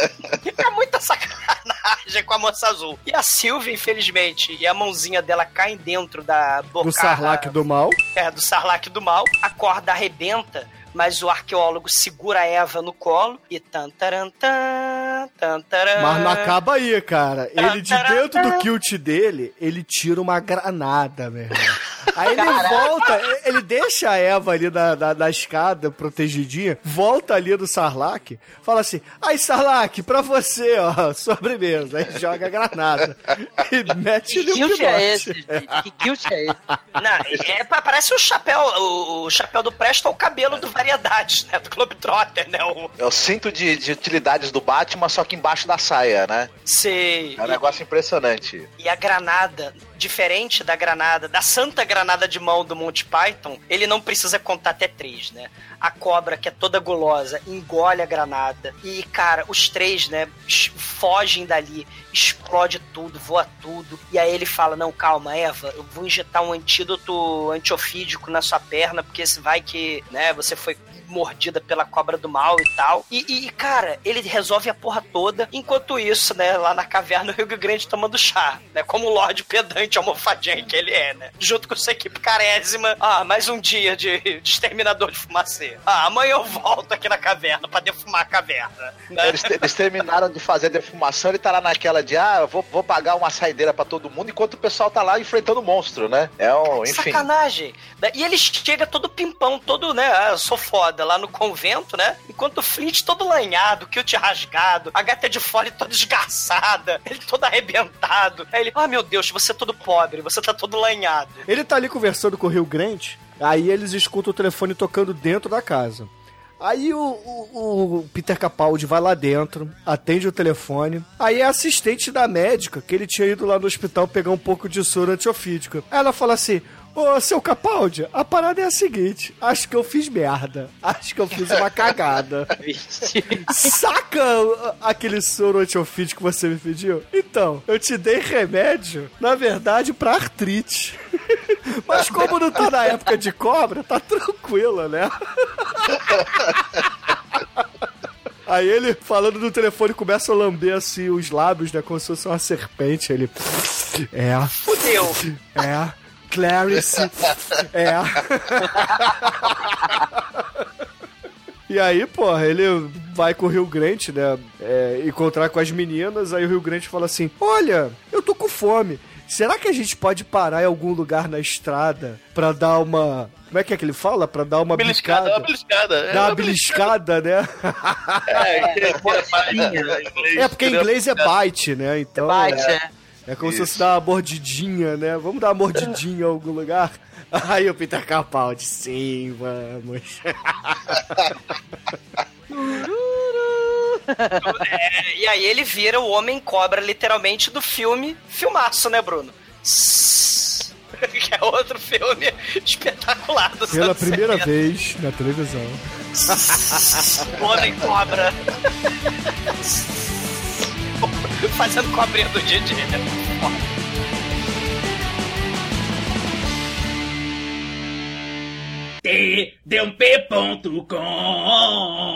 É muita sacanagem com a moça azul. E a Sylvia, infelizmente, e a mãozinha dela caem dentro da boca. Do Sarlacc do mal. Do Sarlacc do mal. A corda arrebenta, mas o arqueólogo segura a Eva no colo e tantarantã. Mas não acaba aí, cara. Ele, de dentro do kilt dele, ele tira uma granada, meu irmão. Aí ele volta, ele deixa a Eva ali na escada, protegidinha, volta ali do Sarlacc, fala assim, aí Sarlacc, pra você, ó, sobremesa. Aí joga a granada. E mete no kilt é esse? Que kilt é esse? Não, parece o chapéu do Presto ou o cabelo do Variedades, né, do Globetrotter, né? É o cinto de utilidades do Batman, só que embaixo da saia, né? Sei. É um negócio impressionante. E a granada, diferente da granada, da santa granada de mão do Monty Python, ele não precisa contar até 3, né? A cobra, que é toda gulosa, engole a granada. E, cara, os 3, né, fogem dali, explode tudo, voa tudo. E aí ele fala, não, calma, Eva, eu vou injetar um antídoto antiofídico na sua perna, porque se vai que, né, você foi mordida pela cobra do mal e tal. E, cara, ele resolve a porra toda. Enquanto isso, né, lá na caverna, o Rio Grande tomando chá, né, como o Lorde pedante almofadinha que ele é, né, junto com sua equipe carésima. Mais um dia de exterminador de fumacê. Amanhã eu volto aqui na caverna pra defumar a caverna, né? Eles terminaram de fazer a defumação, ele tá lá naquela de, eu vou pagar uma saideira pra todo mundo, enquanto o pessoal tá lá enfrentando o monstro, né? Enfim. Sacanagem. E ele chega todo pimpão, todo, né, eu sou foda, lá no convento, né? Enquanto o Flint todo lanhado, o kilt rasgado, a gata de fora toda esgarçada, ele todo arrebentado. Aí ele, meu Deus, você é todo pobre, você tá todo lanhado. Ele tá ali conversando com o Rio Grande, aí eles escutam o telefone tocando dentro da casa. Aí o Peter Capaldi vai lá dentro, atende o telefone. Aí é assistente da médica, que ele tinha ido lá no hospital pegar um pouco de soro antiofídico. Aí ela fala assim, ô, seu Capaldi, a parada é a seguinte, acho que eu fiz merda, acho que eu fiz uma cagada. Saca aquele soro antiofídico que você me pediu? Então, eu te dei remédio, na verdade, pra artrite. Mas como não tá na época de cobra, tá tranquila, né? Aí ele, falando no telefone, começa a lamber assim os lábios, né? Como se fosse uma serpente. Ele. Fudeu. Clarice. E aí, porra, ele vai com o Rio Grande, né? Encontrar com as meninas. Aí o Rio Grande fala assim: olha, eu tô com fome. Será que a gente pode parar em algum lugar na estrada pra dar uma... Como é que ele fala? Pra dar uma beliscada. Uma beliscada. Dar uma beliscada, né? Porque em inglês é bite, né? Então, é como se fosse dar uma mordidinha, né? Vamos dar uma mordidinha em algum lugar? Aí o Peter Capaldi, sim, vamos. E aí ele vira o Homem-Cobra, literalmente, do filmaço, né, Bruno? Que é outro filme espetacular do Pela primeira vez na televisão. O Homem-Cobra. Fazendo cobrinha do Didi. tdump.com.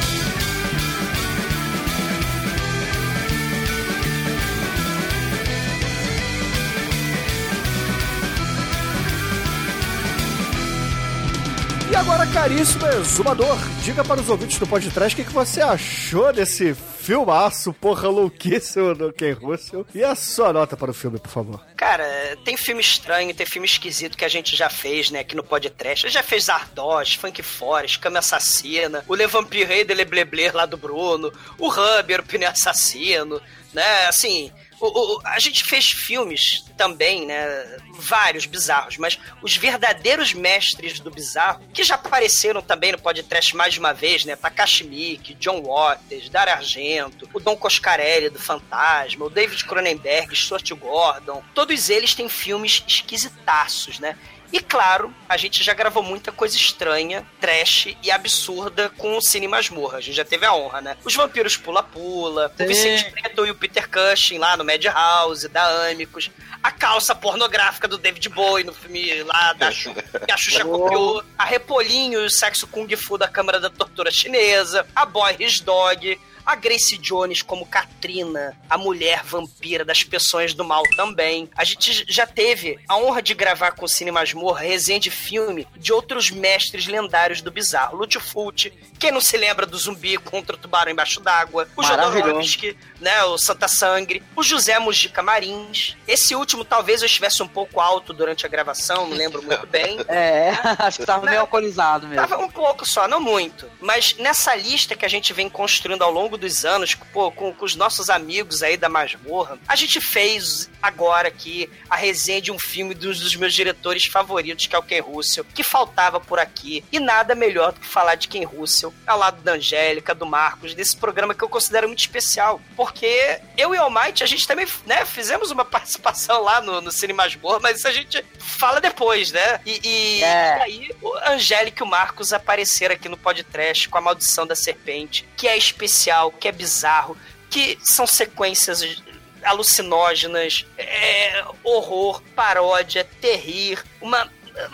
E agora, caríssimo exumador, diga para os ouvintes do podcast o que você achou desse filmaço, porra, louquíssimo do Ken Russell. E a sua nota para o filme, por favor. Cara, tem filme estranho, tem filme esquisito que a gente já fez, né, aqui no podcast. Já fez Zardoz, Funk Forest, Cama Assassina, o Le Vampire de Le Bleblé lá do Bruno, o Rubber, o Pneu Assassino, né, assim... A gente fez filmes também, né, vários bizarros, mas os verdadeiros mestres do bizarro, que já apareceram também no podcast mais de uma vez, né, Takashi Miike, John Waters, Dario Argento, o Don Coscarelli do Fantasma, o David Cronenberg, Stuart Gordon, todos eles têm filmes esquisitaços, né? E claro, a gente já gravou muita coisa estranha, trash e absurda com o Cine Masmorra. A gente já teve a honra, né? Os Vampiros Pula-Pula, o Vicente Preto e o Peter Cushing lá no Madhouse, da Amicus, a calça pornográfica do David Bowie no filme lá da Xuxa, que a Xuxa copiou, a Repolinho e o sexo Kung Fu da Câmara da Tortura Chinesa, a Boy His Dog... A Grace Jones como Katrina, a mulher vampira das Pessoas do Mal também. A gente já teve a honra de gravar com o Cine Masmorra resenha de filme de outros mestres lendários do bizarro. Lutfult, quem não se lembra do zumbi contra o tubarão embaixo d'água, o Jodorowsky, né, o Santa Sangre, o José Mujica Marins. Esse último talvez eu estivesse um pouco alto durante a gravação, não lembro muito bem. Acho que tava meio alcoolizado mesmo. Tava um pouco só, não muito. Mas nessa lista que a gente vem construindo ao longo dos anos, pô, com os nossos amigos aí da Masmorra, a gente fez agora aqui a resenha de um filme dos meus diretores favoritos, que é o Ken Russell, que faltava por aqui. E nada melhor do que falar de Ken Russell, ao lado da Angélica, do Marcos, desse programa que eu considero muito especial. Porque eu e o Almighty, a gente também, né, fizemos uma participação lá no Cine Masmorra, mas isso a gente fala depois, né? E aí, a Angélica e o Marcos apareceram aqui no podcast com A Maldição da Serpente, que é especial, que é bizarro, que são sequências alucinógenas, horror, paródia, terrir, uma...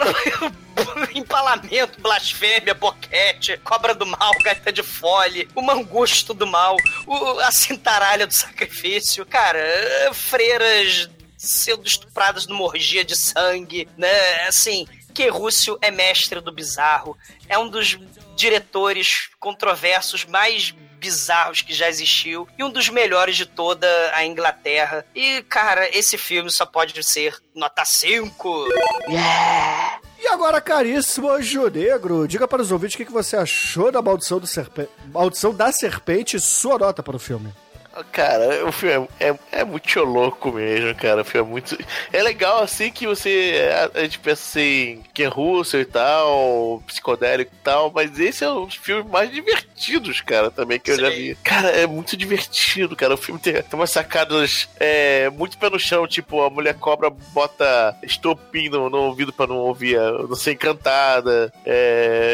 empalamento, blasfêmia, boquete, cobra do mal, gaita de fole, o mangusto do mal, a cintaralha do sacrifício, cara, freiras sendo estupradas numa orgia de sangue, né, assim... Ken Russell é mestre do bizarro, é um dos diretores controversos mais bizarros que já existiu e um dos melhores de toda a Inglaterra. E, cara, esse filme só pode ser nota 5. Yeah! E agora, caríssimo Anjo Negro, diga para os ouvintes o que você achou da Maldição da Serpente e sua nota para o filme. Cara, o filme é muito louco mesmo, cara. O filme é muito... É legal, assim, que a gente pensa assim, Ken Russell e tal, psicodélico e tal, mas esse é um dos filmes mais divertidos, cara, também, que eu já vi. Cara, é muito divertido, cara. O filme tem umas sacadas muito pé no chão, tipo, a mulher cobra bota estopim no ouvido pra não ouvir, não ser encantada.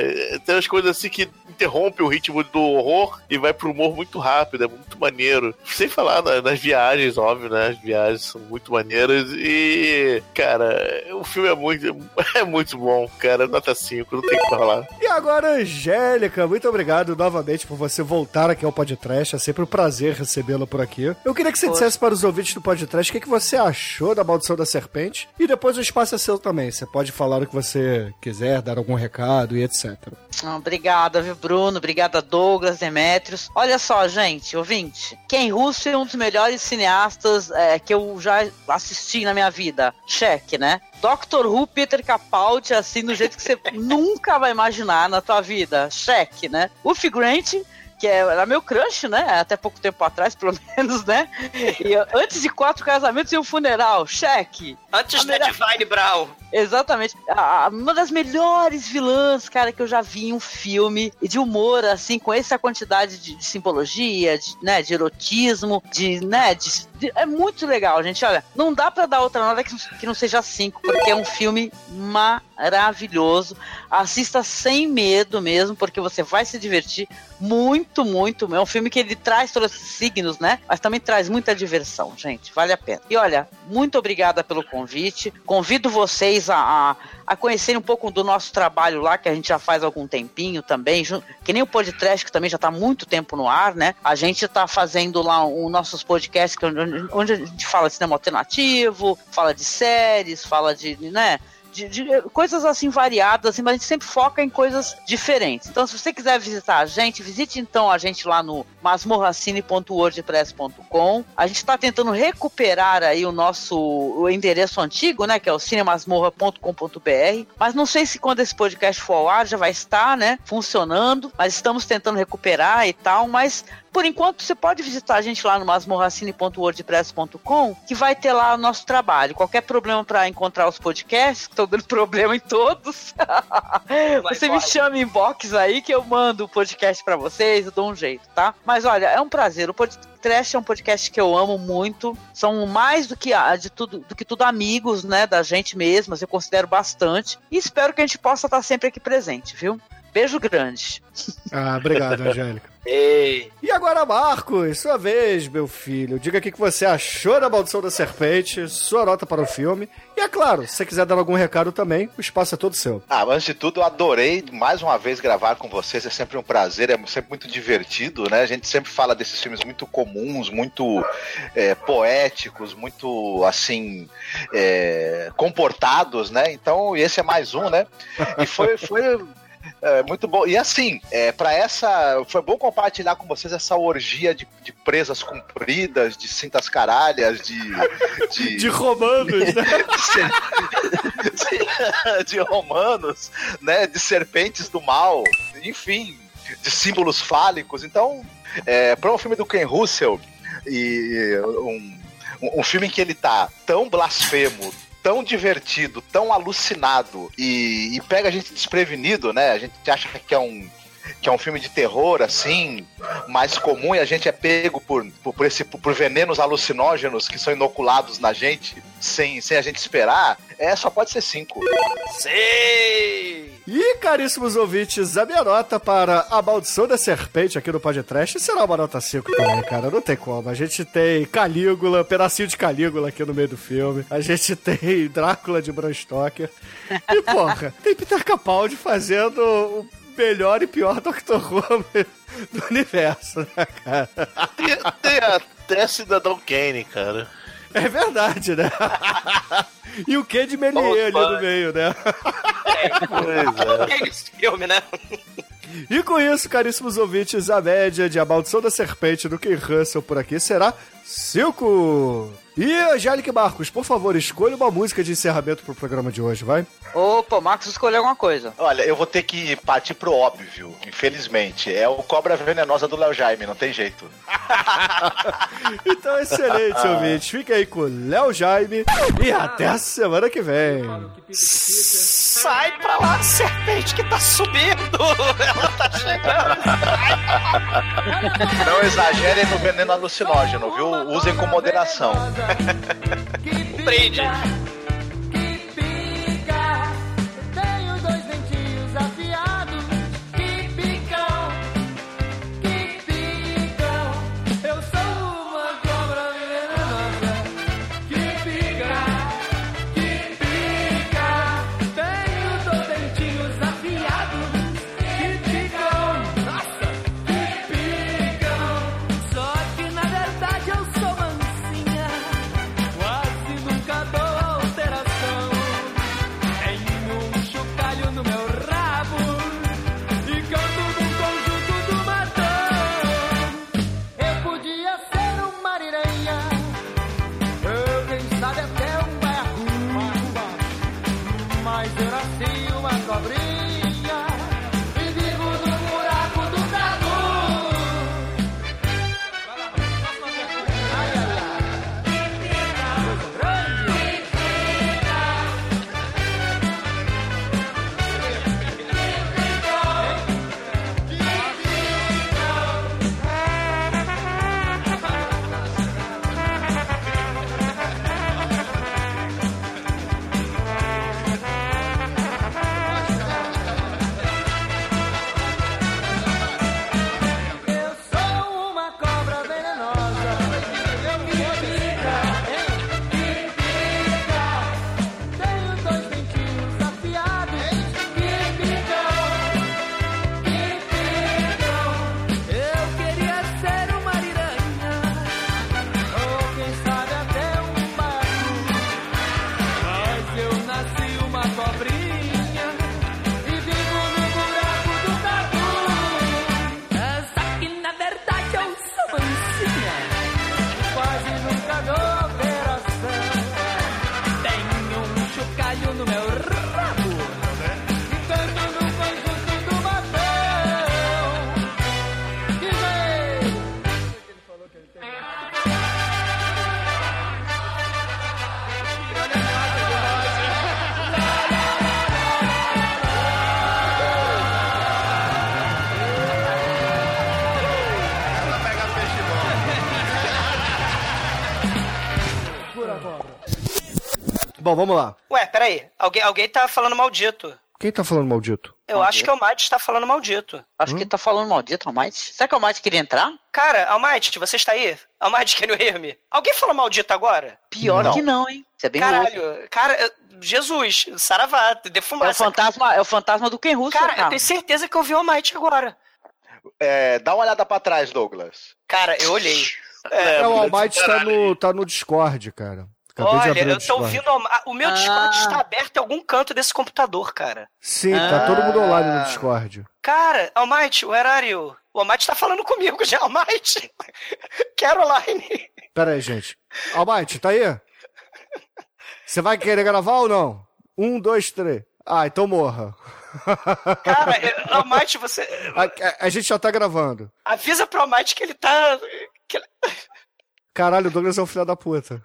Tem umas coisas assim que interrompe o ritmo do horror e vai pro humor muito rápido, é muito maneiro. Sem falar nas viagens, óbvio, né? As viagens são muito maneiras e, cara, o filme é muito bom, cara. Nota 5, não tem o que falar. E agora, Angélica, muito obrigado novamente por você voltar aqui ao Podcast. É sempre um prazer recebê-la por aqui. Eu queria que você dissesse para os ouvintes do Podcast o que você achou da Maldição da Serpente e depois o espaço é seu também. Você pode falar o que você quiser, dar algum recado e etc. Obrigada, viu, Bruno? Obrigada, Douglas, Demetrios. Olha só, gente, ouvinte. Ken Russell é um dos melhores cineastas que eu já assisti na minha vida. Cheque, né? Dr. Who, Peter Capaldi, assim, do jeito que você nunca vai imaginar na tua vida. Cheque, né? Uff Grant, que era meu crush, né? Até pouco tempo atrás, pelo menos, né? E antes de 4 casamentos e um funeral. Cheque. Antes da Divine Brown. Exatamente. Uma das melhores vilãs, cara, que eu já vi em um filme de humor, assim, com essa quantidade de simbologia, de erotismo, é muito legal, gente. Olha, não dá pra dar outra nota que não seja 5, porque é um filme maravilhoso. Assista sem medo mesmo, porque você vai se divertir muito, muito. É um filme que ele traz todos esses signos, né? Mas também traz muita diversão, gente. Vale a pena. E olha, muito obrigada pelo convite. Convido vocês a conhecerem um pouco do nosso trabalho lá, que a gente já faz há algum tempinho também, que nem o Podcast, que também já está há muito tempo no ar, né? A gente está fazendo lá os nossos podcasts, onde a gente fala de cinema alternativo, fala de séries, fala de coisas assim variadas, assim, mas a gente sempre foca em coisas diferentes. Então, se você quiser visitar a gente, visite então a gente lá no masmorracine.wordpress.com. A gente está tentando recuperar aí o endereço antigo, né, que é o cinemasmorra.com.br, mas não sei se quando esse podcast for ao ar já vai estar, né, funcionando, mas estamos tentando recuperar e tal, mas por enquanto, você pode visitar a gente lá no masmorracine.wordpress.com, que vai ter lá o nosso trabalho. Qualquer problema para encontrar os podcasts, que estou dando problema em todos, você me chama em inbox aí que eu mando o podcast para vocês, eu dou um jeito, tá? Mas olha, é um prazer. O Podcast é um podcast que eu amo muito. São mais do que tudo amigos, né, da gente mesmo, eu considero bastante. E espero que a gente possa estar sempre aqui presente, viu? Beijo grande. Obrigado, Angélica. Ei. E agora, Marcos, sua vez, meu filho. Diga o que você achou da Maldição da Serpente, sua nota para o filme. E é claro, se você quiser dar algum recado também, o espaço é todo seu. Antes de tudo, eu adorei mais uma vez gravar com vocês. É sempre um prazer, é sempre muito divertido, né? A gente sempre fala desses filmes muito comuns, muito poéticos, muito, assim, comportados, né? Então, esse é mais um, né? E foi muito bom. E assim, foi bom compartilhar com vocês essa orgia de presas compridas, de cintas caralhas, de romanos, né? de romanos, né? De serpentes do mal, enfim, de símbolos fálicos. Então, para um filme do Ken Russell e um filme em que ele tá tão blasfemo, tão divertido, tão alucinado e pega a gente desprevenido, né? A gente acha que é um filme de terror, assim, mais comum, e a gente é pego por venenos alucinógenos que são inoculados na gente sem a gente esperar. Só pode ser 5. Sim! E, caríssimos ouvintes, a minha nota para A Maldição da Serpente aqui no Podcast será uma nota 5 também, cara. Não tem como. A gente tem Calígula, pedacinho de Calígula aqui no meio do filme. A gente tem Drácula de Bram Stoker. E, porra, tem Peter Capaldi fazendo o melhor e pior Dr. Who do universo, né, cara? Tem até Cidadão Kane, cara. É verdade, né? E o que de Melier ali no meio, né? É esse filme, né? E com isso, caríssimos ouvintes, a média de A Maldição da Serpente do Ken Russell por aqui será 5. E, Angélica e Marcos, por favor, escolha uma música de encerramento pro programa de hoje, vai? Opa, Marcos escolheu alguma coisa. Olha, eu vou ter que partir pro óbvio, infelizmente. É o Cobra Venenosa do Léo Jaime, não tem jeito. Então, excelente, ouvintes. Fica aí com o Léo Jaime e até a semana que vem. Sai pra lá, serpente que tá subindo! Ela tá chegando! Não exagerem no veneno alucinógeno, viu? Usem com moderação. Prende! Tenho 2 dentinhos afiados que Bom, vamos lá. Ué, peraí. Alguém tá falando maldito. Quem tá falando maldito? Eu acho que o Almighty tá falando maldito. Acho que tá falando maldito, Almighty. Será que o Almighty queria entrar? Cara, Almighty, você está aí? Almighty, can you hear me? Alguém falou maldito agora? Pior que não, hein? Isso é bem louco. Caralho, cara, Jesus, saravá, defumar. É o fantasma do Ken Russell, cara. Eu tenho certeza que eu vi o Almighty agora. Dá uma olhada pra trás, Douglas. Cara, eu olhei. O Almighty tá no Discord, cara. Olha, eu tô ouvindo. O meu Discord está aberto em algum canto desse computador, cara. Sim, tá todo mundo online no Discord. Cara, Almighty, where are you? O Almighty tá falando comigo já, Almighty. Caroline. Pera aí, gente. Almighty, tá aí? Você vai querer gravar ou não? 1, 2, 3. Ah, então morra. Cara, Almighty, você... A gente já tá gravando. Avisa pro Almighty que ele tá... Caralho, o Douglas é um filho da puta.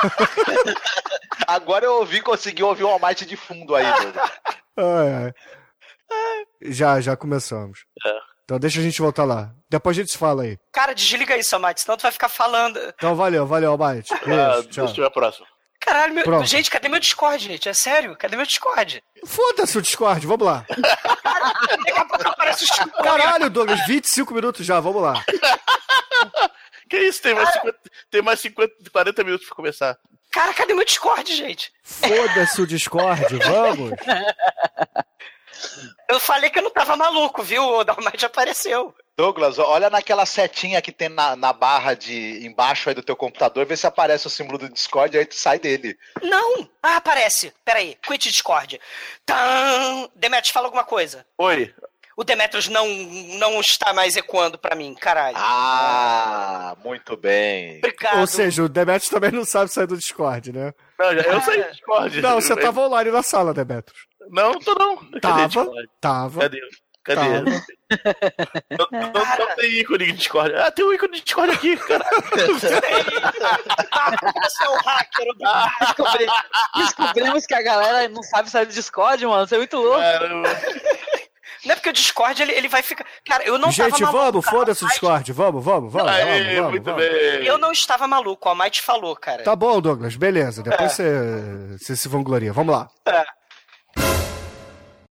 Agora eu consegui ouvir o Almighty de fundo aí, Douglas. Já começamos. Então deixa a gente voltar lá. Depois a gente se fala aí. Cara, desliga isso, Almighty, senão tu vai ficar falando. Então valeu, Almighty. Beijo, tchau. Deixa eu ver a próxima. Caralho, gente, cadê meu Discord, gente? É sério? Cadê meu Discord? Foda-se o Discord, vamos lá. Daqui a pouco aparece o Discord. Caralho, Douglas, 25 minutos já, vamos lá. Que isso? Tem mais 40 minutos pra começar. Cara, cadê meu Discord, gente? Foda-se o Discord, vamos. Eu falei que eu não tava maluco, viu? O Almighty apareceu. Douglas, olha naquela setinha que tem na barra de embaixo aí do teu computador, vê se aparece o símbolo do Discord, aí tu sai dele. Não! Ah, aparece. Peraí, quit Discord. Demetrius, fala alguma coisa. Oi. O Demetrius não está mais ecoando pra mim, caralho. Ah, muito bem. Obrigado. Ou seja, o Demetrius também não sabe sair do Discord, né? Não, eu saí do Discord. Não, você tava online na sala, Demetrius. Não, tô não. Tava. Cadê? Não tem ícone de Discord. Ah, tem um ícone de Discord aqui, cara. Você é o hacker. Descobrimos que a galera não sabe sair do Discord, mano. Você é muito louco. Não é porque o Discord, ele vai ficar... Cara, eu não gente, tava maluco. Gente, foda-se o Discord. Vamos. Muito bem. Eu não estava maluco, o Almighty falou, cara. Tá bom, Douglas, beleza. Depois você se vangloria. Vamos lá.